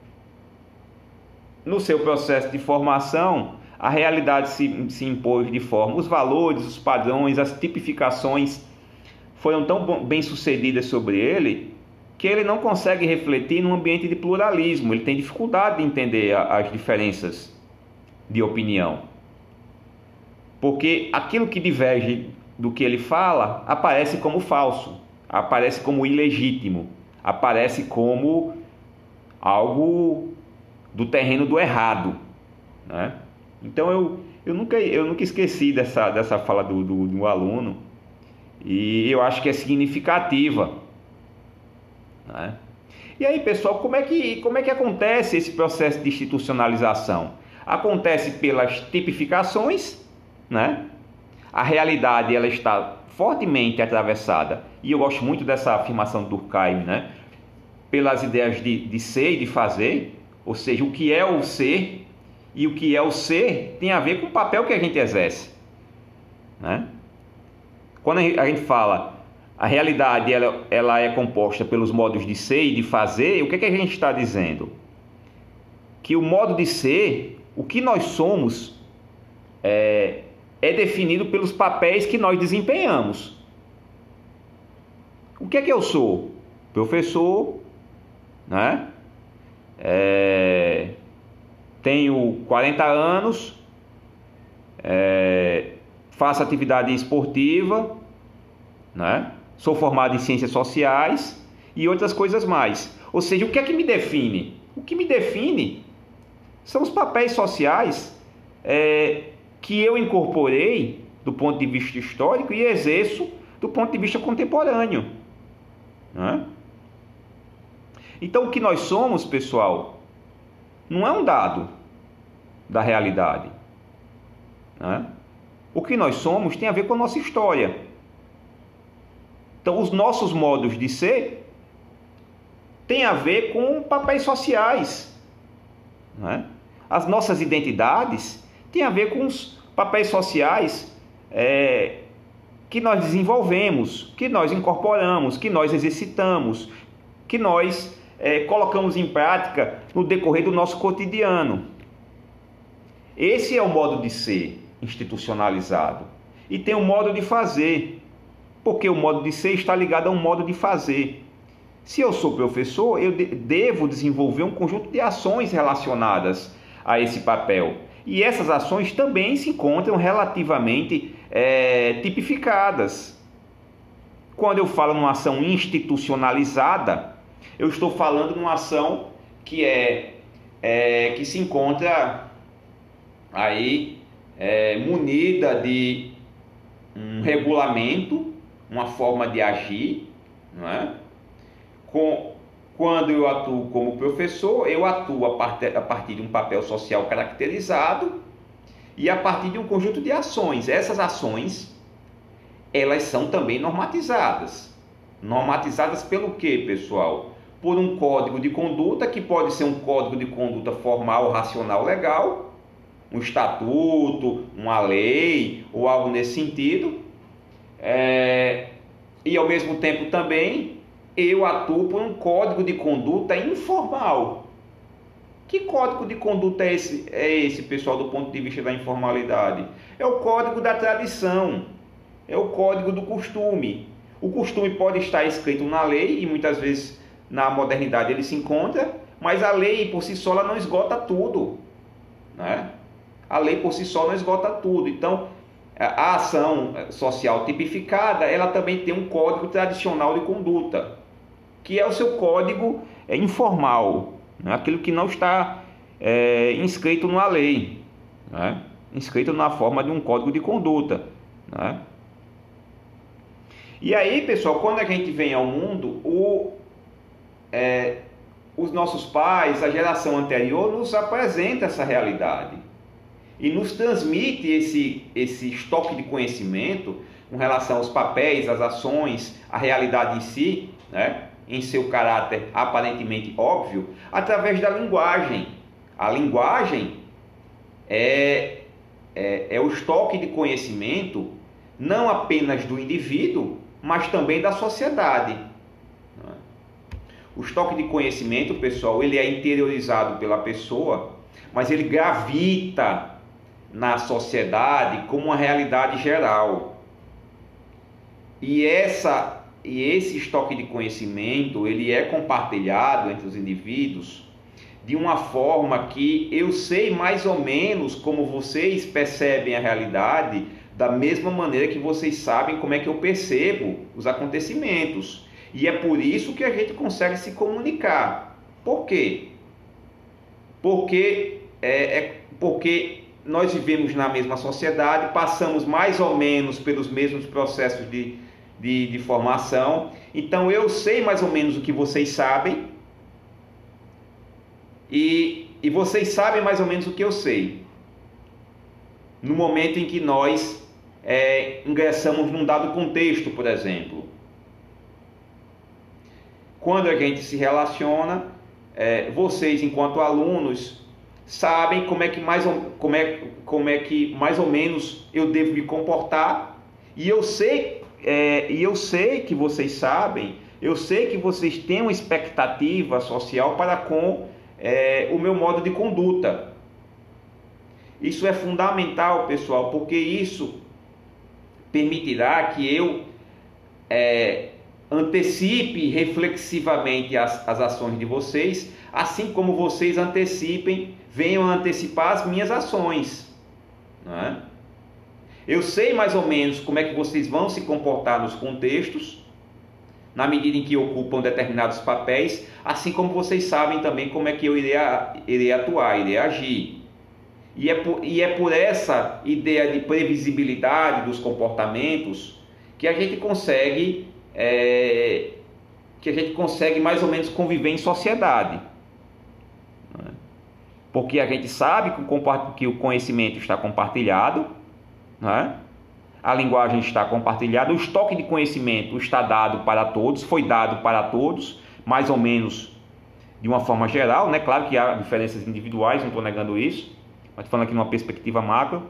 No seu processo de formação, a realidade se, se impôs de forma, os valores, os padrões, as tipificações foram tão bem sucedidas sobre ele que ele não consegue refletir num ambiente de pluralismo. Ele tem dificuldade de entender as diferenças de opinião, porque aquilo que diverge do que ele fala aparece como falso, aparece como ilegítimo, aparece como algo do terreno do errado, né? Então eu, eu, nunca, eu nunca esqueci dessa, dessa fala do, do, do aluno, e eu acho que é significativa, né? E aí, pessoal, como é, que, como é que acontece esse processo de institucionalização? Acontece pelas tipificações, né? A realidade ela está fortemente atravessada, e eu gosto muito dessa afirmação do Durkheim, né? Pelas ideias de, de ser e de fazer, ou seja, o que é o ser e o que é o ser tem a ver com o papel que a gente exerce, né? Quando a gente fala a realidade ela, ela é composta pelos modos de ser e de fazer, o que é que a gente está dizendo? Que o modo de ser, o que nós somos, é, é definido pelos papéis que nós desempenhamos. O que é que eu sou? Professor, né? É, tenho quarenta anos, é, faço atividade esportiva, né? Sou formado em ciências sociais e outras coisas mais. Ou seja, o que é que me define? O que me define são os papéis sociais é, que eu incorporei do ponto de vista histórico e exerço do ponto de vista contemporâneo, né? Então, o que nós somos, pessoal, não é um dado da realidade, né? O que nós somos tem a ver com a nossa história. Então, os nossos modos de ser têm a ver com papéis sociais, né? As nossas identidades têm a ver com os papéis sociais é, que nós desenvolvemos, que nós incorporamos, que nós exercitamos, que nós é, colocamos em prática no decorrer do nosso cotidiano. Esse é o modo de ser institucionalizado. E tem um modo de fazer, porque o modo de ser está ligado a um modo de fazer. Se eu sou professor, eu de- devo desenvolver um conjunto de ações relacionadas a esse papel. E essas ações também se encontram relativamente é, tipificadas. Quando eu falo numa ação institucionalizada, eu estou falando numa ação que, é, é, que se encontra aí é, munida de um regulamento, uma forma de agir, não é? Com, quando eu atuo como professor, eu atuo a partir, a partir de um papel social caracterizado e a partir de um conjunto de ações. Essas ações, elas são também normatizadas. Normatizadas pelo quê, pessoal? Por um código de conduta, que pode ser um código de conduta formal, racional, legal, um estatuto, uma lei ou algo nesse sentido, é, e ao mesmo tempo também eu atuo por um código de conduta informal. Que código de conduta é esse, é esse, pessoal, do ponto de vista da informalidade? É o código da tradição, é o código do costume. O costume pode estar escrito na lei, e muitas vezes na modernidade ele se encontra, mas a lei por si só ela não esgota tudo, né? A lei por si só não esgota tudo. Então, a ação social tipificada, ela também tem um código tradicional de conduta, que é o seu código é, informal, né? Aquilo que não está é, inscrito numa lei, né? Inscrito na forma de um código de conduta, né? E aí, pessoal, quando a gente vem ao mundo, o, é, os nossos pais, a geração anterior, nos apresenta essa realidade e nos transmite esse, esse estoque de conhecimento com relação aos papéis, às ações, à realidade em si, né? Em seu caráter aparentemente óbvio, através da linguagem. A linguagem é, é, é o estoque de conhecimento não apenas do indivíduo, mas também da sociedade. O estoque de conhecimento, pessoal, ele é interiorizado pela pessoa, mas ele gravita na sociedade como uma realidade geral. E, essa, e esse estoque de conhecimento, ele é compartilhado entre os indivíduos de uma forma que eu sei mais ou menos como vocês percebem a realidade, da mesma maneira que vocês sabem como é que eu percebo os acontecimentos. E é por isso que a gente consegue se comunicar. Por quê? Porque, é, é, porque nós vivemos na mesma sociedade, passamos mais ou menos pelos mesmos processos de, de, de formação. Então eu sei mais ou menos o que vocês sabem e, e vocês sabem mais ou menos o que eu sei. No momento em que nós é, ingressamos num dado contexto, por exemplo. Quando a gente se relaciona, é, vocês, enquanto alunos, sabem como é, que mais ou, como, é, como é que mais ou menos eu devo me comportar. E eu sei, é, e eu sei que vocês sabem, eu sei que vocês têm uma expectativa social para com é, o meu modo de conduta. Isso é fundamental, pessoal, porque isso permitirá que eu é, antecipe reflexivamente as, as ações de vocês, assim como vocês antecipem, venham a antecipar as minhas ações, não é? Eu sei mais ou menos como é que vocês vão se comportar nos contextos, na medida em que ocupam determinados papéis, assim como vocês sabem também como é que eu irei, irei atuar, irei agir. E é, por, e é por essa ideia de previsibilidade dos comportamentos que a gente consegue é, que a gente consegue mais ou menos conviver em sociedade, né? Porque a gente sabe que o, que o conhecimento está compartilhado, né? A linguagem está compartilhada, o estoque de conhecimento está dado para todos, foi dado para todos, mais ou menos de uma forma geral, né? Claro que há diferenças individuais, não estou negando isso, mas falando aqui numa perspectiva macro.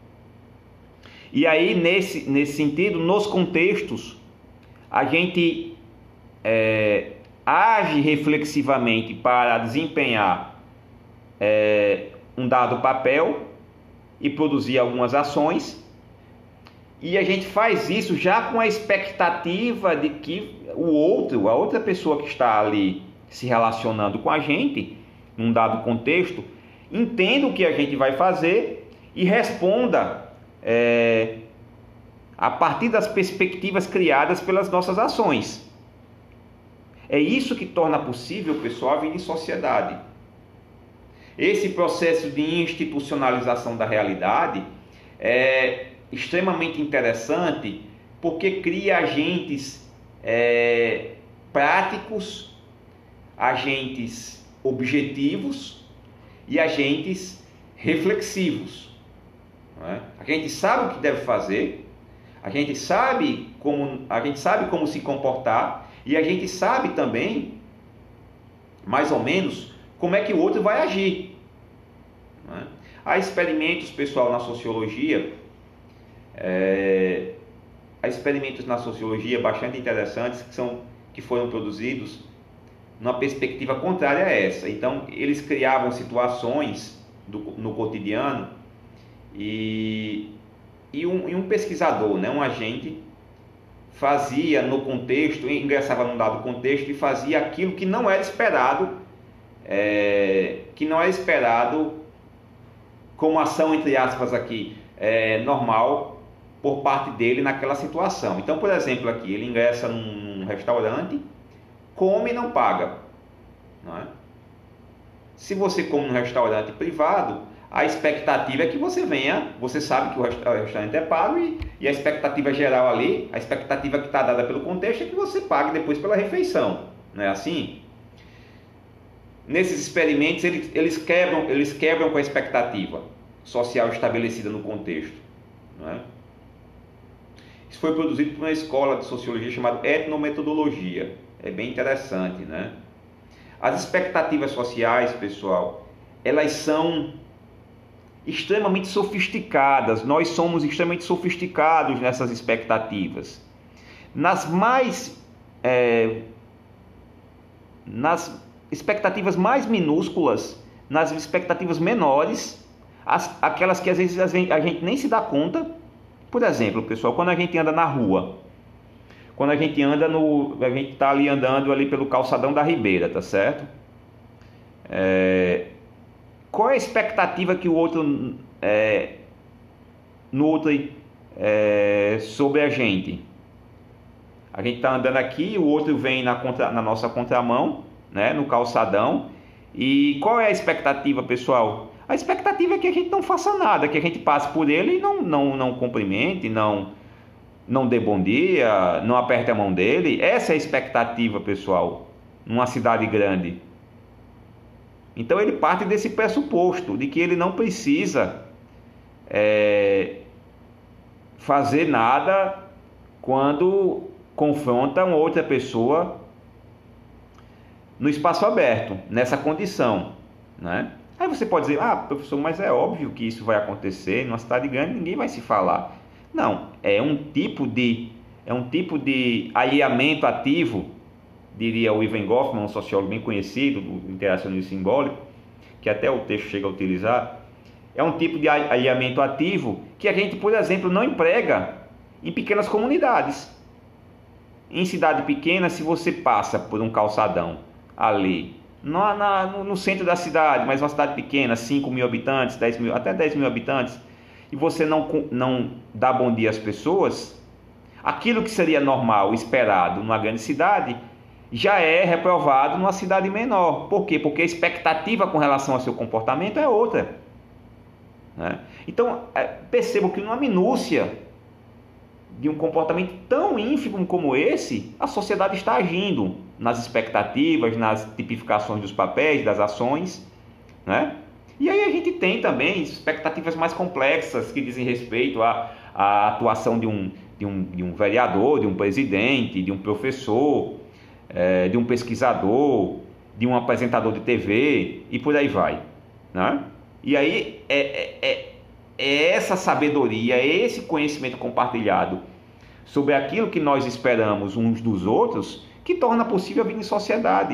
E aí, nesse, nesse sentido, nos contextos, a gente é, age reflexivamente para desempenhar é, um dado papel e produzir algumas ações, e a gente faz isso já com a expectativa de que o outro, a outra pessoa que está ali se relacionando com a gente, num dado contexto, entenda o que a gente vai fazer e responda é, a partir das perspectivas criadas pelas nossas ações. É isso que torna possível, pessoal, a vida em sociedade. Esse processo de institucionalização da realidade é extremamente interessante porque cria agentes é, práticos, agentes objetivos e agentes reflexivos, não é? A gente sabe o que deve fazer, a gente sabe como, a gente sabe como se comportar e a gente sabe também, mais ou menos, como é que o outro vai agir, não é? Há experimentos, pessoal, na sociologia, é, há experimentos na sociologia bastante interessantes que, são, que foram produzidos numa perspectiva contrária a essa. Então, eles criavam situações do, no cotidiano e, e, um, e um pesquisador, né, um agente, fazia no contexto, ingressava num dado contexto e fazia aquilo que não era esperado, é, que não era esperado como ação, entre aspas, aqui, é, normal por parte dele naquela situação. Então, por exemplo, aqui, ele ingressa num, num restaurante, come e não paga. Não é? Se você come num restaurante privado, a expectativa é que você venha, você sabe que o restaurante é pago e, e a expectativa geral ali, a expectativa que está dada pelo contexto é que você pague depois pela refeição. Não é assim? Nesses experimentos, eles, eles, quebram, eles quebram com a expectativa social estabelecida no contexto. Não é? Isso foi produzido por uma escola de sociologia chamada etnometodologia. É bem interessante, né? As expectativas sociais, pessoal, elas são extremamente sofisticadas. Nós somos extremamente sofisticados nessas expectativas. Nas mais... É, nas expectativas mais minúsculas, nas expectativas menores, as, aquelas que às vezes a gente, a gente nem se dá conta. Por exemplo, pessoal, quando a gente anda na rua, quando a gente anda no, a gente está ali andando ali pelo calçadão da Ribeira, tá certo? É, qual é a expectativa que o outro, é, nutre é, sobre a gente? A gente está andando aqui, o outro vem na, contra, na nossa contramão, né, no calçadão. E qual é a expectativa, pessoal? A expectativa é que a gente não faça nada, que a gente passe por ele e não, não, não cumprimente, não, não dê bom dia, não aperte a mão dele. Essa é a expectativa, pessoal, numa cidade grande. Então ele parte desse pressuposto de que ele não precisa é, fazer nada quando confronta uma outra pessoa no espaço aberto, nessa condição, né? Aí você pode dizer, ah, professor, mas é óbvio que isso vai acontecer, numa cidade grande ninguém vai se falar. Não, é um tipo de, é um tipo de alinhamento ativo, diria o Ivan Goffman, um sociólogo bem conhecido do interacionismo simbólico, que até o texto chega a utilizar. É um tipo de alinhamento ativo que a gente, por exemplo, não emprega em pequenas comunidades. Em cidade pequena, se você passa por um calçadão ali, no, na, no centro da cidade, mas uma cidade pequena, cinco mil habitantes, dez mil, até dez mil habitantes, e você não, não dá bom dia às pessoas, aquilo que seria normal, esperado numa grande cidade, já é reprovado numa cidade menor. Por quê? Porque a expectativa com relação ao seu comportamento é outra, né? Então, percebo que numa minúcia de um comportamento tão ínfimo como esse, a sociedade está agindo nas expectativas, nas tipificações dos papéis, das ações, né? E aí a gente tem também expectativas mais complexas que dizem respeito à, à atuação de um, de, um, de um vereador, de um presidente, de um professor, é, de um pesquisador, de um apresentador de T V e por aí vai, né? E aí é, é, é, é essa sabedoria, é esse conhecimento compartilhado sobre aquilo que nós esperamos uns dos outros que torna possível a vida em sociedade,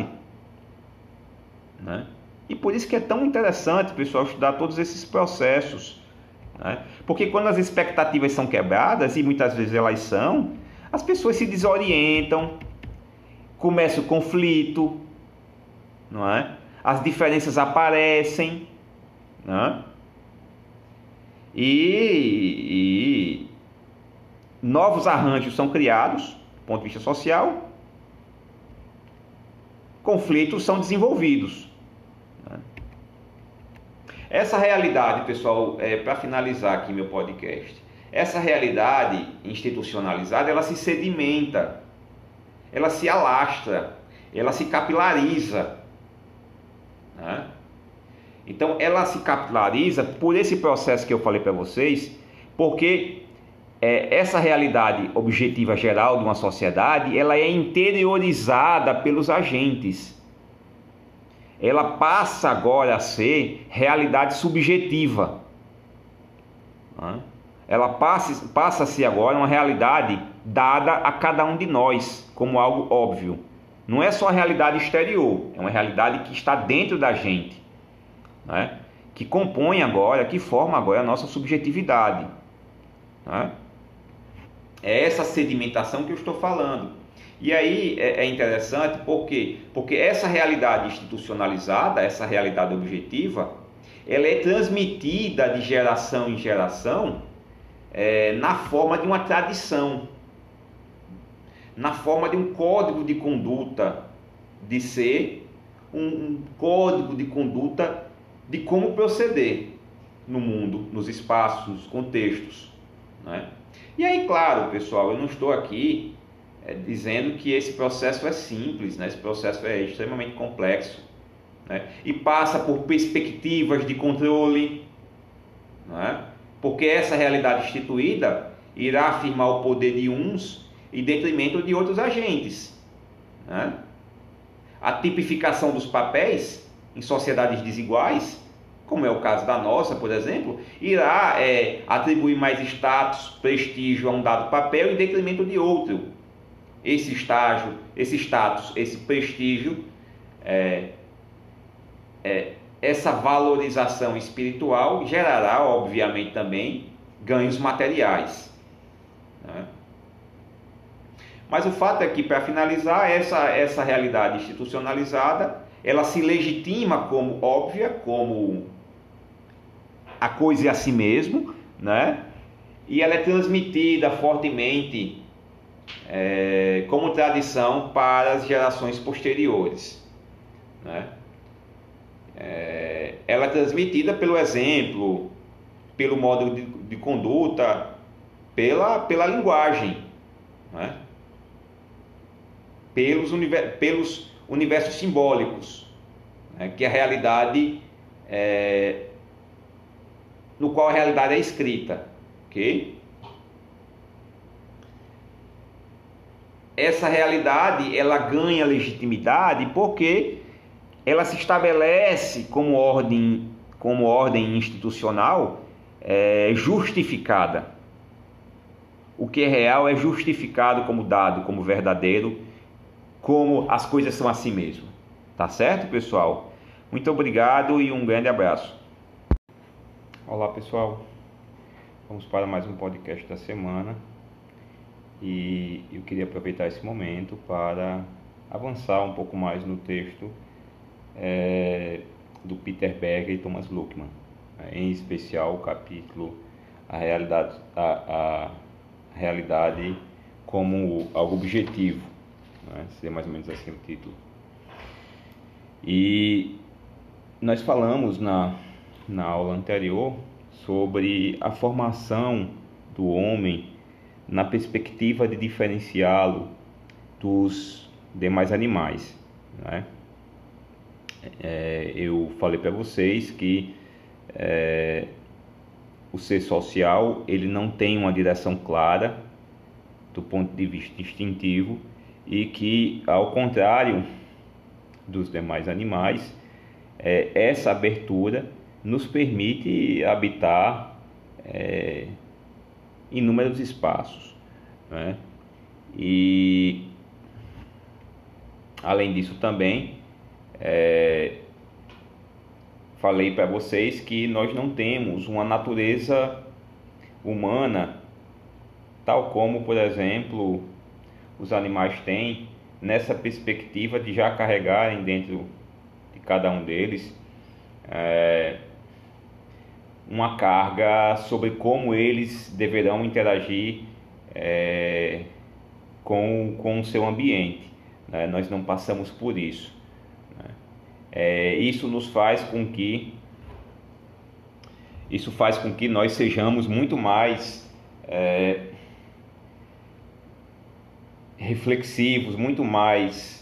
né? E por isso que é tão interessante, pessoal, estudar todos esses processos, né? Porque quando as expectativas são quebradas, e muitas vezes elas são, as pessoas se desorientam, começa o conflito, não é? As diferenças aparecem, né? E, e novos arranjos são criados, do ponto de vista social, conflitos são desenvolvidos, né? Essa realidade, pessoal, é, para finalizar aqui meu podcast, essa realidade institucionalizada, ela se sedimenta, ela se alastra, ela se capilariza, né? Então ela se capilariza por esse processo que eu falei para vocês, porque é, essa realidade objetiva geral de uma sociedade, ela é interiorizada pelos agentes. ela passa agora a ser realidade subjetiva. Né? Ela passa, passa a ser agora uma realidade dada a cada um de nós, como algo óbvio. Não é só a realidade exterior, é uma realidade que está dentro da gente, né? Que compõe agora, que forma agora a nossa subjetividade. Né? É essa sedimentação que eu estou falando. E aí é interessante, por quê? Porque essa realidade institucionalizada, essa realidade objetiva, ela é transmitida de geração em geração é, na forma de uma tradição, na forma de um código de conduta de ser, um, um código de conduta de como proceder no mundo, nos espaços, nos contextos. Né? E aí, claro, pessoal, eu não estou aqui é, dizendo que esse processo é simples, né? Esse processo é extremamente complexo, né? E passa por perspectivas de controle, né? Porque essa realidade instituída irá afirmar o poder de uns em detrimento de outros agentes. Né? A tipificação dos papéis em sociedades desiguais, como é o caso da nossa, por exemplo, irá é, atribuir mais status, prestígio a um dado papel em detrimento de outro. Esse estágio, esse status, esse prestígio, é, é, essa valorização espiritual gerará, obviamente, também ganhos materiais. Né? Mas o fato é que, para finalizar, essa, essa realidade institucionalizada, ela se legitima como óbvia, como a coisa é a si mesmo, né? E ela é transmitida fortemente é, como tradição para as gerações posteriores. Né? É, ela é transmitida pelo exemplo, pelo modo de, de conduta, pela, pela linguagem, né? pelos, univer, pelos universos simbólicos, né? Que a realidade é, no qual a realidade é escrita, ok? Essa realidade ela ganha legitimidade porque ela se estabelece como ordem, como ordem institucional é, justificada. O que é real é justificado como dado, como verdadeiro, como as coisas são assim mesmo. Tá certo, pessoal? Muito obrigado e um grande abraço. Olá, pessoal. Vamos para mais um podcast da semana. E eu queria aproveitar esse momento para avançar um pouco mais no texto é, do Peter Berger e Thomas Luckmann, em especial o capítulo A Realidade, a, a realidade como algo objetivo, né? Seria mais ou menos assim o título. E nós falamos na, na aula anterior sobre a formação do homem na perspectiva de diferenciá-lo dos demais animais, né? É, eu falei para vocês que é, o ser social ele não tem uma direção clara do ponto de vista instintivo e que, ao contrário dos demais animais, é, essa abertura nos permite habitar é, inúmeros espaços, né? E além disso também é, falei para vocês que nós não temos uma natureza humana tal como, por exemplo, os animais têm, nessa perspectiva de já carregarem dentro de cada um deles é, uma carga sobre como eles deverão interagir é, com, com o seu ambiente, né? Nós não passamos por isso, né? É, isso nos faz com que isso faz com que nós sejamos muito mais é, reflexivos, muito mais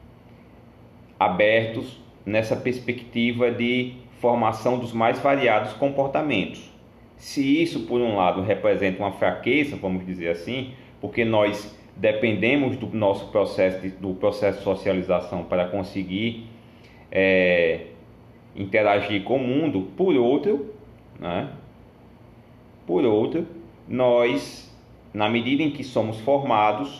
abertos nessa perspectiva de formação dos mais variados comportamentos. Se isso, por um lado, representa uma fraqueza, vamos dizer assim, porque nós dependemos do nosso processo de, do processo de socialização para conseguir é, interagir com o mundo. Por outro, né? Por outro, nós, na medida em que somos formados,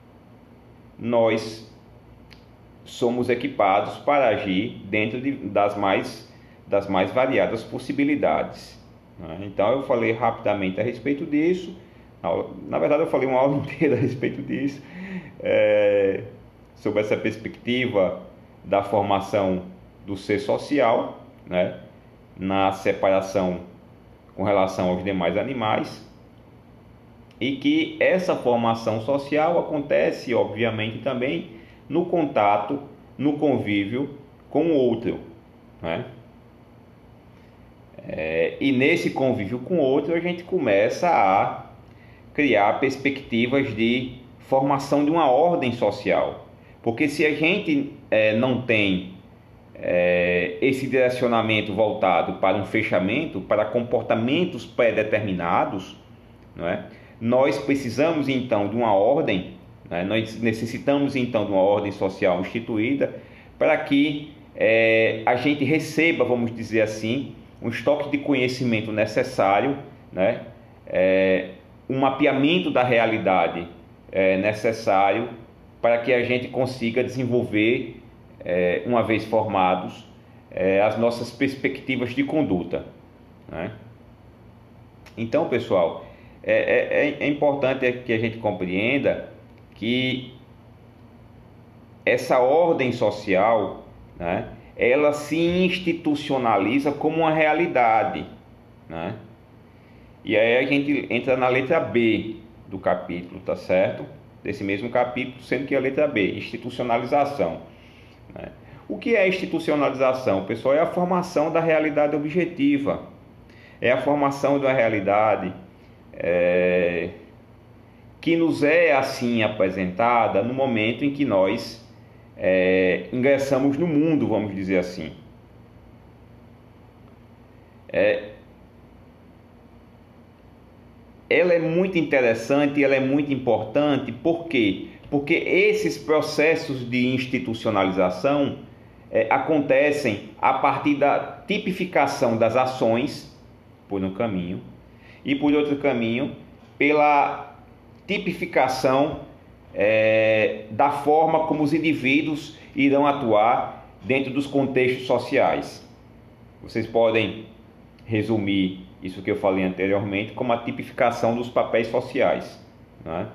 nós somos equipados para agir dentro de, das, mais, das mais variadas possibilidades. Né? Então eu falei rapidamente a respeito disso. Na verdade eu falei uma aula inteira a respeito disso, é, sobre essa perspectiva da formação do ser social, né? Na separação com relação aos demais animais, e que essa formação social acontece obviamente também no contato, no convívio com o outro, né? É, e nesse convívio com o outro a gente começa a criar perspectivas de formação de uma ordem social, porque se a gente é, não tem é, esse direcionamento voltado para um fechamento, para comportamentos pré-determinados, não é? Nós precisamos então de uma ordem, né? Nós necessitamos então de uma ordem social instituída para que é, a gente receba, vamos dizer assim, um estoque de conhecimento necessário, né? É, um mapeamento da realidade é, necessário para que a gente consiga desenvolver, é, uma vez formados, é, as nossas perspectivas de conduta, né? Então, pessoal, é, é, é importante que a gente compreenda que essa ordem social, né, ela se institucionaliza como uma realidade, né? E aí a gente entra na letra B do capítulo, tá certo? Desse mesmo capítulo, sendo que a letra B, institucionalização, né? O que é institucionalização, pessoal? É a formação da realidade objetiva, é a formação de uma realidade é, que nos é assim apresentada no momento em que nós é, ingressamos no mundo, vamos dizer assim. É, ela é muito interessante, ela é muito importante, por quê? Porque esses processos de institucionalização é, acontecem a partir da tipificação das ações, por um caminho, e por outro caminho, pela tipificação é, da forma como os indivíduos irão atuar dentro dos contextos sociais. Vocês podem resumir isso que eu falei anteriormente como a tipificação dos papéis sociais, né?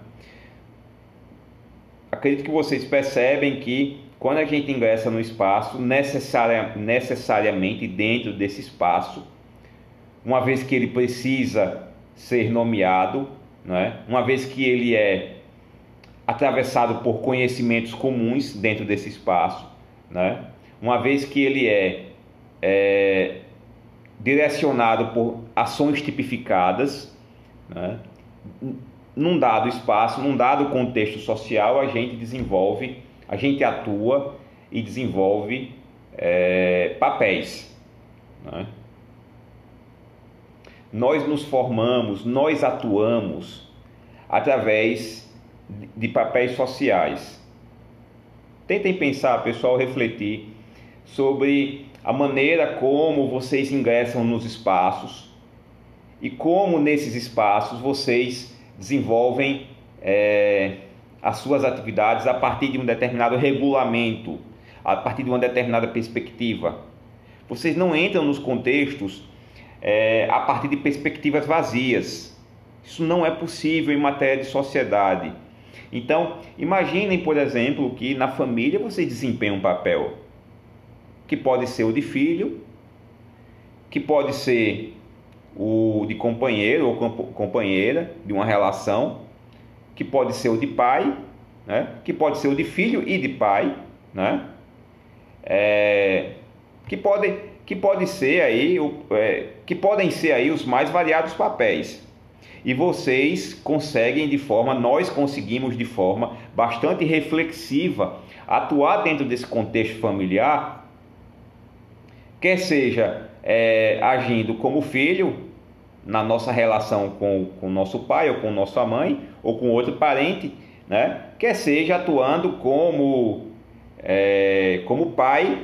Acredito que vocês percebem que quando a gente ingressa no espaço, necessaria, necessariamente dentro desse espaço, uma vez que ele precisa ser nomeado, né? Uma vez que ele é atravessado por conhecimentos comuns dentro desse espaço, né? Uma vez que ele é, é direcionado por ações tipificadas, né? Num dado espaço, num dado contexto social, a gente desenvolve, a gente atua e desenvolve é, papéis, né? Nós nos formamos, nós atuamos através de papéis sociais. Tentem pensar, pessoal, refletir sobre a maneira como vocês ingressam nos espaços e como nesses espaços vocês desenvolvem é, as suas atividades a partir de um determinado regulamento, a partir de uma determinada perspectiva. Vocês não entram nos contextos é, a partir de perspectivas vazias. Isso não é possível em matéria de sociedade. Então, imaginem, por exemplo, que na família vocês desempenham um papel que pode ser o de filho, que pode ser o de companheiro ou companheira de uma relação, que pode ser o de pai, né? Que pode ser o de filho e de pai, né? É, que pode, que pode ser aí, o, é, que podem ser aí os mais variados papéis. E vocês conseguem de forma, nós conseguimos de forma bastante reflexiva atuar dentro desse contexto familiar, quer seja é, agindo como filho, na nossa relação com o nosso pai ou com nossa mãe ou com outro parente, né? Quer seja atuando como, é, como pai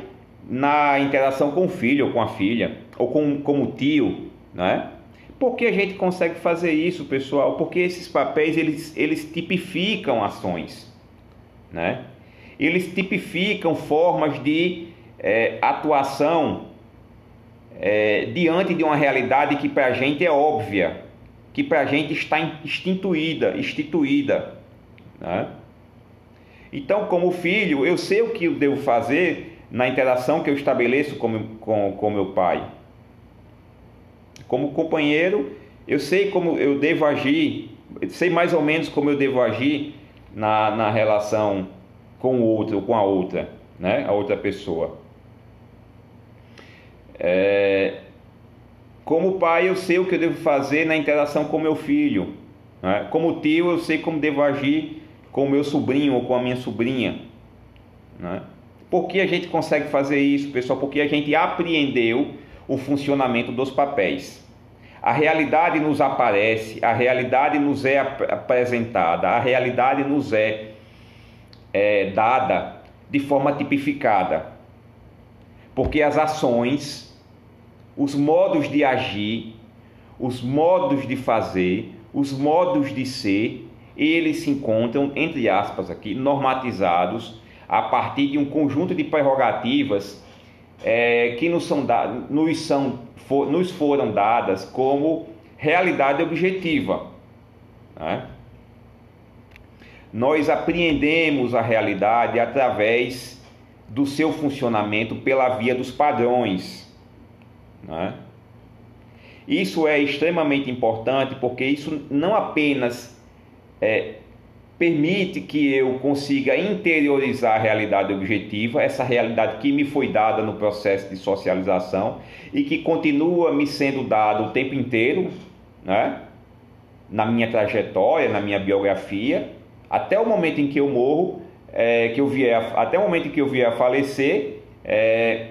na interação com o filho ou com a filha, ou com, com o tio, né? Por que a gente consegue fazer isso, pessoal? Porque esses papéis, eles, eles tipificam ações, né? Eles tipificam formas de é, atuação é, diante de uma realidade que para a gente é óbvia, que para a gente está instituída, instituída, né? Então, como filho, eu sei o que eu devo fazer na interação que eu estabeleço com, com, com meu pai. Como companheiro, eu sei como eu devo agir, sei mais ou menos como eu devo agir na, na relação com o outro, com a outra, né? A outra pessoa. É, como pai, eu sei o que eu devo fazer na interação com meu filho, né? Como tio, eu sei como devo agir com o meu sobrinho ou com a minha sobrinha, né? Por que a gente consegue fazer isso, pessoal? Porque a gente apreendeu o funcionamento dos papéis. A realidade nos aparece, a realidade nos é ap apresentada, a realidade nos é, é dada de forma tipificada. Porque as ações, os modos de agir, os modos de fazer, os modos de ser, eles se encontram, entre aspas aqui, normatizados a partir de um conjunto de prerrogativas é, que nos, são da, nos, são, for, nos foram dadas como realidade objetiva, né? Nós apreendemos a realidade através do seu funcionamento pela via dos padrões, né? Isso é extremamente importante porque isso não apenas é, permite que eu consiga interiorizar a realidade objetiva, essa realidade que me foi dada no processo de socialização e que continua me sendo dada o tempo inteiro, né? Na minha trajetória, na minha biografia, até o momento em que eu morro, é, que eu vier a, até o momento em que eu vier a falecer, é,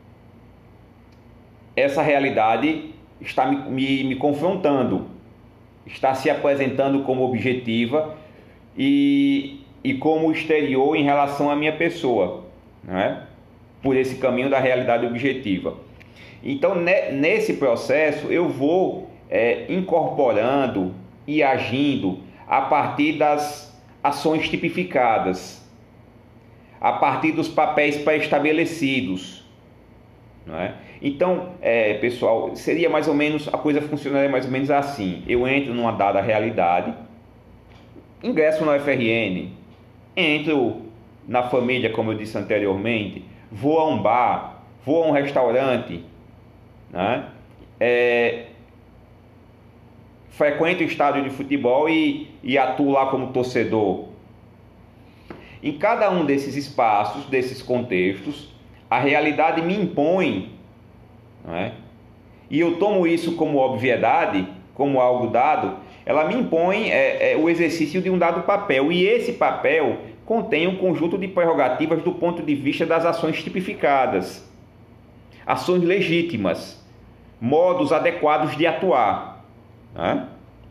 essa realidade está me, me, me confrontando, está se apresentando como objetiva e, e como exterior em relação à minha pessoa, né? Por esse caminho da realidade objetiva. Então, ne, nesse processo, eu vou é, incorporando e agindo a partir das ações tipificadas, a partir dos papéis pré-estabelecidos, não é? Então, é, pessoal, seria mais ou menos, a coisa funcionaria mais ou menos assim: eu entro numa dada realidade, ingresso no F R N, entro na família, como eu disse anteriormente, vou a um bar, vou a um restaurante, né? É, frequento o estádio de futebol e, e atuo lá como torcedor. Em cada um desses espaços, desses contextos, a realidade me impõe, não é? E eu tomo isso como obviedade, como algo dado. Ela me impõe é, é, o exercício de um dado papel, e esse papel contém um conjunto de prerrogativas do ponto de vista das ações tipificadas, ações legítimas, modos adequados de atuar, né?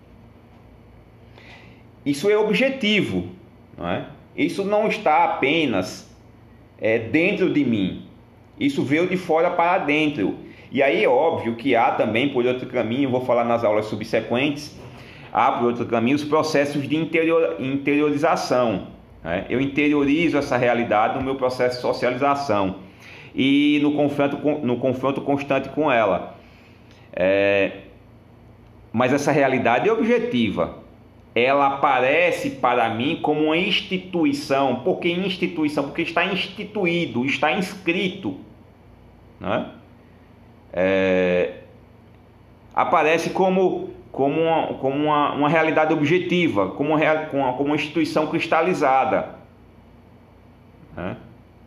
Isso é objetivo, não é? Isso não está apenas é, dentro de mim, isso veio de fora para dentro. E aí é óbvio que há também, por outro caminho, vou falar nas aulas subsequentes, há por outro caminho os processos de interior, interiorização, né? Eu interiorizo essa realidade no meu processo de socialização e no confronto, no confronto constante com ela. É, mas essa realidade é objetiva. Ela aparece para mim como uma instituição. Por que instituição? Porque está instituído, está inscrito, né? É, aparece como, como, uma, como uma, uma realidade objetiva, como uma, como uma instituição cristalizada, né?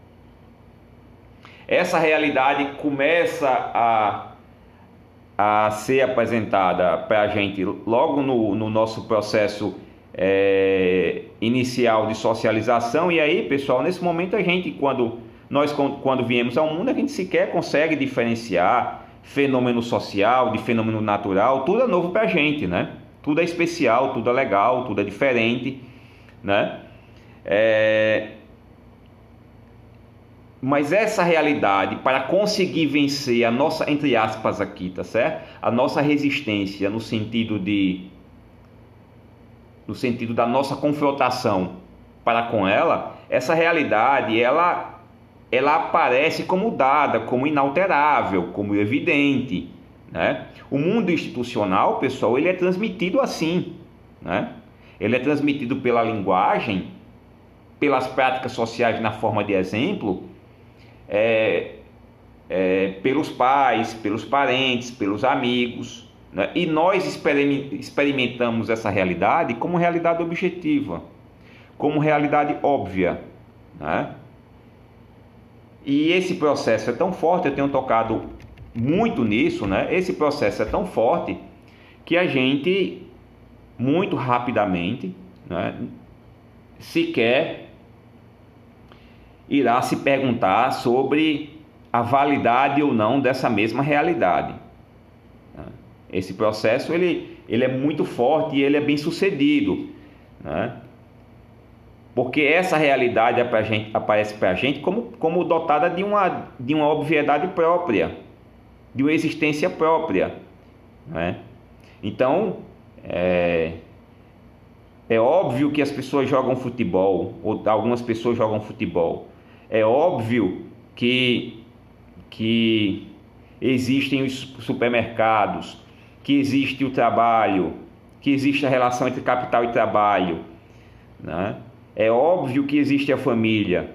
Essa realidade começa a a ser apresentada para a gente logo no, no nosso processo é, inicial de socialização. E aí, pessoal, nesse momento a gente, quando nós quando viemos ao mundo, a gente sequer consegue diferenciar fenômeno social de fenômeno natural. Tudo é novo para a gente, né? Tudo é especial, tudo é legal, tudo é diferente, né? É... mas essa realidade, para conseguir vencer a nossa, entre aspas aqui, tá certo? A nossa resistência no sentido de no sentido da nossa confrontação para com ela, essa realidade, ela ela aparece como dada, como inalterável, como evidente, né? O mundo institucional, pessoal, ele é transmitido assim, né? Ele é transmitido pela linguagem, pelas práticas sociais na forma de exemplo, é, é, pelos pais, pelos parentes, pelos amigos, né? E nós experimentamos essa realidade como realidade objetiva, como realidade óbvia, né? E esse processo é tão forte, eu tenho tocado muito nisso, né? Esse processo é tão forte que a gente, muito rapidamente, né, sequer irá se perguntar sobre a validade ou não dessa mesma realidade. Esse processo ele, ele é muito forte e ele é bem sucedido, né? Porque essa realidade aparece para a gente como, como dotada de uma, de uma obviedade própria, de uma existência própria, né? Então, é, é óbvio que as pessoas jogam futebol, ou algumas pessoas jogam futebol. É óbvio que, que existem os supermercados, que existe o trabalho, que existe a relação entre capital e trabalho, né? É óbvio que existe a família.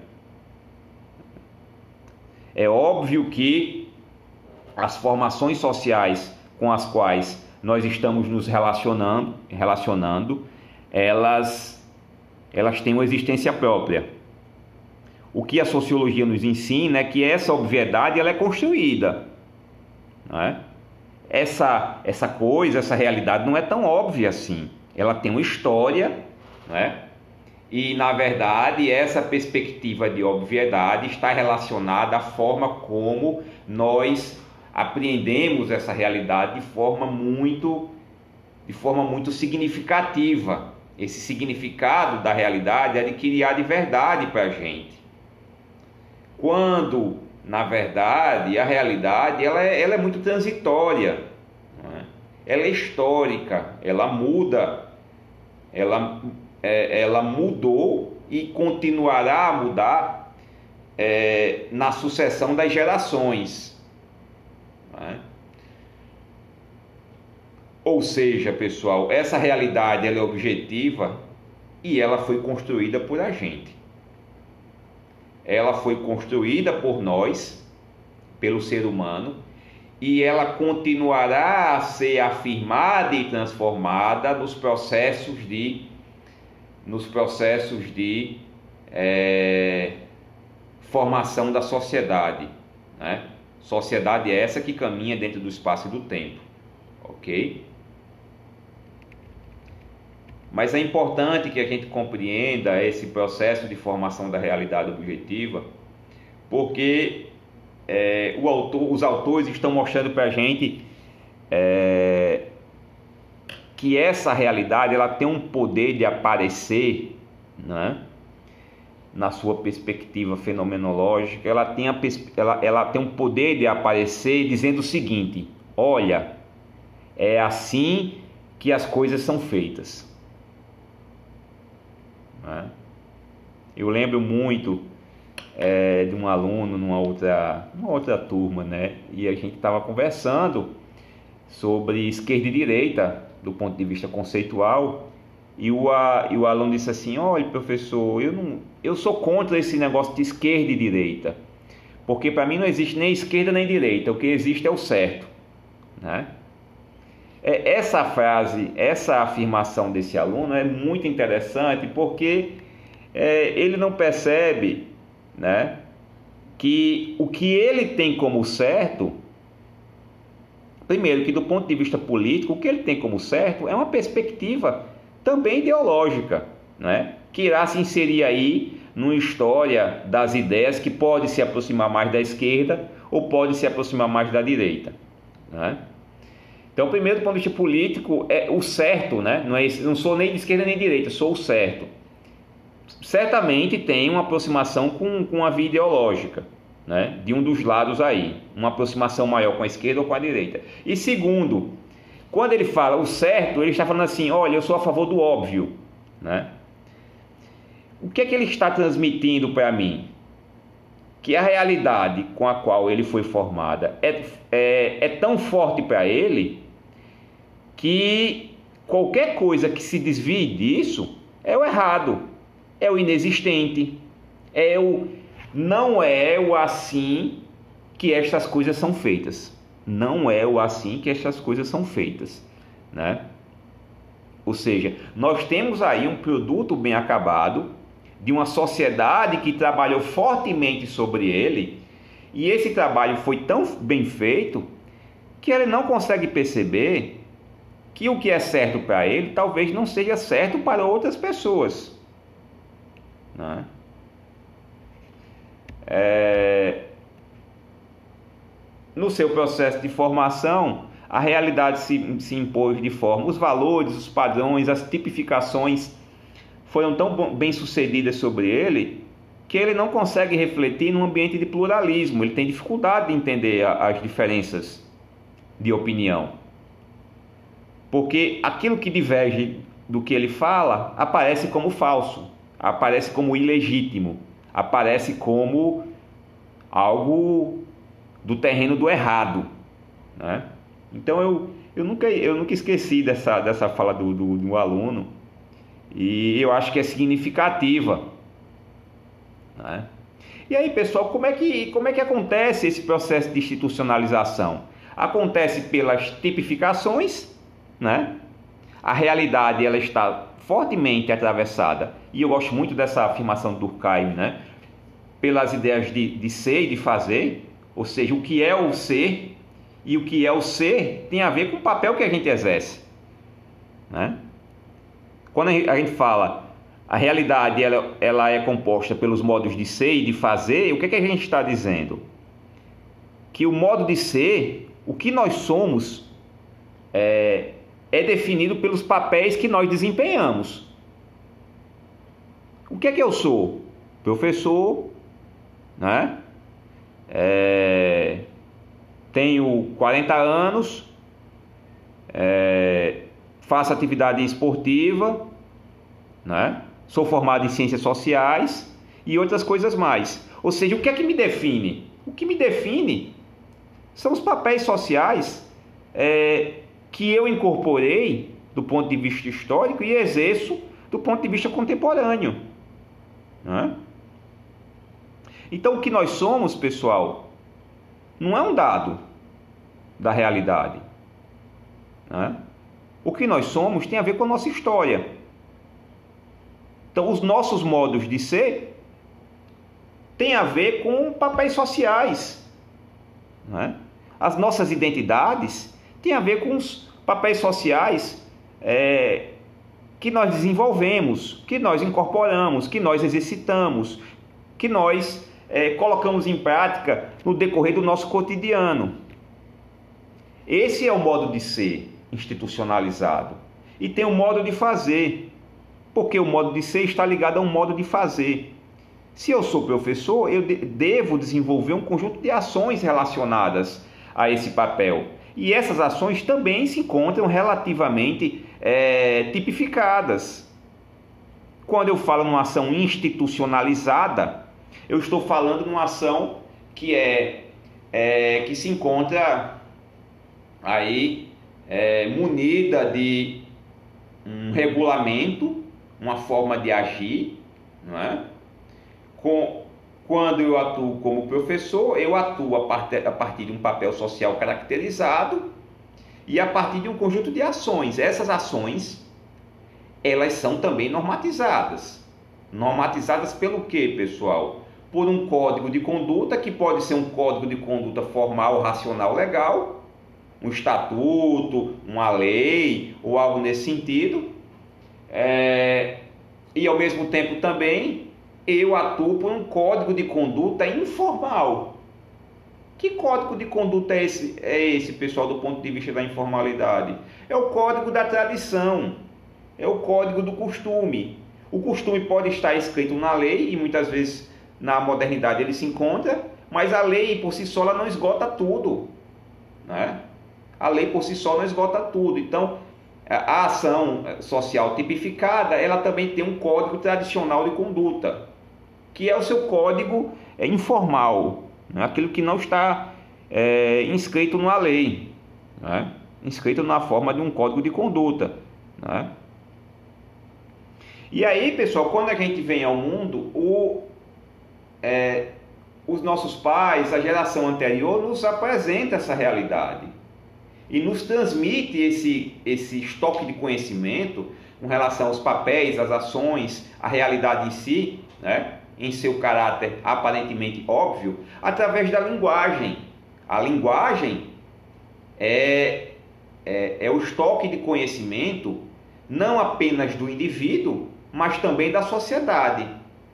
É óbvio que as formações sociais com as quais nós estamos nos relacionando, relacionando elas, elas têm uma existência própria. O que a sociologia nos ensina é que essa obviedade ela é construída, não é? Essa, essa coisa, essa realidade não é tão óbvia assim. Ela tem uma história, não é? E, na verdade, essa perspectiva de obviedade está relacionada à forma como nós apreendemos essa realidade de forma muito, de forma muito significativa. Esse significado da realidade é de criar de verdade para a gente. Quando, na verdade, a realidade ela é, ela é muito transitória, não é? Ela é histórica, ela muda, ela ela mudou e continuará a mudar é, na sucessão das gerações, né? Ou seja, pessoal, essa realidade ela é objetiva e ela foi construída por a gente. Ela foi construída por nós, pelo ser humano, e ela continuará a ser afirmada e transformada nos processos de nos processos de é, formação da sociedade, né? Sociedade essa que caminha dentro do espaço e do tempo, ok? Mas é importante que a gente compreenda esse processo de formação da realidade objetiva, porque é, o autor, os autores estão mostrando para a gente é, que essa realidade ela tem um poder de aparecer, né, na sua perspectiva fenomenológica, ela tem, a, ela, ela tem um poder de aparecer dizendo o seguinte: olha, é assim que as coisas são feitas, né? Eu lembro muito é, de um aluno numa outra, numa outra turma, né, e a gente estava conversando sobre esquerda e direita do ponto de vista conceitual, e o, a, e o aluno disse assim: olha, professor, eu, não, eu sou contra esse negócio de esquerda e direita, porque para mim não existe nem esquerda nem direita, o que existe é o certo, né? É, essa frase, essa afirmação desse aluno é muito interessante, porque é, ele não percebe, né, que o que ele tem como certo, primeiro, que do ponto de vista político, o que ele tem como certo é uma perspectiva também ideológica, né? Que irá se inserir aí numa história das ideias que pode se aproximar mais da esquerda ou pode se aproximar mais da direita, né? Então, primeiro, do ponto de vista político, é o certo, né? Não, é, não sou nem de esquerda nem de direita, sou o certo. Certamente tem uma aproximação com, com a via ideológica, né, de um dos lados aí, uma aproximação maior com a esquerda ou com a direita. E segundo, quando ele fala o certo, ele está falando assim, olha, eu sou a favor do óbvio, né? O que é que ele está transmitindo para mim? Que a realidade com a qual ele foi formada é, é, é tão forte para ele que qualquer coisa que se desvie disso é o errado, é o inexistente, é o não é o assim que estas coisas são feitas. Não é o assim que estas coisas são feitas, né? Ou seja, nós temos aí um produto bem acabado de uma sociedade que trabalhou fortemente sobre ele, e esse trabalho foi tão bem feito que ele não consegue perceber que o que é certo para ele talvez não seja certo para outras pessoas, né? É... No seu processo de formação, a realidade se, se impôs de forma, os valores, os padrões, as tipificações foram tão bem sucedidas sobre ele que ele não consegue refletir num ambiente de pluralismo, ele tem dificuldade de entender as diferenças de opinião, porque aquilo que diverge do que ele fala aparece como falso, aparece como ilegítimo, aparece como algo do terreno do errado, né? Então eu, eu, nunca, eu nunca esqueci dessa, dessa fala do, do, do aluno, e eu acho que é significativa, né? E aí, pessoal, como é, que, como é que acontece esse processo de institucionalização? Acontece pelas tipificações, né? A realidade ela está fortemente atravessada, e eu gosto muito dessa afirmação do Durkheim, né? Pelas ideias de, de ser e de fazer, ou seja, o que é o ser e o que é o ser tem a ver com o papel que a gente exerce, né? Quando a gente fala a realidade ela, ela é composta pelos modos de ser e de fazer, o que é que a gente está dizendo? Que o modo de ser, o que nós somos, é, é definido pelos papéis que nós desempenhamos. O que é que eu sou? Professor, né? É, tenho quarenta anos, é, faço atividade esportiva, né? Sou formado em ciências sociais e outras coisas mais. Ou seja, o que é que me define? O que me define são os papéis sociais é, que eu incorporei do ponto de vista histórico e exerço do ponto de vista contemporâneo, né? Então, o que nós somos, pessoal, não é um dado da realidade, né? O que nós somos tem a ver com a nossa história. Então, os nossos modos de ser têm a ver com papéis sociais, né? As nossas identidades têm a ver com os papéis sociais é, que nós desenvolvemos, que nós incorporamos, que nós exercitamos, que nós é, colocamos em prática no decorrer do nosso cotidiano. Esse é o modo de ser institucionalizado. E tem um modo de fazer, porque o modo de ser está ligado a um modo de fazer. Se eu sou professor, eu de- devo desenvolver um conjunto de ações relacionadas a esse papel. E essas ações também se encontram relativamente é, tipificadas. Quando eu falo numa ação institucionalizada, eu estou falando numa ação que, é, é, que se encontra aí é, munida de um regulamento, uma forma de agir, não é? Com, quando eu atuo como professor, eu atuo a partir, a partir de um papel social caracterizado e a partir de um conjunto de ações. Essas ações, elas são também normatizadas. Normatizadas pelo quê, pessoal? Por um código de conduta, que pode ser um código de conduta formal, racional, legal, um estatuto, uma lei ou algo nesse sentido. É, e ao mesmo tempo também eu atuo por um código de conduta informal. Que código de conduta é esse, é esse, pessoal, do ponto de vista da informalidade? É o código da tradição, é o código do costume. O costume pode estar escrito na lei e muitas vezes na modernidade ele se encontra, Mas a lei por si só ela não esgota tudo, né? A lei por si só não esgota tudo. Então, a ação social tipificada, ela também tem um código tradicional de conduta, que é o seu código é, informal, né? Aquilo que não está é, inscrito numa lei, né? Inscrito na forma de um código de conduta, né? E aí, pessoal, quando a gente vem ao mundo, o, é, os nossos pais, a geração anterior, nos apresenta essa realidade e nos transmite esse, esse estoque de conhecimento com relação aos papéis, às ações, à realidade em si, né? Em seu caráter aparentemente óbvio, através da linguagem. A linguagem é, é, é o estoque de conhecimento não apenas do indivíduo, mas também da sociedade.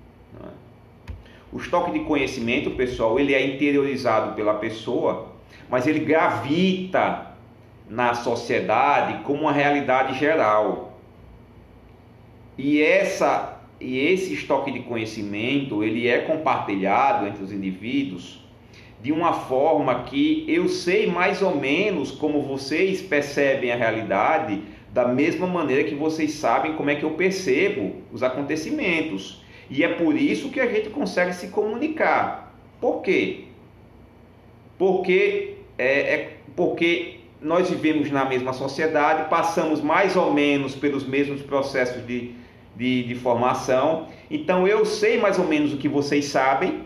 O estoque de conhecimento, pessoal, ele é interiorizado pela pessoa, mas ele gravita na sociedade como uma realidade geral. E, essa, e esse estoque de conhecimento, ele é compartilhado entre os indivíduos de uma forma que eu sei mais ou menos como vocês percebem a realidade, da mesma maneira que vocês sabem como é que eu percebo os acontecimentos. E é por isso que a gente consegue se comunicar. Por quê? Porque, é, é, porque nós vivemos na mesma sociedade, passamos mais ou menos pelos mesmos processos de, de, de formação. Então eu sei mais ou menos o que vocês sabem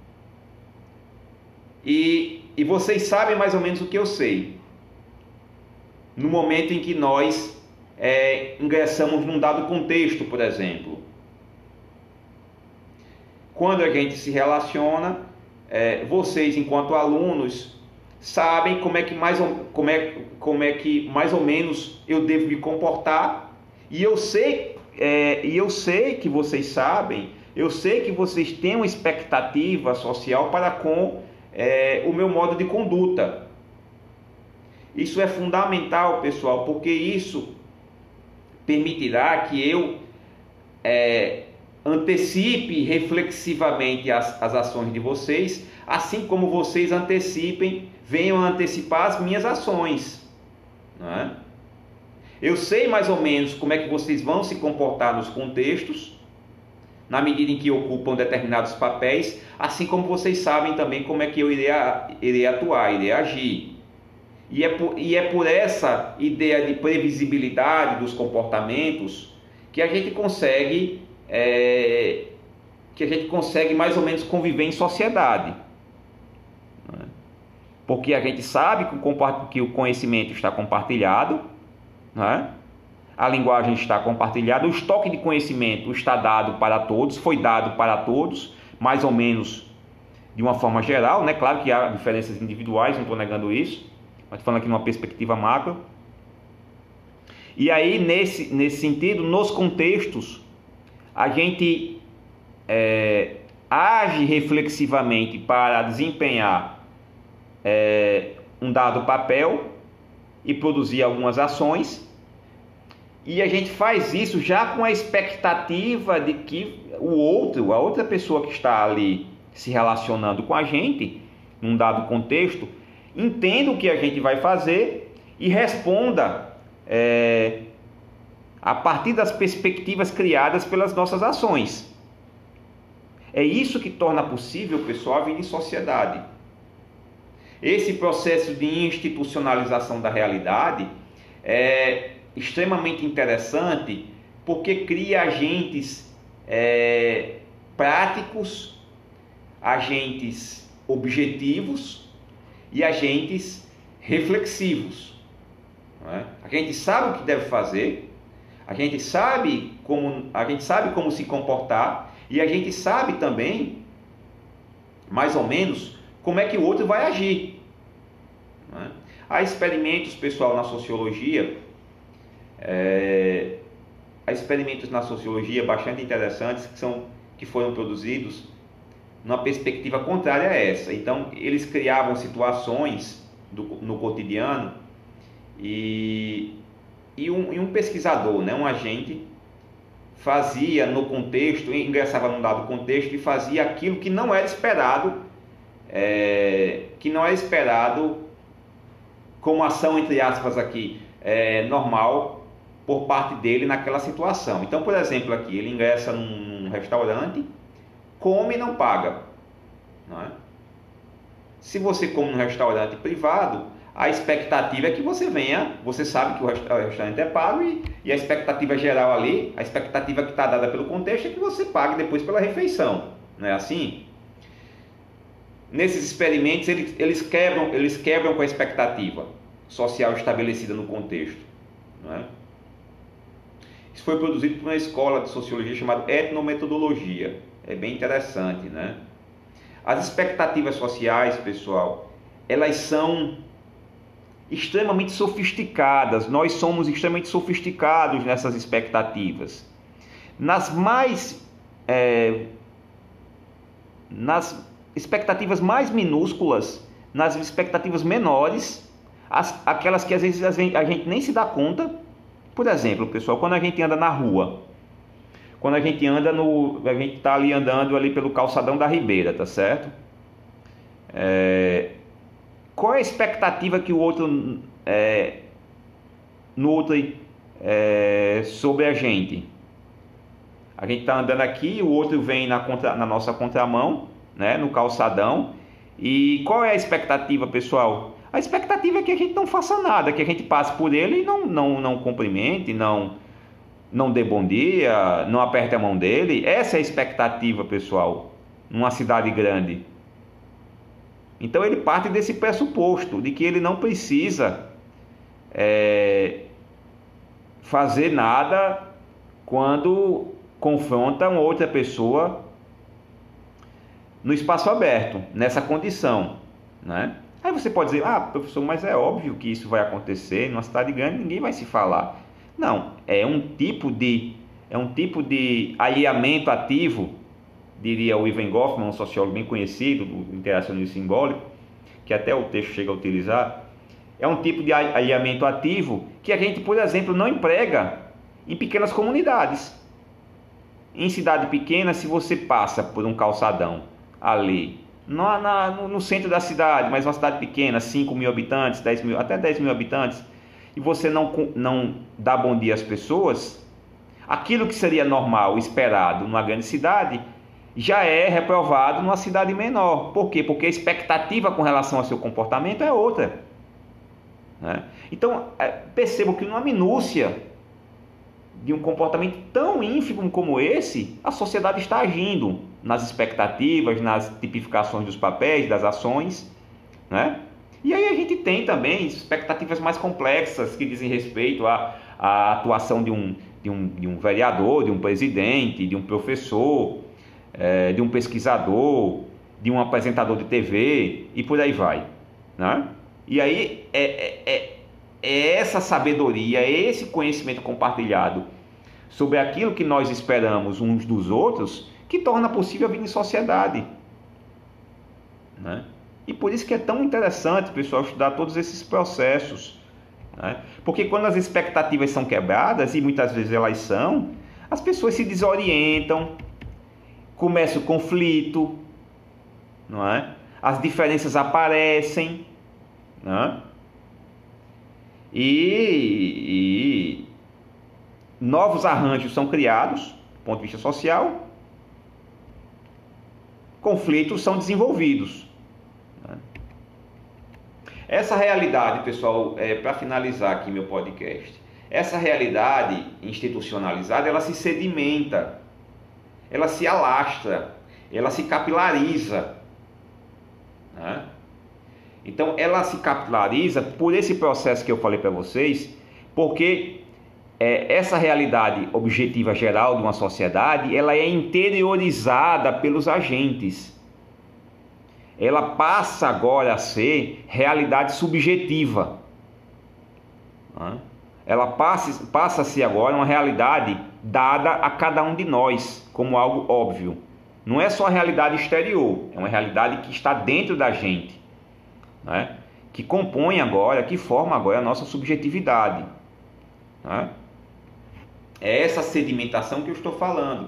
e, e vocês sabem mais ou menos o que eu sei. No momento em que nós é, ingressamos num dado contexto, por exemplo. Quando a gente se relaciona, é, vocês, enquanto alunos, sabem como é, que mais ou, como, é, como é que mais ou menos eu devo me comportar. E eu sei, é, e eu sei que vocês sabem, eu sei que vocês têm uma expectativa social para com é, o meu modo de conduta. Isso é fundamental, pessoal, porque isso permitirá que eu é, antecipe reflexivamente as, as ações de vocês, assim como vocês antecipem, venham a antecipar as minhas ações, não é? Eu sei mais ou menos como é que vocês vão se comportar nos contextos, na medida em que ocupam determinados papéis, assim como vocês sabem também como é que eu irei, irei atuar, irei agir. E é, por, e é por essa ideia de previsibilidade dos comportamentos que a gente consegue, é, que a gente consegue mais ou menos conviver em sociedade. Porque a gente sabe que o, que o conhecimento está compartilhado, né? A linguagem está compartilhada, o estoque de conhecimento está dado para todos, foi dado para todos, mais ou menos de uma forma geral, né? Claro que há diferenças individuais, não estou negando isso, mas falando aqui numa perspectiva macro. E aí, nesse, nesse sentido, nos contextos, a gente é, age reflexivamente para desempenhar é, um dado papel e produzir algumas ações. E a gente faz isso já com a expectativa de que o outro, a outra pessoa que está ali se relacionando com a gente, num dado contexto, entenda o que a gente vai fazer e responda é, a partir das perspectivas criadas pelas nossas ações. É isso que torna possível, pessoal, a vida em sociedade. Esse processo de institucionalização da realidade é extremamente interessante porque cria agentes é, práticos, agentes objetivos e agentes reflexivos. Não é? A gente sabe o que deve fazer, a gente sabe como, a gente sabe como se comportar e a gente sabe também, mais ou menos, como é que o outro vai agir. Não é? Há experimentos, pessoal, na sociologia, é, há experimentos na sociologia bastante interessantes que, são, que foram produzidos numa perspectiva contrária a essa. Então, eles criavam situações do, no cotidiano e, e, um, e um pesquisador, né, um agente, fazia no contexto, ingressava num dado contexto e fazia aquilo que não era esperado é, que não é esperado como ação, entre aspas, aqui, é, normal por parte dele naquela situação. Então, por exemplo, aqui, ele ingressa num, num restaurante, come e não paga. Não é? Se você come num restaurante privado, a expectativa é que você venha, você sabe que o restaurante é pago e, e a expectativa geral ali, a expectativa que está dada pelo contexto é que você pague depois pela refeição. Não é assim? Nesses experimentos, eles, eles, quebram, eles quebram com a expectativa social estabelecida no contexto. Não é? Isso foi produzido por uma escola de sociologia chamada etnometodologia. É bem interessante, né? As expectativas sociais, pessoal, elas são extremamente sofisticadas. Nós somos extremamente sofisticados nessas expectativas. Nas mais... É, nas expectativas mais minúsculas, nas expectativas menores, as, aquelas que às vezes a gente, a gente nem se dá conta. Por exemplo, pessoal, quando a gente anda na rua, quando a gente anda no, a gente está ali andando ali pelo calçadão da Ribeira, tá certo? É, qual é a expectativa que o outro, é, no outro é, sobre a gente? A gente está andando aqui, o outro vem na, contra, na nossa contramão, né, no calçadão. E qual é a expectativa, pessoal? A expectativa é que a gente não faça nada, que a gente passe por ele e não, não, não cumprimente, não, não dê bom dia, não aperte a mão dele. Essa é a expectativa, pessoal, numa cidade grande. Então ele parte desse pressuposto de que ele não precisa é, fazer nada quando confronta uma outra pessoa no espaço aberto, nessa condição, né? Aí você pode dizer, ah, professor, mas é óbvio que isso vai acontecer numa cidade grande, ninguém vai se falar. Não, é um tipo de, é um tipo de alinhamento ativo, diria o Ivan Goffman, um sociólogo bem conhecido do interacionismo simbólico, que até o texto chega a utilizar. É um tipo de alinhamento ativo que a gente, por exemplo, não emprega em pequenas comunidades. Em cidade pequena, se você passa por um calçadão ali, no, na, no centro da cidade, mas uma cidade pequena, cinco mil habitantes, dez mil, até dez mil habitantes, e você não, não dá bom dia às pessoas, aquilo que seria normal, esperado numa grande cidade, já é reprovado numa cidade menor. Por quê? Porque a expectativa com relação ao seu comportamento é outra, né? Então, percebo que numa minúcia de um comportamento tão ínfimo como esse, a sociedade está agindo nas expectativas, nas tipificações dos papéis, das ações, né? E aí a gente tem também expectativas mais complexas que dizem respeito à, à atuação de um, de, um, de um vereador, de um presidente, de um professor, é, de um pesquisador, de um apresentador de T V e por aí vai, né? E aí é, é, é, é essa sabedoria, é esse conhecimento compartilhado sobre aquilo que nós esperamos uns dos outros que torna possível a vida em sociedade, né? E por isso que é tão interessante, pessoal, estudar todos esses processos, né? Porque quando as expectativas são quebradas, e muitas vezes elas são, as pessoas se desorientam, começa o conflito, não é? As diferenças aparecem, né? E, e novos arranjos são criados, do ponto de vista social, conflitos são desenvolvidos, né? Essa realidade, pessoal, é, para finalizar aqui meu podcast, essa realidade institucionalizada, ela se sedimenta, ela se alastra, ela se capilariza, né? Então ela se capilariza por esse processo que eu falei para vocês, porque é, essa realidade objetiva geral de uma sociedade, ela é interiorizada pelos agentes. Ela passa agora a ser realidade subjetiva, né? Ela passa, passa a ser agora uma realidade dada a cada um de nós, como algo óbvio. Não é só a realidade exterior, é uma realidade que está dentro da gente, né? Que compõe agora, que forma agora a nossa subjetividade, né? É essa sedimentação que eu estou falando.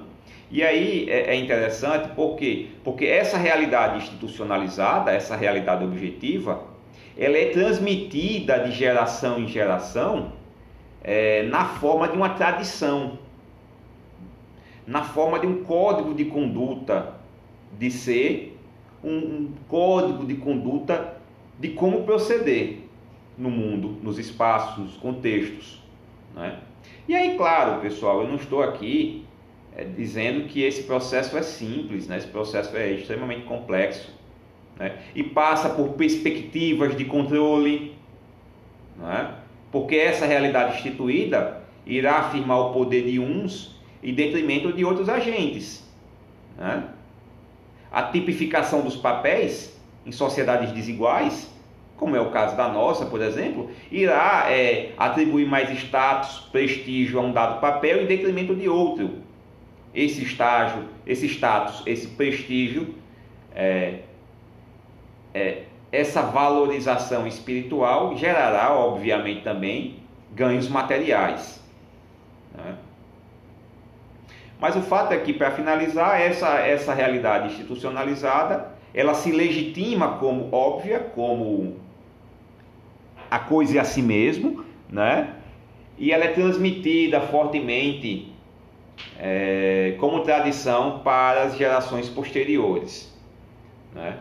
E aí é interessante por quê? Porque essa realidade institucionalizada, essa realidade objetiva, ela é transmitida de geração em geração é, na forma de uma tradição, na forma de um código de conduta de ser, um, um código de conduta de como proceder no mundo, nos espaços, nos contextos, né? E aí, claro, pessoal, eu não estou aqui é, dizendo que esse processo é simples, né? Esse processo é extremamente complexo, né? E passa por perspectivas de controle, né? Porque essa realidade instituída irá afirmar o poder de uns em detrimento de outros agentes, né? A tipificação dos papéis em sociedades desiguais, como é o caso da nossa, por exemplo, irá é, atribuir mais status, prestígio a um dado papel em detrimento de outro. Esse estágio, esse status, esse prestígio, é, é, essa valorização espiritual gerará, obviamente, também ganhos materiais, né? Mas o fato é que, para finalizar, essa, essa realidade institucionalizada, ela se legitima como óbvia, como a coisa é a si mesmo, né? E ela é transmitida fortemente é, como tradição para as gerações posteriores, né?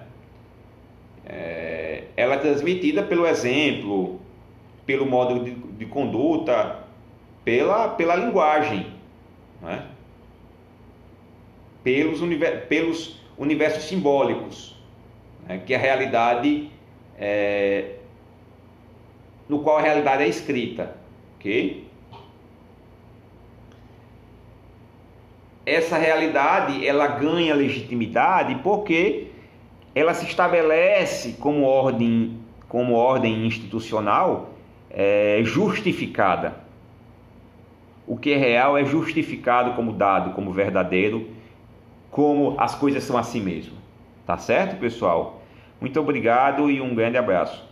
É, ela é transmitida pelo exemplo, pelo modo de, de conduta, pela, pela linguagem, né? Pelos, univer, pelos universos simbólicos, né? Que a realidade é, no qual a realidade é escrita, ok? Essa realidade ela ganha legitimidade porque ela se estabelece como ordem, como ordem institucional é, justificada. O que é real é justificado como dado, como verdadeiro, como as coisas são assim mesmo. Tá certo, pessoal? Muito obrigado e um grande abraço.